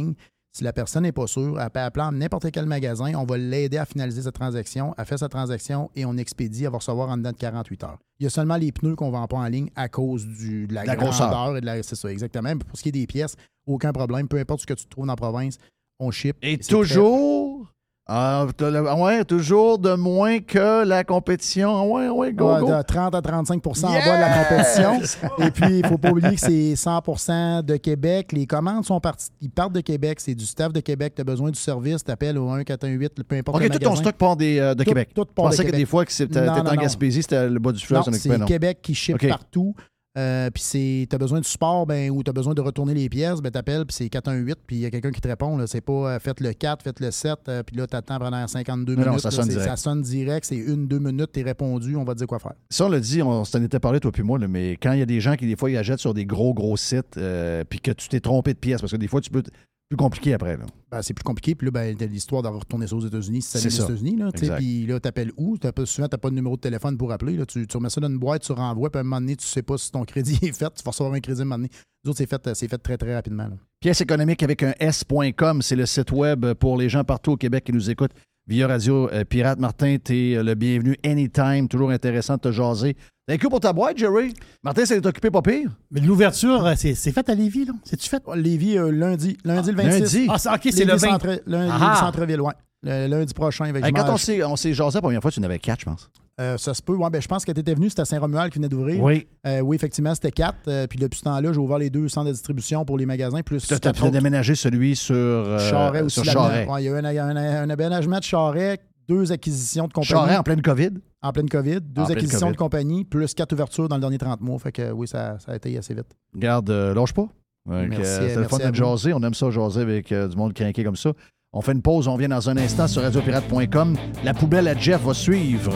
Speaker 12: Si la personne n'est pas sûre, elle peut appeler à n'importe quel magasin. On va l'aider à finaliser sa transaction. Elle fait sa transaction et on expédie. Elle va recevoir en dedans de quarante-huit heures. Il y a seulement les pneus qu'on ne vend pas en ligne à cause du, de la,
Speaker 1: la
Speaker 12: grandeur
Speaker 1: grosseur.
Speaker 12: et de la... C'est ça, exactement. Mais pour ce qui est des pièces, aucun problème. Peu importe ce que tu trouves dans la province, on ship.
Speaker 1: Et, et
Speaker 12: très...
Speaker 1: toujours... Ah, ouais, toujours de moins que la compétition. Ouais, ouais, go,
Speaker 12: ouais,
Speaker 1: go.
Speaker 12: De trente à trente-cinq pour cent yes! En bas de la compétition. Et puis, il ne faut pas oublier que c'est cent pour cent de Québec. Les commandes sont parties. Ils partent de Québec. C'est du staff de Québec. Tu as besoin du service. Tu appelles au un quatre un huit, peu importe
Speaker 1: OK,
Speaker 12: le
Speaker 1: tout
Speaker 12: magasin.
Speaker 1: ton stock part des, euh, de
Speaker 12: tout,
Speaker 1: Québec.
Speaker 12: Tout part
Speaker 1: Je pensais
Speaker 12: de
Speaker 1: que
Speaker 12: Québec.
Speaker 1: des fois que c'était
Speaker 12: non,
Speaker 1: en
Speaker 12: non,
Speaker 1: Gaspésie, c'était le bas du fleuve.
Speaker 12: Non, c'est Québec qui ship okay. partout. Euh, puis c'est, t'as besoin de support ben, ou t'as besoin de retourner les pièces, ben t'appelles, puis c'est quatre un huit, puis il y a quelqu'un qui te répond. Là, c'est pas euh, faites le quatre, faites le sept, euh, puis là t'attends pendant cinquante-deux
Speaker 1: non,
Speaker 12: minutes.
Speaker 1: Non, ça,
Speaker 12: là,
Speaker 1: sonne direct.
Speaker 12: ça sonne direct, c'est une, deux minutes, t'es répondu, on va te dire quoi faire.
Speaker 1: Ça, on l'a dit, on s'en était parlé, toi puis moi, là, mais quand il y a des gens qui, des fois, ils achètent sur des gros, gros sites, euh, puis que tu t'es trompé de pièces, parce que des fois, tu peux... plus compliqué après. Là.
Speaker 12: Ben, c'est plus compliqué. Puis là, ben, t'as l'histoire de retourner ça aux États-Unis. Si ça vient aux États-Unis, là, puis là, t'appelles où? T'as pas, souvent, t'as pas de numéro de téléphone pour appeler. Là. Tu, tu remets ça dans une boîte, tu renvoies, puis à un moment donné, tu sais pas si ton crédit est fait. Tu vas recevoir un crédit à un moment donné. Nous autres, c'est fait, c'est fait très, très rapidement. Là.
Speaker 1: Pièce économique avec un S point com, c'est le site web pour les gens partout au Québec qui nous écoutent via Radio euh, Pirate. Martin, t'es euh, le bienvenu anytime. Toujours intéressant de te jaser. Thank you pour ta boîte, Jerry. Martin, ça t'est occupé pas pire.
Speaker 2: Mais l'ouverture, c'est, c'est fait à Lévis, là? C'est-tu fait?
Speaker 12: Lévis, euh, lundi. Lundi ah, le vingt-six.
Speaker 1: Lundi?
Speaker 2: Ah, c'est, OK, c'est le vingt.
Speaker 12: Centre, lundi, ah. Centre-ville, ouais. Le lundi prochain. Avec
Speaker 1: hey, quand on s'est, on s'est jasé la première fois, tu en avais quatre, je pense.
Speaker 12: Euh, ça se peut. Ouais, ben, je pense que tu étais venu, c'était à Saint-Romuald qui venait d'ouvrir.
Speaker 1: Oui.
Speaker 12: Euh, oui, effectivement, c'était quatre. Euh, puis depuis ce temps-là, j'ai ouvert les deux centres de distribution pour les magasins. Plus
Speaker 1: tu as déménagé celui sur euh,
Speaker 12: Charret aussi.
Speaker 1: Sur Charret.
Speaker 12: Ouais, il y a eu un, un, un, un aménagement de Charret, deux acquisitions de compagnie.
Speaker 1: Charret en pleine COVID?
Speaker 12: En pleine COVID. Deux
Speaker 1: en
Speaker 12: acquisitions
Speaker 1: COVID.
Speaker 12: de compagnie, plus quatre ouvertures dans le dernier trente mois. Fait que oui, ça, ça a été assez vite.
Speaker 1: Regarde, euh, lâche pas. Donc,
Speaker 12: merci,
Speaker 1: euh, c'est le fun de jaser. On aime ça jaser avec euh, du monde crinqué comme ça. On fait une pause, on vient dans un instant sur radio pirate point com. La poubelle à Jeff va suivre.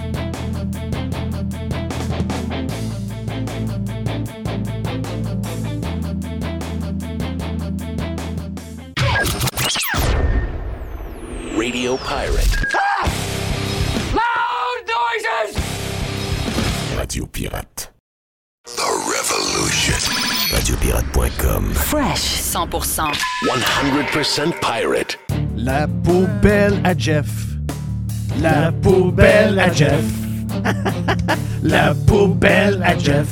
Speaker 5: Radio Pirate.
Speaker 13: Ah! Loud noises!
Speaker 5: Radio Pirate. The Revolution. radio pirate point com.
Speaker 8: Fresh, cent pour cent.
Speaker 5: one hundred percent pirate.
Speaker 1: La poubelle à Jeff. La poubelle à Jeff. La poubelle à Jeff.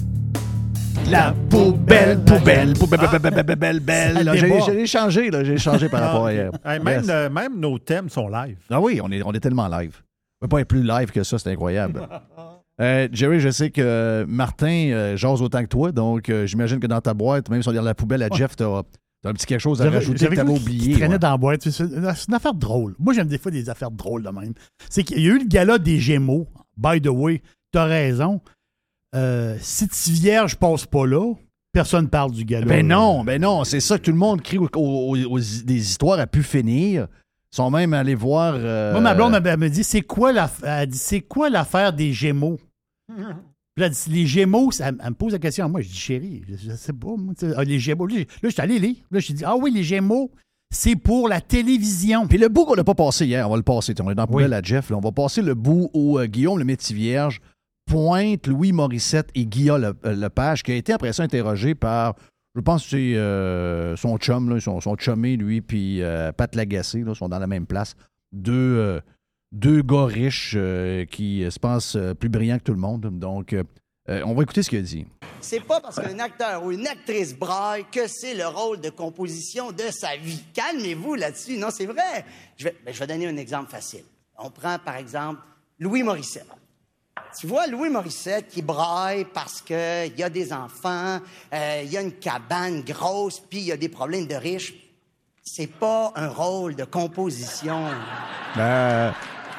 Speaker 1: La poubelle, poubelle, poubelle, poubelle, poubelle, belle. J'ai, j'ai changé, là, j'ai changé par rapport à hier.
Speaker 7: Hey, même, yes. euh, même nos thèmes sont live.
Speaker 1: Ah oui, on est, on est tellement live. On ne peut pas être plus live que ça, c'est incroyable. euh, Jerry, je sais que Martin euh, jase autant que toi, donc euh, j'imagine que dans ta boîte, même si on dit la poubelle à ouais. Jeff, tu as un petit quelque chose à j'avais, rajouter j'avais que tu avais oublié.
Speaker 2: Qui traînait ouais. dans la boîte. C'est une, c'est une affaire drôle. Moi, j'aime des fois des affaires drôles de même. C'est qu'il y a eu le gala des Gémeaux. By the way, tu as raison. Euh, si tu vierge passe pas là, personne ne parle du gala.
Speaker 1: Ben non, ben non, c'est ça que tout le monde crie aux, aux, aux, aux des histoires à pu finir. Ils sont même allés voir. Euh...
Speaker 2: Moi, ma blonde elle me dit c'est quoi, la, elle dit, c'est quoi l'affaire des Gémeaux? Puis là, elle dit, les Gémeaux, ça, elle me pose la question. Moi, je dis chérie, je, je sais pas. Moi, ah, les Gémeaux. Là, je suis allé lire. Là, je dis ah oui, les Gémeaux, c'est pour la télévision.
Speaker 1: Puis le bout qu'on n'a pas passé hier, on va le passer. On est dans la poubelle
Speaker 2: oui.
Speaker 1: à Jeff. Là. On va passer le bout où euh, Guillaume le Métis-Vierge pointe Louis Morissette et Guillaume Lepage, qui a été après ça interrogé par, je pense que c'est euh, son chum, là, son, son chumé, lui, puis euh, Pat Lagacé, là, sont dans la même place. Deux, euh, deux gars riches euh, qui se pensent euh, plus brillants que tout le monde. Donc, euh, on va écouter ce qu'il a dit.
Speaker 14: C'est pas parce qu'un acteur ou une actrice braille que c'est le rôle de composition de sa vie. Calmez-vous là-dessus. Non, c'est vrai. Je vais, ben, je vais donner un exemple facile. On prend, par exemple, Louis Morissette. Tu vois, Louis Morissette qui braille parce qu'il y a des enfants, il euh, y a une cabane grosse, puis il y a des problèmes de riches. C'est pas un rôle de composition.
Speaker 1: Ben...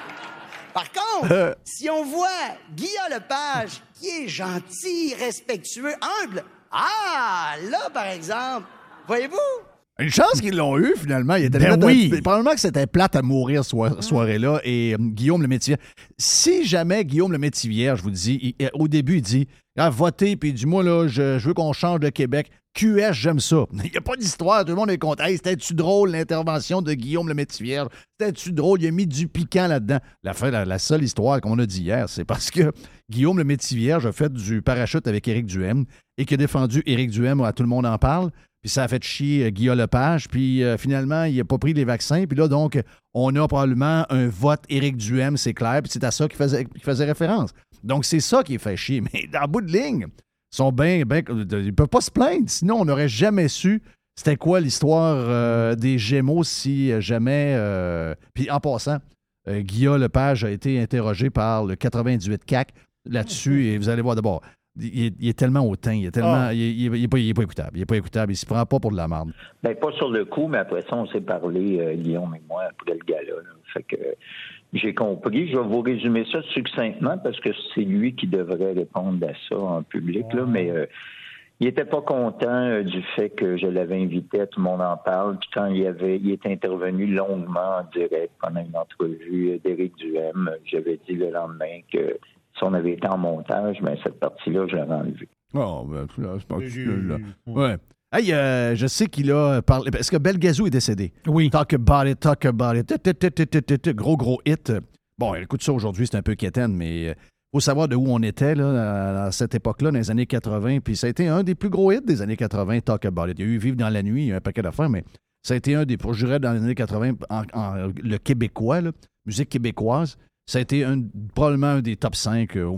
Speaker 14: Par contre, euh... si on voit Guillaume Lepage qui est gentil, respectueux, humble, ah, là, par exemple, voyez-vous?
Speaker 1: Une chance qu'ils l'ont eu, finalement. Il était
Speaker 2: ben oui.
Speaker 1: à, probablement que c'était plate à mourir ce soir, soirée-là. Et um, Guillaume le Métivier. Si jamais Guillaume le Métivier, je vous dis, il, au début, il dit ah, votez, puis dis-moi, là, je, je veux qu'on change de Québec. Q S, j'aime ça. Il n'y a pas d'histoire, tout le monde est content. Hey, c'était-tu drôle, l'intervention de Guillaume le Métivier? C'était-tu drôle? Il a mis du piquant là-dedans. La, fin, la, la seule histoire qu'on a dit hier, c'est parce que Guillaume le Métivier a fait du parachute avec Éric Duhaime et qui a défendu Éric Duhaime à Tout le monde en parle. puis ça a fait chier euh, Guillaume Lepage, puis euh, finalement, il n'a pas pris les vaccins, puis là, donc, on a probablement un vote Éric Duhem, c'est clair, puis c'est à ça qu'il faisait, qu'il faisait référence. Donc, c'est ça qui est fait chier. Mais dans le bout de ligne, ils sont bien, bien, ils ne peuvent pas se plaindre, sinon on n'aurait jamais su c'était quoi l'histoire euh, des Gémeaux si jamais... Euh... Puis en passant, euh, Guillaume Lepage a été interrogé par le quatre-vingt-dix-huit C A C là-dessus, et vous allez voir d'abord, il est, il est tellement hautain, il est tellement... Oh. Il, il, il, est pas, il est pas écoutable, il est pas écoutable, il se prend pas pour de la merde.
Speaker 15: Bien, pas sur le coup, mais après ça, on s'est parlé, euh, Guillaume et moi, après le gala. Là. Fait que j'ai compris. Je vais vous résumer ça succinctement parce que c'est lui qui devrait répondre à ça en public, là, mais... Euh, il n'était pas content euh, du fait que je l'avais invité, tout le monde en parle. Puis quand il avait, il est intervenu longuement en direct pendant une entrevue d'Éric Duhem, j'avais dit le lendemain que si on avait été en montage, mais cette partie-là, je l'avais enlevée.
Speaker 1: Oh, ben, c'est pas là. Ouais. Hey, euh, je sais qu'il a parlé. Est-ce que Belgazou est décédé?
Speaker 2: Oui.
Speaker 1: Talk about it, talk about it. Gros, gros hit. Bon, écoute ça aujourd'hui, c'est un peu quétaine, mais. Il faut savoir de où on était là, à cette époque-là, dans les années quatre-vingt. Puis ça a été un des plus gros hits des années quatre-vingt, Talk About It. Il y a eu Vivre dans la nuit, il y a un paquet d'affaires, mais ça a été un des, je dirais, dans les années quatre-vingt, en, en, le québécois, là, musique québécoise, ça a été un, probablement un des top cinq, euh,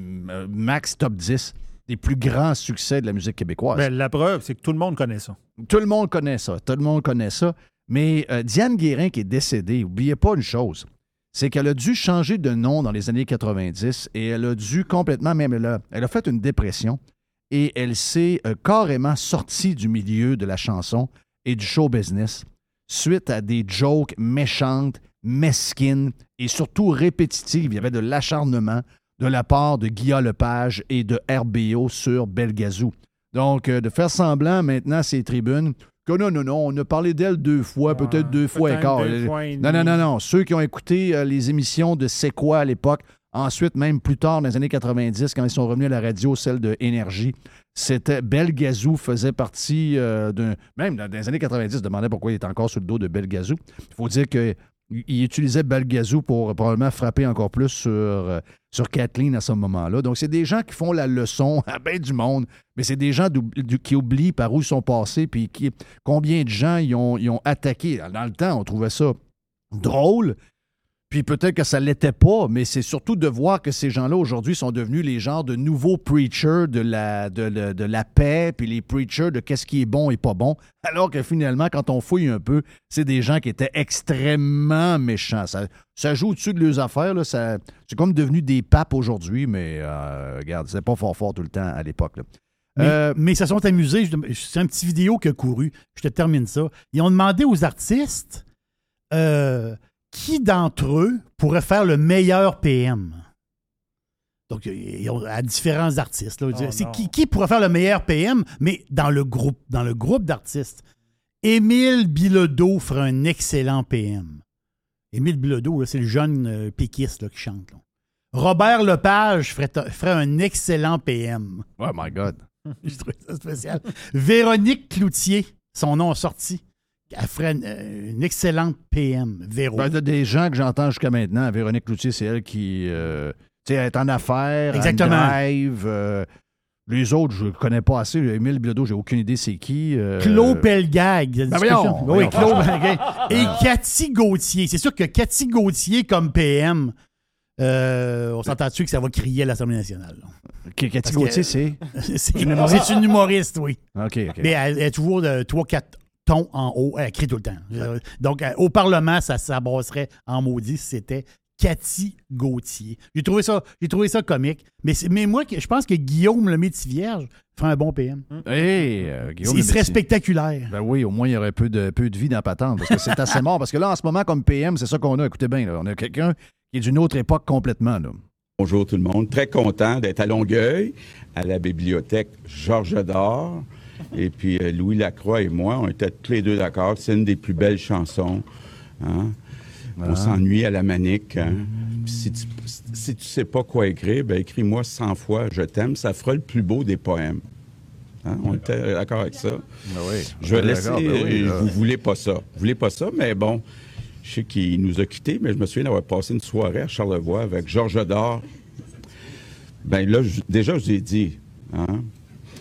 Speaker 1: max top dix, des plus grands succès de la musique québécoise.
Speaker 7: Bien, la preuve, c'est que tout le monde connaît ça.
Speaker 1: Tout le monde connaît ça, tout le monde connaît ça. Mais euh, Diane Guérin, qui est décédée, n'oubliez pas une chose, c'est qu'elle a dû changer de nom dans les années quatre-vingt-dix et elle a dû complètement, même elle a, elle a fait une dépression et elle s'est euh, carrément sortie du milieu de la chanson et du show business suite à des jokes méchantes, mesquines et surtout répétitives. Il y avait de l'acharnement de la part de Guillaume Lepage et de R B O sur Belgazou. Donc, euh, de faire semblant maintenant à ces tribunes que non, non, non, on a parlé d'elle deux fois, ouais, peut-être deux fois et quart. Non, non, non, non. Ceux qui ont écouté euh, les émissions de C'est quoi à l'époque, ensuite, même plus tard, dans les années quatre-vingt-dix, quand ils sont revenus à la radio, celle de Énergie, c'était Belgazou faisait partie euh, d'un... Même dans les années quatre-vingt-dix, je demandais pourquoi il était encore sur le dos de Belgazou. Il faut dire que il utilisait Belgazou pour probablement frapper encore plus sur, euh, sur Kathleen à ce moment-là. Donc, c'est des gens qui font la leçon à bien du monde, mais c'est des gens qui oublient par où ils sont passés puis qui, combien de gens ils ont, ils ont attaqué. Dans le temps, on trouvait ça drôle, puis peut-être que ça ne l'était pas, mais c'est surtout de voir que ces gens-là, aujourd'hui, sont devenus les genres de nouveaux preachers de la, de, de, de la paix, puis les preachers de qu'est-ce qui est bon et pas bon, alors que finalement, quand on fouille un peu, c'est des gens qui étaient extrêmement méchants. Ça, ça joue au-dessus de leurs affaires, là, ça, c'est comme devenu des papes aujourd'hui, mais euh, regarde, c'est pas fort fort tout le temps à l'époque. Là.
Speaker 2: Mais,
Speaker 1: euh,
Speaker 2: mais ils se sont amusés. C'est un petit vidéo qui a couru. Je te termine ça. Ils ont demandé aux artistes... Euh, qui d'entre eux pourrait faire le meilleur P M? Donc, ils ont à différents artistes. Là, oh c'est qui, qui pourrait faire le meilleur P M, mais dans le groupe, dans le groupe d'artistes. Émile Bilodeau ferait un excellent P M. Émile Bilodeau, là, c'est le jeune euh, péquiste là, qui chante. Là. Robert Lepage ferait, ferait un excellent P M.
Speaker 1: Oh my God.
Speaker 2: J'ai trouvé ça spécial. Véronique Cloutier, son nom a sorti. Elle ferait une, une excellente P M, Véro.
Speaker 1: Ben, des gens que j'entends jusqu'à maintenant, Véronique Cloutier, c'est elle qui euh, est en affaires,
Speaker 2: exactement.
Speaker 1: En drive. Euh, les autres, je ne connais pas assez. Émile Bilodeau, j'ai aucune idée c'est qui. Euh...
Speaker 2: Claude Pelgag.
Speaker 1: Ben voyons,
Speaker 2: oui,
Speaker 1: voyons.
Speaker 2: Claude Pelgag. Et Cathy Gauthier. C'est sûr que Cathy Gauthier comme P M, euh, on s'entend-tu que ça va crier à l'Assemblée nationale?
Speaker 1: Okay, Cathy Gauthier, c'est?
Speaker 2: C'est une humoriste, c'est une humoriste, oui.
Speaker 1: OK, OK.
Speaker 2: Mais elle, elle est toujours de trois quatre ton en haut. Elle crie tout le temps. Donc, au Parlement, ça s'abrasserait en maudit si c'était Cathy Gauthier. J'ai trouvé ça, j'ai trouvé ça comique. Mais, mais moi, je pense que Guillaume le Métis-Vierge ferait un bon P M.
Speaker 1: Hey, euh, Guillaume
Speaker 2: Il serait spectaculaire.
Speaker 1: Ben oui, au moins, il y aurait peu de, peu de vie dans la patente, parce que c'est assez mort. Parce que là, en ce moment, comme P M, c'est ça qu'on a. Écoutez bien, là, on a quelqu'un qui est d'une autre époque complètement. Là.
Speaker 16: Bonjour tout le monde. Très content d'être à Longueuil, à la bibliothèque Georges d'Or. Et puis euh, Louis Lacroix et moi, on était tous les deux d'accord. C'est une des plus belles chansons. Hein? Ah. On s'ennuie à la manique. Hein? Puis si tu si tu sais pas quoi écrire, ben écris-moi cent fois « Je t'aime », ça fera le plus beau des poèmes. Hein? On était d'accord avec ça.
Speaker 1: Ben oui,
Speaker 16: je vais laisser...
Speaker 1: Ben oui,
Speaker 16: vous voulez pas ça. Vous voulez pas ça, mais bon, je sais qu'il nous a quittés, mais je me souviens d'avoir passé une soirée à Charlevoix avec Georges d'Or. Ben là, je, déjà, je vous ai dit... Hein?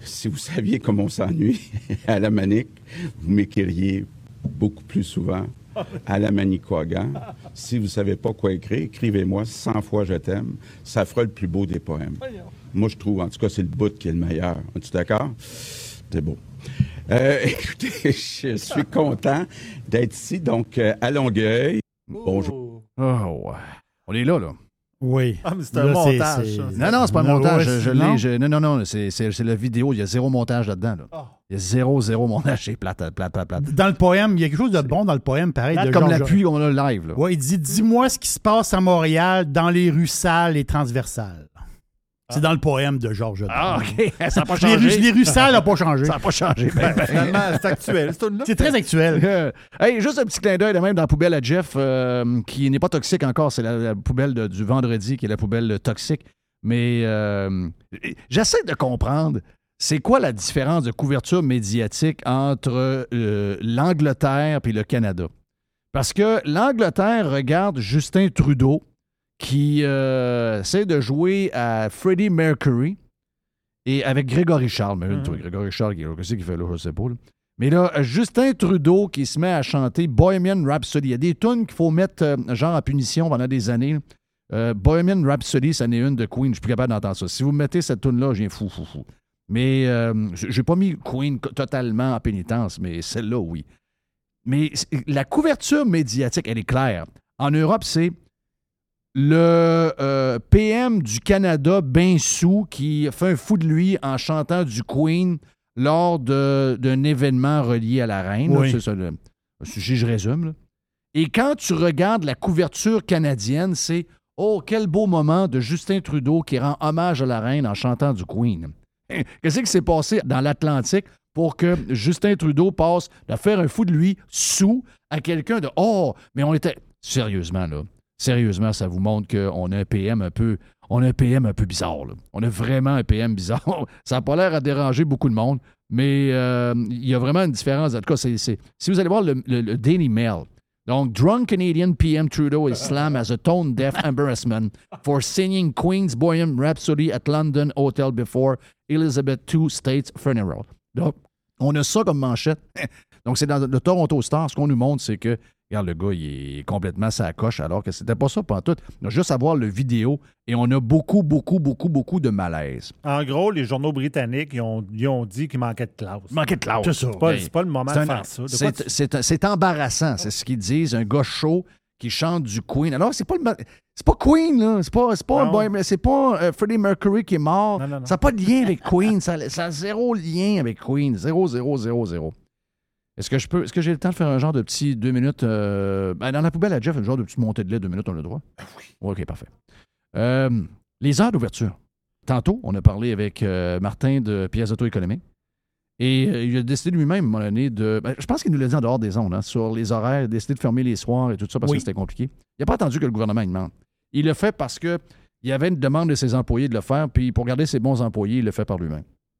Speaker 16: si vous saviez comment on s'ennuie à la Manic, vous m'écririez beaucoup plus souvent à la Manicouagan. Si vous ne savez pas quoi écrire, écrivez-moi cent fois je t'aime. Ça fera le plus beau des poèmes. Moi, je trouve, en tout cas, c'est le bout qui est le meilleur. Es-tu d'accord? C'est beau. Euh, écoutez, je suis content d'être ici, donc euh, à Longueuil. Bonjour.
Speaker 1: Oh, ouais. On est là, là.
Speaker 2: Oui.
Speaker 7: Ah, mais c'est un là, montage. C'est, c'est...
Speaker 1: Non, non, c'est pas un non, montage.
Speaker 2: Ouais,
Speaker 1: je, je
Speaker 2: non?
Speaker 1: l'ai, je, non, non, non, c'est, c'est, c'est la vidéo. Il y a zéro montage là-dedans. Là. Oh. Il y a zéro, zéro montage. C'est plate, plate, plate, plate.
Speaker 2: Dans le poème, il y a quelque chose de bon dans le poème, pareil.
Speaker 1: Plate
Speaker 2: de
Speaker 1: comme
Speaker 2: Georges...
Speaker 1: l'appui qu'on a live.
Speaker 2: Oui, il dit « Dis-moi ce qui se passe à Montréal dans les rues sales et transversales. » C'est dans le poème de Georges Dard.
Speaker 1: Ah, OK. Ça n'a pas changé.
Speaker 2: Les rues, les rues sales n'ont pas changé.
Speaker 1: Ça n'a pas changé. Ben, ben.
Speaker 7: Finalement, c'est actuel. C'est,
Speaker 2: c'est très actuel.
Speaker 1: Euh, hey, juste un petit clin d'œil, même dans la poubelle à Jeff, euh, qui n'est pas toxique encore. C'est la, la poubelle de, du vendredi qui est la poubelle toxique. Mais euh, j'essaie de comprendre c'est quoi la différence de couverture médiatique entre euh, l'Angleterre et le Canada. Parce que l'Angleterre regarde Justin Trudeau qui euh, essaie de jouer à Freddie Mercury et avec Grégory Charles. Mais, mmh. Grégory Charles, qu'est-ce qu'il fait là? Je ne sais pas. Là. Mais là, Justin Trudeau qui se met à chanter Bohemian Rhapsody. Il y a des tunes qu'il faut mettre euh, genre en punition pendant des années. Euh, Bohemian Rhapsody, ça en est une de Queen. Je suis plus capable d'entendre ça. Si vous mettez cette tune-là, je viens fou, fou, fou. Mais euh, j'ai pas mis Queen totalement en pénitence, mais celle-là, oui. Mais la couverture médiatique, elle est claire. En Europe, c'est le euh, P M du Canada, ben sous, qui fait un fou de lui en chantant du Queen lors de, d'un événement relié à la reine. Oui. Là, c'est ça, le, si je résume. Là. Et quand tu regardes la couverture canadienne, c'est « Oh, quel beau moment de Justin Trudeau qui rend hommage à la reine en chantant du Queen. » Qu'est-ce qui s'est passé dans l'Atlantique pour que Justin Trudeau passe de faire un fou de lui sous à quelqu'un de « Oh, mais on était... » Sérieusement, là. Sérieusement, ça vous montre qu'on a un P M un peu, on a un P M un peu bizarre. Là. On a vraiment un P M bizarre. Ça n'a pas l'air à déranger beaucoup de monde, mais euh, il y a vraiment une différence. En tout cas, c'est, c'est, si vous allez voir le, le, le Daily Mail, donc, Drunk Canadian P M Trudeau is slammed as a tone-deaf embarrassment for singing Queen's Bohemian Rhapsody at London Hotel before Elizabeth the Second's State's funeral. Donc, on a ça comme manchette. Donc, c'est dans le Toronto Star. Ce qu'on nous montre, c'est que regarde, le gars, il est complètement sa coche, alors que c'était pas ça pantoute. On a juste à voir le vidéo et on a beaucoup, beaucoup, beaucoup, beaucoup de malaise.
Speaker 7: En gros, les journaux britanniques, ils ont, ils ont dit qu'il manquait de classe.
Speaker 1: Il manquait de classe.
Speaker 7: C'est ça. C'est pas, c'est pas le moment
Speaker 1: c'est
Speaker 7: de
Speaker 1: un,
Speaker 7: faire ça. De
Speaker 1: c'est,
Speaker 7: tu...
Speaker 1: c'est, c'est embarrassant, c'est ce qu'ils disent. Un gars chaud qui chante du Queen. Alors, c'est pas, le, c'est pas Queen, là. C'est pas, c'est pas, boy, c'est pas euh, Freddie Mercury qui est mort. Non, non, non. Ça n'a pas de lien avec Queen. ça, ça a zéro lien avec Queen. Zéro, zéro, zéro, zéro. Est-ce que je peux. Est-ce que j'ai le temps de faire un genre de petit deux minutes? Euh, ben dans la poubelle à Jeff, un genre de petite montée de lait, deux minutes, on a le droit? Oui. OK, parfait. Euh, les heures d'ouverture. Tantôt, on a parlé avec euh, Martin de Pièces auto-économiques. Et euh, il a décidé lui-même, à un moment donné, de. Ben, je pense qu'il nous l'a dit en dehors des ondes, hein, sur les horaires, il a décidé de fermer les soirs et tout ça parce oui. que c'était compliqué. Il n'a pas attendu que le gouvernement il demande. Il le fait parce qu'il y avait une demande de ses employés de le faire, puis pour garder ses bons employés, il le fait par lui-même.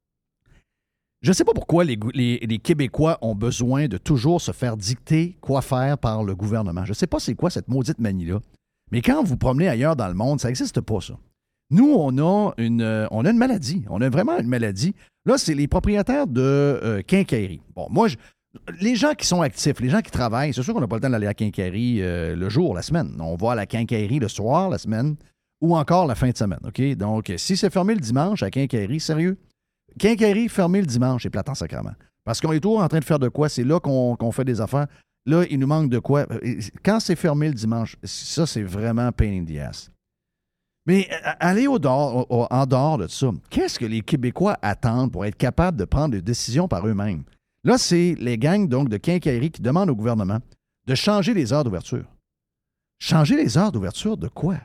Speaker 1: Je ne sais pas pourquoi les, les, les Québécois ont besoin de toujours se faire dicter quoi faire par le gouvernement. Je ne sais pas c'est quoi cette maudite manie-là. Mais quand vous promenez ailleurs dans le monde, ça n'existe pas, ça. Nous, on a une, on a une maladie. On a vraiment une maladie. Là, c'est les propriétaires de euh, quincailleries. Bon, moi, je, les gens qui sont actifs, les gens qui travaillent, c'est sûr qu'on n'a pas le temps d'aller à la quincaillerie euh, le jour, la semaine. On va à la quincaillerie le soir, la semaine, ou encore la fin de semaine. OK? Donc, si c'est fermé le dimanche à la quincaillerie, sérieux? Quincaillerie fermée le dimanche, c'est plate en sacrement. Parce qu'on est toujours en train de faire de quoi? C'est là qu'on, qu'on fait des affaires. Là, il nous manque de quoi? Quand c'est fermé le dimanche, ça, c'est vraiment pain in the ass. Mais aller au dehors, au, en dehors de ça, qu'est-ce que les Québécois attendent pour être capables de prendre des décisions par eux-mêmes? Là, c'est les gangs donc, de quincaillerie qui demandent au gouvernement de changer les heures d'ouverture. Changer les heures d'ouverture de quoi?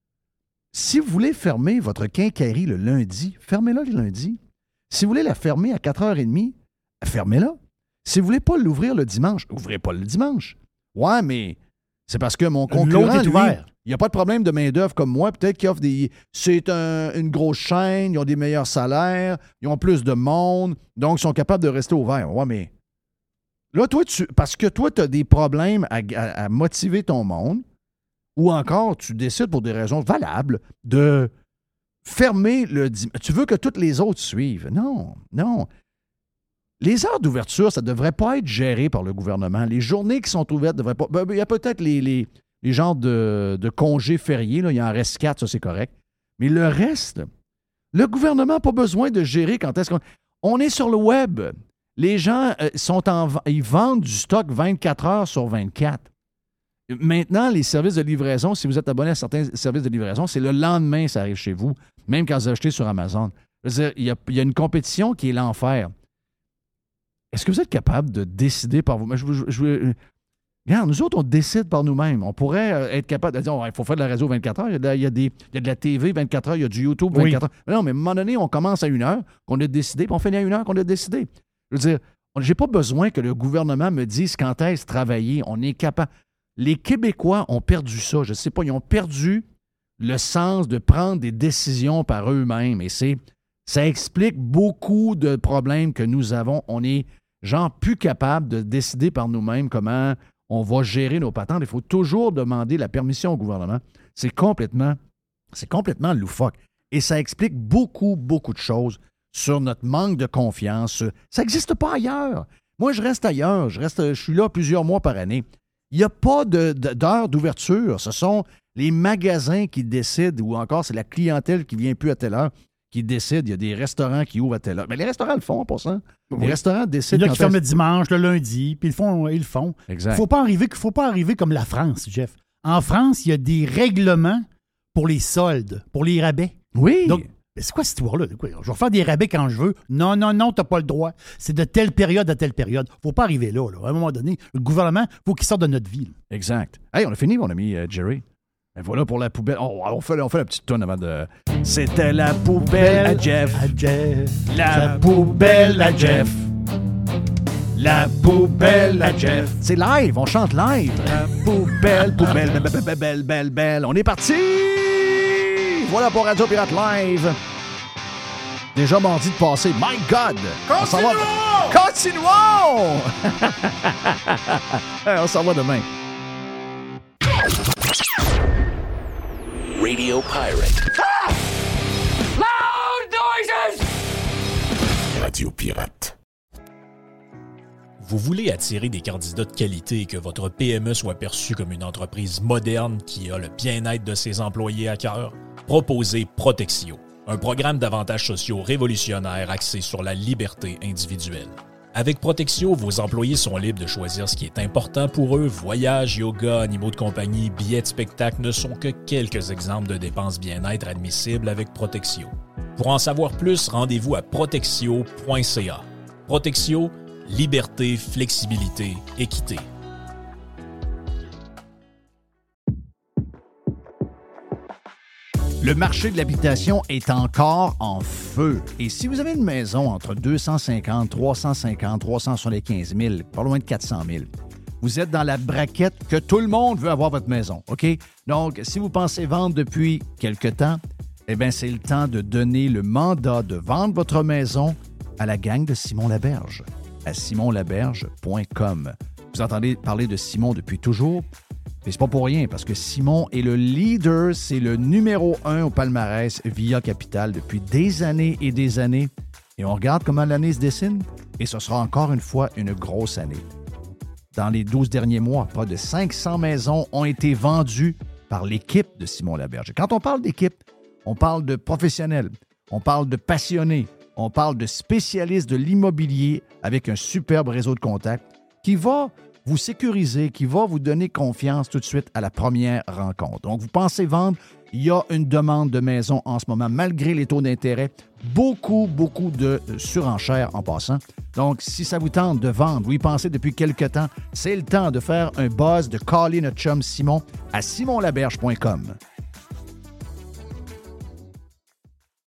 Speaker 1: Si vous voulez fermer votre quincaillerie le lundi, fermez-la le lundi. Si vous voulez la fermer à quatre heures trente, fermez-la. Si vous ne voulez pas l'ouvrir le dimanche, ouvrez pas le dimanche. Ouais, mais c'est parce que mon concurrent,
Speaker 2: l'autre est ouvert.
Speaker 1: Il n'y a pas de problème de main-d'œuvre comme moi. Peut-être qu'ils offrent des. C'est un, une grosse chaîne, ils ont des meilleurs salaires, ils ont plus de monde, donc ils sont capables de rester ouverts. Ouais, mais là, toi, tu. Parce que toi, tu as des problèmes à, à, à motiver ton monde, ou encore tu décides pour des raisons valables de. fermer le dimanche. Tu veux que toutes les autres suivent. Non, non. Les heures d'ouverture, ça ne devrait pas être géré par le gouvernement. Les journées qui sont ouvertes ne devraient pas... Ben, il y a peut-être les, les, les genres de, de congés fériés. Là. Il y en reste quatre, ça c'est correct. Mais le reste, le gouvernement n'a pas besoin de gérer quand est-ce qu'on... On est sur le web. Les gens euh, sont en... Ils vendent du stock vingt-quatre heures sur vingt-quatre. Maintenant, les services de livraison, si vous êtes abonné à certains services de livraison, c'est le lendemain ça arrive chez vous, même quand vous achetez sur Amazon. Je veux dire, il y a, il y a une compétition qui est l'enfer. Est-ce que vous êtes capable de décider par vous-même? Je, je, je, regarde, nous autres, on décide par nous-mêmes. On pourrait être capable de dire, oh, il faut faire de la radio vingt-quatre heures, il y a de la, il y a des, il y a de la T V vingt-quatre heures, il y a du YouTube vingt-quatre oui. heures. Mais non, mais à un moment donné, on commence à une heure qu'on a décidé, puis on finit à une heure qu'on a décidé. Je veux dire, j'ai pas besoin que le gouvernement me dise quand est-ce travailler. On est capable. Les Québécois ont perdu ça. Je ne sais pas, ils ont perdu le sens de prendre des décisions par eux-mêmes. Et c'est, ça explique beaucoup de problèmes que nous avons. On est, genre, plus capable de décider par nous-mêmes comment on va gérer nos patentes. Il faut toujours demander la permission au gouvernement. C'est complètement, c'est complètement loufoque. Et ça explique beaucoup, beaucoup de choses sur notre manque de confiance. Ça n'existe pas ailleurs. Moi, je reste ailleurs. Je, reste, je suis là plusieurs mois par année. Il n'y a pas de, de, d'heure d'ouverture. Ce sont les magasins qui décident, ou encore c'est la clientèle qui ne vient plus à telle heure qui décide. Il y a des restaurants qui ouvrent à telle heure. Mais les restaurants le font, en passant. Oui. Les restaurants décident.
Speaker 2: Il y en a qui ferment le dimanche, le lundi, puis ils le font. Ils le font.
Speaker 1: Exact.
Speaker 2: Il ne faut pas arriver, faut pas arriver comme la France, Jeff. En France, il y a des règlements pour les soldes, pour les rabais.
Speaker 1: Oui.
Speaker 2: Donc, c'est quoi cette histoire-là? Je vais faire des rabais quand je veux. Non, non, non, tu n'as pas le droit. C'est de telle période à telle période. Il ne faut pas arriver là, là. À un moment donné, le gouvernement, il faut qu'il sorte de notre vie. Là.
Speaker 1: Exact. Hey, on a fini, mon ami euh, Jerry. Et voilà pour la poubelle. Oh, on, fait, on fait la petite tonne avant de... C'était la poubelle à Jeff.
Speaker 2: À Jeff.
Speaker 1: La, la poubelle à Jeff. La poubelle à Jeff. C'est live, on chante live. La poubelle, poubelle, belle, belle, belle, belle, belle. On est parti! Voilà pour Radio Pirate Live. Déjà mardi de passer. My God!
Speaker 13: Continuons!
Speaker 1: On va... Continuons! On s'en va demain.
Speaker 5: Radio Pirate.
Speaker 13: Ah! Loud noises!
Speaker 5: Radio Pirate.
Speaker 10: Vous voulez attirer des candidats de qualité et que votre P M E soit perçue comme une entreprise moderne qui a le bien-être de ses employés à cœur? Proposez Protexio, un programme d'avantages sociaux révolutionnaire axé sur la liberté individuelle. Avec Protexio, vos employés sont libres de choisir ce qui est important pour eux. Voyages, yoga, animaux de compagnie, billets de spectacle ne sont que quelques exemples de dépenses bien-être admissibles avec Protexio. Pour en savoir plus, rendez-vous à protexio point c a. Protexio, liberté, flexibilité, équité.
Speaker 1: Le marché de l'habitation est encore en feu. Et si vous avez une maison entre deux cent cinquante, trois cent cinquante, trois cent soixante-quinze mille, pas loin de quatre cent mille, vous êtes dans la braquette que tout le monde veut avoir votre maison, OK? Donc, si vous pensez vendre depuis quelque temps, eh bien, c'est le temps de donner le mandat de vendre votre maison à la gang de Simon Laberge, à simon laberge point com. Vous entendez parler de Simon depuis toujours? Mais c'est pas pour rien, parce que Simon est le leader, c'est le numéro un au palmarès Via Capital depuis des années et des années. Et on regarde comment l'année se dessine, et ce sera encore une fois une grosse année. Dans les douze derniers mois, pas de cinq cents maisons ont été vendues par l'équipe de Simon Laberge. Et quand on parle d'équipe, on parle de professionnels, on parle de passionnés, on parle de spécialistes de l'immobilier avec un superbe réseau de contacts qui va vous sécuriser, qui va vous donner confiance tout de suite à la première rencontre. Donc, vous pensez vendre, il y a une demande de maison en ce moment, malgré les taux d'intérêt. Beaucoup, beaucoup de surenchères en passant. Donc, si ça vous tente de vendre, vous y pensez depuis quelque temps, c'est le temps de faire un buzz, de caller notre chum Simon à simon laberge point com.